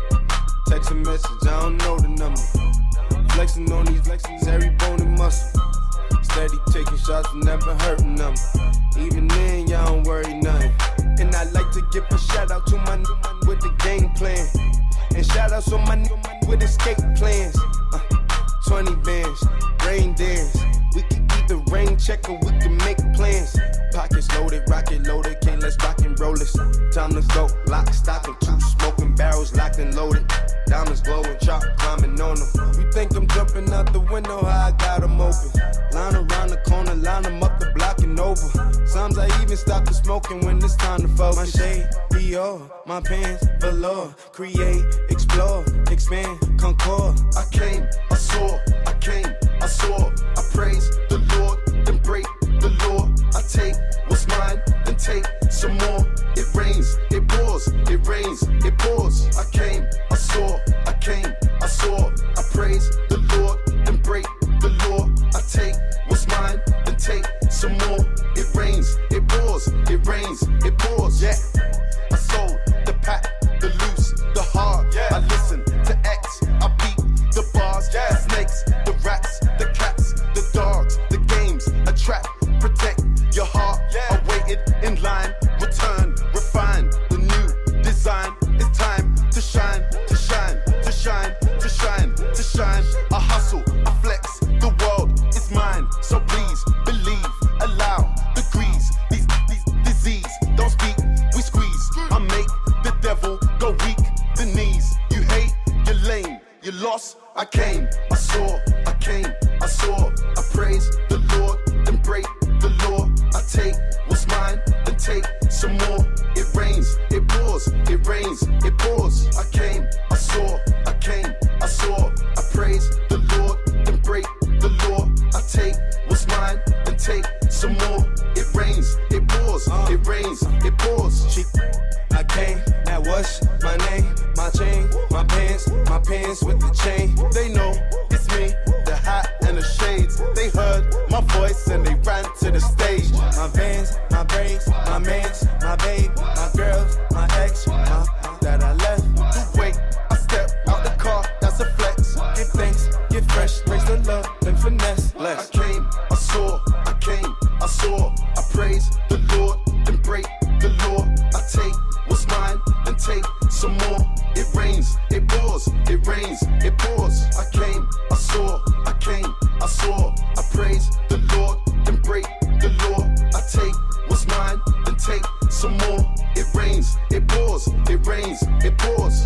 Text a message, I don't know the number. Flexing on these flexes, every bone and muscle. Steady taking shots, never hurting them. Even then, y'all don't worry nothing. And I like to give a shout out to my new man with the game plan. And shout outs on my new man with escape plans. Uh, twenty bands, rain dance. We can either rain check or we can make plans. Pockets loaded, rocket loaded, okay, let's rock and roll this. Time to go, lock, stock, and two smoking barrels locked and loaded. Diamonds glowing, chop climbing on them. You think I'm jumping out the window, how I got them open. Line around the corner, line them up the block and over. Sometimes I even stop the smoking when it's time to focus. My shade, Dior, my pants, velour. Create, explore, expand, concord. I came, I saw, I came, I saw. I praise the Lord, then break the law. I take what's mine, then take some more. It rains, it pours, it rains, it pours. I came, I saw, I came, I saw. I praise the Lord, then break the law. I take what's mine, then take some more. It rains, it pours, it rains, it pours. Yeah, I sold the pack, the loose, the hard. Yeah, I listen to X, I beat the bars. Yeah, the snakes, the rats, the cats, the dogs, the games, a trap, protect your heart. Yeah, I waited in line, return, refine the new design. It's time to shine, to shine, to shine, to shine, to shine. I hustle, I flex, the world is mine. So please believe, allow degrees. These, these disease don't speak, we squeeze. I make the devil go weak, the knees. You hate, you're lame, you lost. I came, I saw, I came, I saw. I praise the Lord, then break the law. I take what's mine, then take some more. It rains, it pours, it rains, it pours. I came, I saw, I came, I saw. I praise the Lord, then break the law. I take what's mine, then take some more. It rains, it pours, it rains, it pours. She, I came, that what's my name, my chain, my pants, my pants with the chain. They know it's me, the hat and the shades. They heard my voice and they ran to the stage. My vans, my braids, my mans, my babe, my girls, my ex, my, that I left. You wait, I step out the car, that's a flex. Give thanks, get fresh, praise the love, then finesse. Bless. I came, I saw, I came, I saw. I praise the Lord, then break the law. I take what's mine, then take some more. It rains, it pours, it rains, it pours. I came, I saw, I came, I saw. I praise the Lord, then break the law. I take what's mine, then take some more. It rains, it pours, it rains, it pours.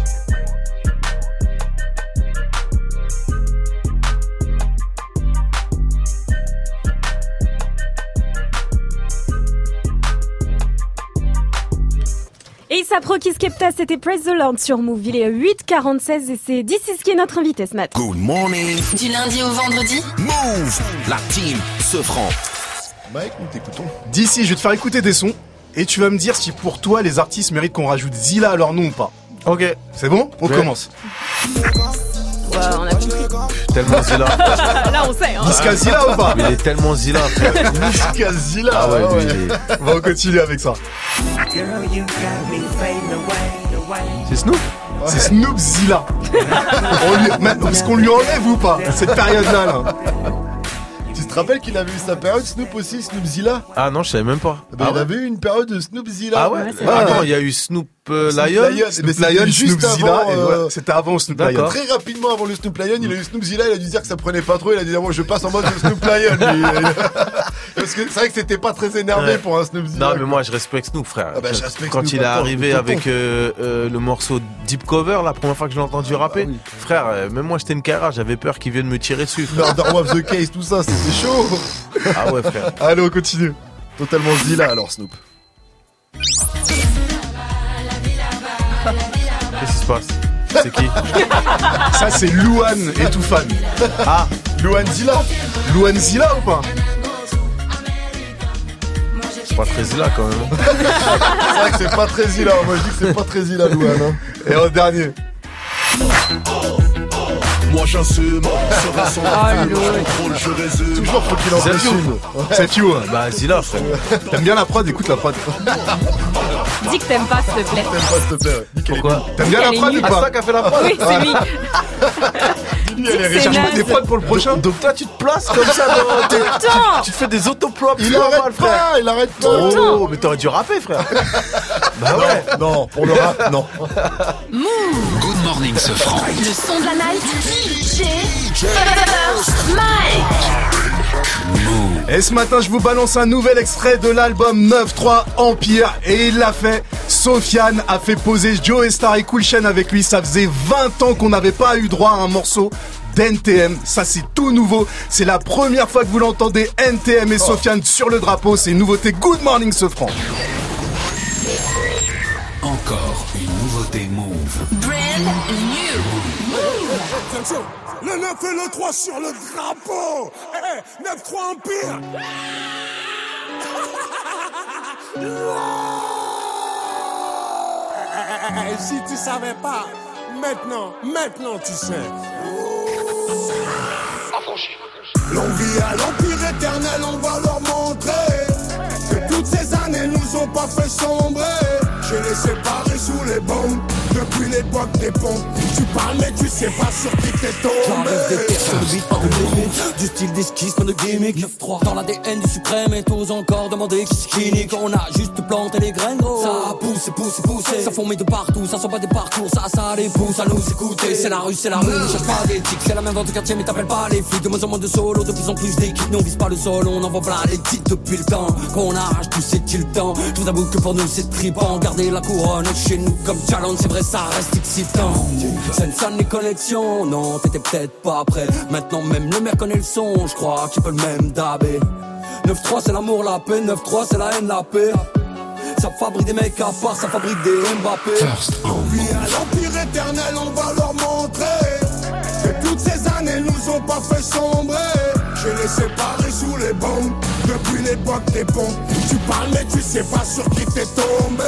Et A$AP Rocky Skepta, c'était Praise the Lord sur Move. Il est huit quarante-seize et c'est D six qui est notre invité ce matin. Good morning. Du lundi au vendredi. Move, la team se franc. Mike, nous t'écoutons. D'ici, je vais te faire écouter des sons et tu vas me dire si pour toi les artistes méritent qu'on rajoute Zilla à leur nom ou pas. Ok. C'est bon? On Ouais. commence. Ouais, on a compris. Tellement Zilla. Là, on sait. Hein. Niska Zilla ou pas? Mais il est tellement Zilla, frère. Niska Zilla. Ah ouais, ouais. lui, il est- On va continuer avec ça. C'est Snoop? C'est Snoop Zilla. On lui... Mais est-ce qu'on lui enlève ou pas cette période-là là? Tu te rappelles qu'il avait eu sa période Snoop aussi, Snoop Zilla? Ah non, je savais même pas. Ben, ah il ouais avait eu une période de Snoop Zilla. Ah ouais, Ouais, c'est Ah vrai. non, il y a eu Snoop euh, Snoop Lion. Lion. Snoop Mais c'était Lion, juste Snoop Zilla, avant, et euh, ouais, c'était avant Snoop Lion. D'accord. Très rapidement avant le Snoop Lion, il a eu Snoop Zilla, il a dû dire que ça prenait pas trop, il a dit ah, moi je passe en mode Snoop Lion. lui. Parce que c'est vrai que c'était pas très énervé Ouais. pour un Snoop Zilla. Non, mais moi je respecte Snoop, frère. Ah bah, je respecte Quand Snoop, il est attends, arrivé tonton. avec euh, euh, le morceau Deep Cover, la première fois que je l'ai entendu rapper, frère, euh, même moi j'étais une carrière, j'avais peur qu'il vienne me tirer dessus. frère. Murder of the Case, tout ça, c'était chaud. Ah ouais, frère. Allez, on continue. Totalement Zilla alors, Snoop. Qu'est-ce qui se passe? C'est qui? Ça, c'est Louane et tout fan. Ah, Louane Zilla. Louane Zilla ou pas? C'est pas très Zilla quand même. C'est vrai que c'est pas très Zilla. Moi, je dis que c'est pas très Zilla, Louane. Hein. Et en dernier. Moi j'assume, serai sans Ah, refus, Louane. je contrôle, je résume. Toujours faut qu'il en C'est fasse you. une. C'est you. Bah Zilla, frère. T'aimes bien la prod? Écoute la prod. Dis que t'aimes pas, s'il te plaît. T'aimes pas, s'il te plaît. Dis qu'elle est Pourquoi? T'aimes bien Elle la est prod ou nulle. Ah, pas? ça qu'a fait la prod? Oui, c'est lui. nulle, elle est C'est Cherche-moi naze. des prods pour le prochain. Donc toi tu te places comme ça dans tes- Tout le temps. tu, tu te fais des autoplops. Il normal, arrête frère. pas, il arrête pas. le temps. Oh, mais t'aurais dû rapper, frère. Bah ouais. Non, non, pour le rap, non. Good morning, ce franc. Le son de la night. D J First Mike. Et ce matin, je vous balance un nouvel extrait de l'album neuf trois Empire. Et il l'a fait. Sofiane a fait poser Joe Star et Cool Chain avec lui. Ça faisait vingt ans qu'on n'avait pas eu droit à un morceau d'N T M. Ça, c'est tout nouveau. C'est la première fois que vous l'entendez. N T M et Sofiane sur le drapeau. C'est une nouveauté. Good morning, ce franc. Encore une nouveauté Move. Brand new. Le neuf et le trois sur le drapeau. Eh, neuf trois Empire. Eh, si tu savais pas, maintenant, maintenant tu sais. L'envie à l'empire éternel, on va leur montrer que toutes ces années nous ont pas fait sombrer. J'ai les séparés sous les bombes depuis l'époque des ponts. Tu parles mais tu sais pas sur qui t'es tombé. J'arrive des terres sur le beat, pas de limite. Du style d'esquisse, pas de gimmick. neuf trois dans l'A D N du suprême. Et t'oses encore demander qui c'est qui nique. On a juste planté les graines, gros. Ça pousse, pousse, poussé. Ça fourmille de partout, ça sent pas des parcours. Ça, ça les pousse à nous écouter. C'est la rue, c'est la rue, ne cherche pas d'éthique. C'est la même dans ton quartier, mais t'appelles pas les flics. De moins en moins de solo, de plus en plus d'équipes. Nous on vise pas le sol, on envoie plein les titres depuis le temps. Qu'on arrache tout, c'est-il le temps. Je vous avoue que pour nous c'est trippant. Garder la couronne chez nous comme challenge, c'est vrai, ça reste excitant. C'est une salle les connexions, non, t'étais peut-être pas prêt. Maintenant même le maire connaît le son, je crois qu'il peut le même dabé. neuf trois c'est l'amour, la paix, neuf trois c'est la haine, la paix. Ça fabrique des mecs à part, ça fabrique des Mbappé. L'envie à l'empire éternel, on va leur montrer que toutes ces années nous ont pas fait sombrer. J'ai les séparés sous les bombes depuis l'époque des ponts. Tu parles mais tu sais pas sur qui t'es tombé.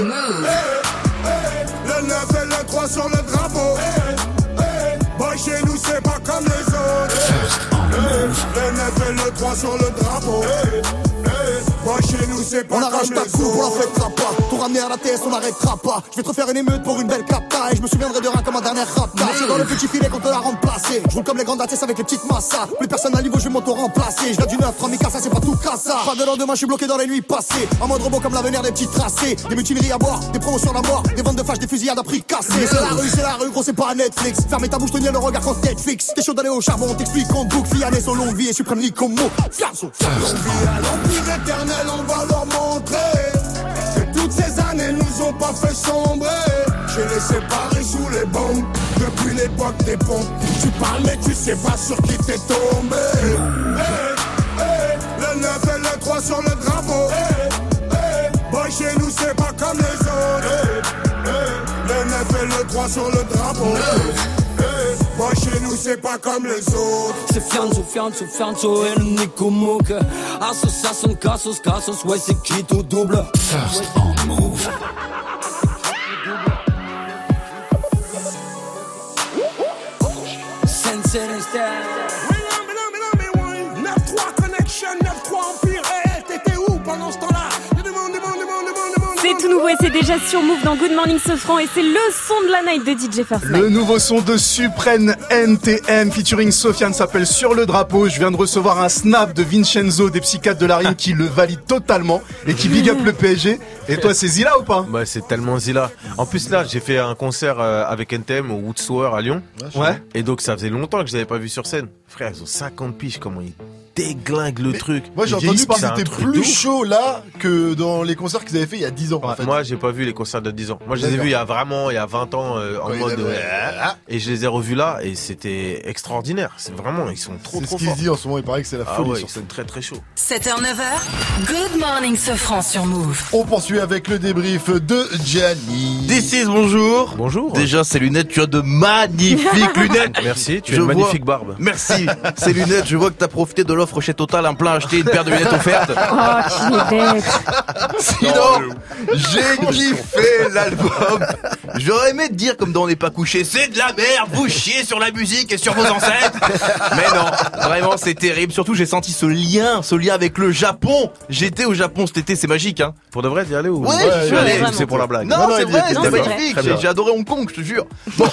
Hey, hey, le neuf et le trois sur le drapeau. Hey, hey, boy chez nous c'est pas comme les autres. Hey, le neuf et le trois sur le drapeau. Hey, hey, boy chez nous c'est pas On comme arrache les ta autres. coupe, on la fêtera pas. Pour ramener à la T S, on n'arrêtera pas. Je vais te refaire une émeute pour une belle capta. Et je me souviendrai de rien comme ma dernière rapta. C'est dans le petit filet qu'on te l'a remplacé. Je roule comme les grandes A T S avec les petites massas. Plus personne à niveau, je vais m'auto-remplacer. Je viens du neuf, trois Mikasa, c'est pas tout casa. Pas de lendemain, je suis bloqué dans les nuits passées. En mode robot comme l'avenir des petits tracés. Des mutineries à boire, des promos sur la mort. Des ventes de fâches, des fusillades à prix cassé. C'est la rue, c'est la rue, gros, c'est pas Netflix. Fermez ta bouche, tenir le regard quand Netflix. T'es chaud d'aller au charbon, on t'explique en boucle. Fiané, son longue vie et suprême Nicomo. Fiasso, L'envie à l'empire éternel, on va leur montrer que toutes ces années nous ont pas fait sombrer. J'ai les séparés sous les bombes depuis l'époque des ponts. Tu parles mais tu sais pas sur qui t'es tombé. Hey, hey, le neuf et le trois sur le drapeau. Hey, hey, boy chez nous c'est pas comme les autres. Hey, hey, le neuf et le trois sur le drapeau. Hey, hey, boy chez nous c'est pas comme les autres. C'est Fianzo, Fianzo, Fianzo et le Nico Mouk. Association, Cassos, Cassos, ouais c'est qui tout double. First on Move. Sensei Style. neuf trois Connection, neuf trois Empire. Hey, t'étais où pendant ce temps-là? Demande, demande, demande, demande, demande. C'est tout nouveau et c'est déjà sur Move dans Good Morning Sofran et c'est le son de la night de D J First Mike. Le nouveau son de Suprême N T M featuring Sofiane s'appelle Sur le drapeau. Je viens de recevoir un snap de Vincenzo des psychiatres de la rime qui le valide totalement et qui big up le P S G. Et toi, c'est Zilla ou pas? Bah, c'est tellement Zilla. En plus, là, j'ai fait un concert euh, avec N T M au Woodstower à Lyon. Ouais. Et donc, ça faisait longtemps que je les avais pas vus sur scène. Frère, ils ont cinquante piges, comment ils déglingue le Mais truc. Moi, j'ai Ils entendu vieillissent pas, qu'ils c'est un étaient truc plus de ouf. chauds là que dans les concerts qu'ils avaient fait il y a dix ans. en Ouais, fait. Moi, j'ai pas vu les concerts de dix ans. Moi, je les ai D'accord. vus il y a vraiment, il y a vingt ans, euh, en Oui, mode, d'accord. euh, et je les ai revus là, et c'était extraordinaire. C'est vraiment, ils sont trop, C'est ce trop qu'ils forts. disent en ce moment. Il paraît que c'est la Ah folie ouais, sur ils scène. sont très, très chauds. sept heures neuf heures, Good Morning Sofran sur Move. On poursuit avec le débrief de Gianni. This is bonjour. Bonjour. Déjà, ces lunettes, tu as de magnifiques lunettes. Merci, tu as Je une vois- magnifique barbe. Merci. Ces lunettes, je vois que t'as profité de l'offre chez Total, un plein acheté, une paire de lunettes offertes. Oh, tu es bête. Sinon, j'ai kiffé l'album. J'aurais aimé te dire comme dans On n'est pas couché, c'est de la merde, vous chiez sur la musique et sur vos ancêtres. Mais non, vraiment c'est terrible. Surtout j'ai senti ce lien, ce lien avec le Japon. J'étais au Japon cet été, c'est magique hein. Pour de vrai, d'y aller ou Ouais, Ouais, je suis ouais, allé. vraiment. c'est pour la blague? Non, Non, non, c'est il y vrai, était, c'était d'accord. magnifique. Très J'ai bien. j'ai adoré Hong Kong, je te jure. Bon.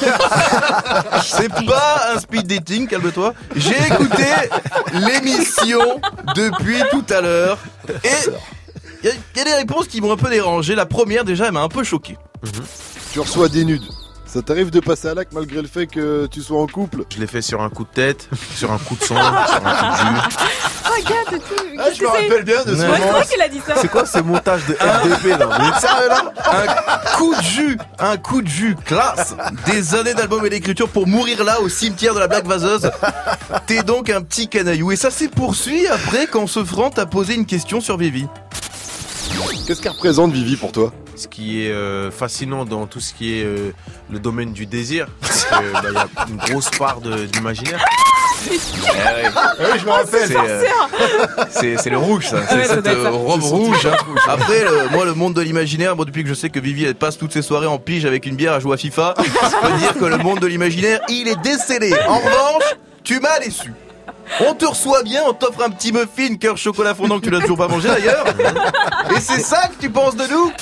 C'est pas un speed dating, calme-toi. J'ai écouté l'émission depuis tout à l'heure et il y, a- y a des réponses qui m'ont un peu dérangé. La première déjà, elle m'a un peu choqué. Tu reçois des nudes. Ça t'arrive de passer à l'acte malgré le fait que tu sois en couple? Je l'ai fait sur un coup de tête, sur un coup de sang, sur un coup de jus. Regarde, tout. Ah, je me rappelle bien de ce Ouais, Ouais, c'est moment. vrai qu'il a dit ça. C'est quoi ces montages de F D P là? Mais sérieux là, un coup de jus, un coup de jus classe, des années d'albums et d'écriture pour mourir là au cimetière de la blague vaseuse. T'es donc un petit canaillou et ça s'est poursuivi après quand ce franc t'a posé une question sur Vivi. Qu'est-ce qu'elle représente Vivi pour toi? Ce qui est euh, fascinant dans tout ce qui est euh, le domaine du désir, c'est qu'il bah, y a une grosse part de- d'imaginaire. Eh ouais. Oui, je me rappelle. C'est, euh, c'est, c'est le rouge ça, c'est Ouais, ça cette doit être ça. euh, robe rouge. Hein. Après, le- moi le monde de l'imaginaire, moi depuis que je sais que Vivi elle passe toutes ses soirées en pige avec une bière à jouer à FIFA, je peux dire que le monde de l'imaginaire il est décellé. En revanche, tu m'as déçu. On te reçoit bien, on t'offre un petit muffin cœur chocolat fondant que tu n'as toujours pas mangé d'ailleurs. Et c'est ça que tu penses de nous?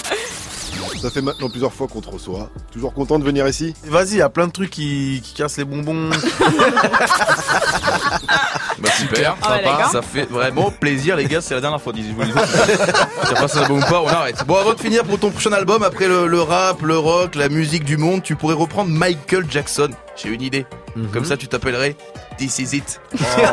Ça fait maintenant plusieurs fois qu'on te reçoit. Toujours content de venir ici? Vas-y, il y a plein de trucs qui, qui cassent les bonbons. Bah super, Ah ouais, sympa, d'accord. ça fait vraiment plaisir les gars, c'est la dernière fois, dis- je vous le dis. Ça passe un bon ou pas, on arrête. Bon, avant de finir pour ton prochain album, après le, le rap, le rock, la musique du monde, tu pourrais reprendre Michael Jackson. J'ai une idée. Comme ça tu t'appellerais This Is It.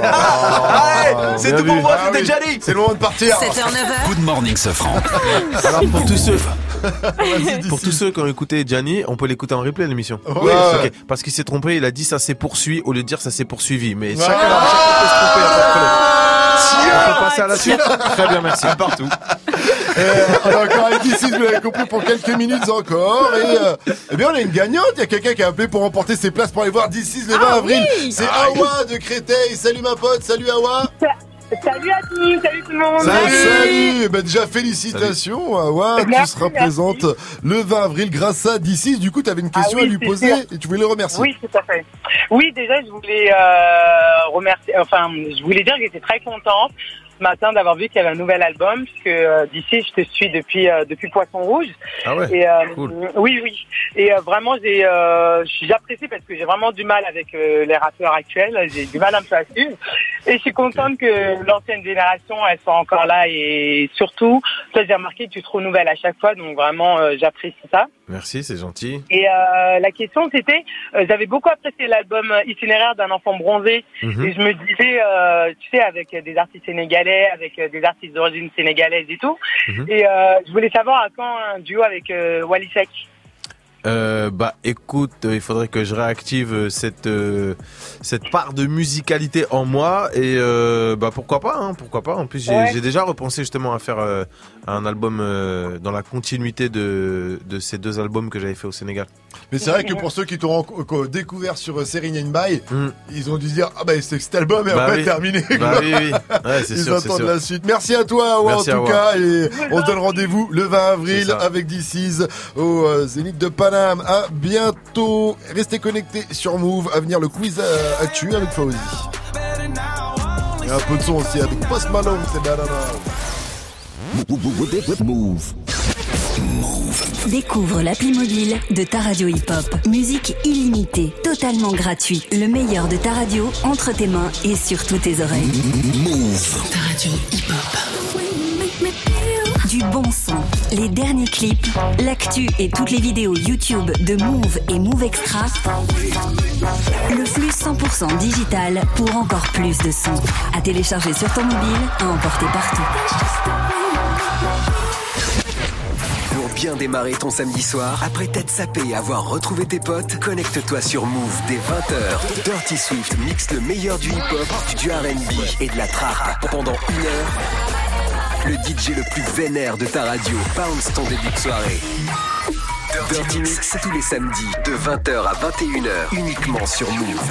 Allez, c'est bien tout pour vu. moi, Ah c'était oui. Gianni. C'est le moment de partir. sept heures neuf heures, Good morning, Sofran. Alors pour tous ceux, Vas-y, pour d'ici. tous ceux qui ont écouté Gianni, on peut l'écouter en replay l'émission. Ouais. Ok, parce qu'il s'est trompé, il a dit ça s'est poursuivi au lieu de dire ça s'est poursuivi. Mais Ouais. chacun, chacun peut se tromper. y a pas de problème. On peut passer à la suite. Très bien, merci. Partout. Euh, on est encore avec ici, vous l'avez compris, pour quelques minutes encore. Et euh, eh bien, on a une gagnante. Il y a quelqu'un qui a appelé pour remporter ses places pour aller voir d'ici le vingt avril. oui. C'est Awa de Créteil. Salut ma pote, salut Awa. Salut à tous, salut tout le monde. Salut, salut. Eh ben, déjà, félicitations Awa. Tu Merci, seras merci. présente le vingt avril grâce à d'ici. Du coup, tu avais une question Ah oui, à lui c'est poser sûr. et tu voulais le remercier. Oui, tout à fait. Oui, déjà, je voulais euh, remercier, enfin, je voulais dire que j'étais très contente ce matin d'avoir vu qu'il y avait un nouvel album, puisque euh, d'ici, je te suis depuis euh, depuis Poisson Rouge. Ah ouais. Et euh, Cool. oui, oui. Et euh, vraiment, j'ai euh, j'apprécie parce que j'ai vraiment du mal avec euh, les rappeurs actuels. J'ai du mal un peu à suivre. Et je suis contente que l'ancienne génération, elle soit encore là. Et surtout, toi, j'ai remarqué que tu te renouvelles à chaque fois. Donc vraiment, euh, j'apprécie ça. Merci, c'est gentil. Et euh, la question, c'était, euh, j'avais beaucoup apprécié l'album Itinéraire d'un enfant bronzé. Mhm. Et je me disais, euh, tu sais, avec des artistes sénégalais, avec euh, des artistes d'origine sénégalaise et tout. Mhm. Et euh, je voulais savoir à quand un duo avec euh, Wally Seck. Euh, bah écoute, euh, il faudrait que je réactive euh, cette euh, cette part de musicalité en moi et euh, bah pourquoi pas, hein, pourquoi pas. En plus j'ai Ouais. j'ai déjà repensé justement à faire euh, un album euh, dans la continuité de de ces deux albums que j'avais fait au Sénégal. Mais c'est vrai que pour ceux qui t'ont renco- co- découvert sur euh, Serine By, Mm. ils ont dû se dire ah bah c'est cet album est Bah en fait oui. terminé. Bah quoi. oui, oui. Ouais, c'est Ils sûr, c'est attendent sûr. la suite. Merci à toi Awa, Merci, en tout Awa. cas et on se donne rendez-vous le vingt avril C'est ça. avec D C au euh, Zénith de Paname. À bientôt. Restez connectés sur Move. À venir le quiz euh, actu avec Fauzi. Et un peu de son aussi avec Post Malone, c'est banana. Move. Découvre l'appli mobile de ta radio hip-hop. Musique illimitée, totalement gratuit. Le meilleur de ta radio entre tes mains et sur toutes tes oreilles. Move. ta radio hip-hop. Du bon son, les derniers clips, l'actu et toutes les vidéos YouTube de Move et Move Extra. Le flux cent pour cent digital pour encore plus de son. À télécharger sur ton mobile, à emporter partout. Pour bien démarrer ton samedi soir, après t'être sapé et avoir retrouvé tes potes, connecte-toi sur Move dès vingt heures. Dirty Swift mixe le meilleur du hip-hop, du R and B et de la trap. Pendant une heure, le D J le plus vénère de ta radio bounce ton début de soirée. Dirty Mix tous les samedis de vingt heures à vingt et une heures uniquement sur Move.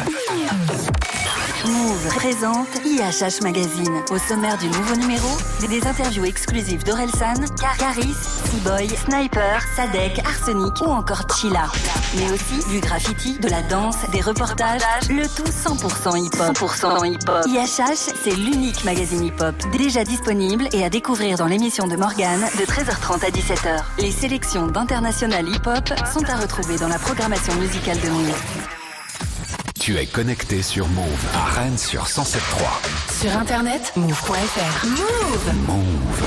Move présente I H H Magazine. Au sommaire du nouveau numéro, des interviews exclusives d'Orelsan, Caris, Seaboy, Sniper, Sadek, Arsenic ou encore Chilla. Mais aussi du graffiti, de la danse, des reportages, le tout cent pour cent hip-hop. cent pour cent hip-hop. I H H, c'est l'unique magazine hip-hop. Déjà disponible et à découvrir dans l'émission de Morgane de treize heures trente à dix-sept heures. Les sélections d'international hip-hop sont à retrouver dans la programmation musicale de Move. Tu es connecté sur Move à Rennes sur cent sept point trois. Sur internet, move point f r. Move. Move.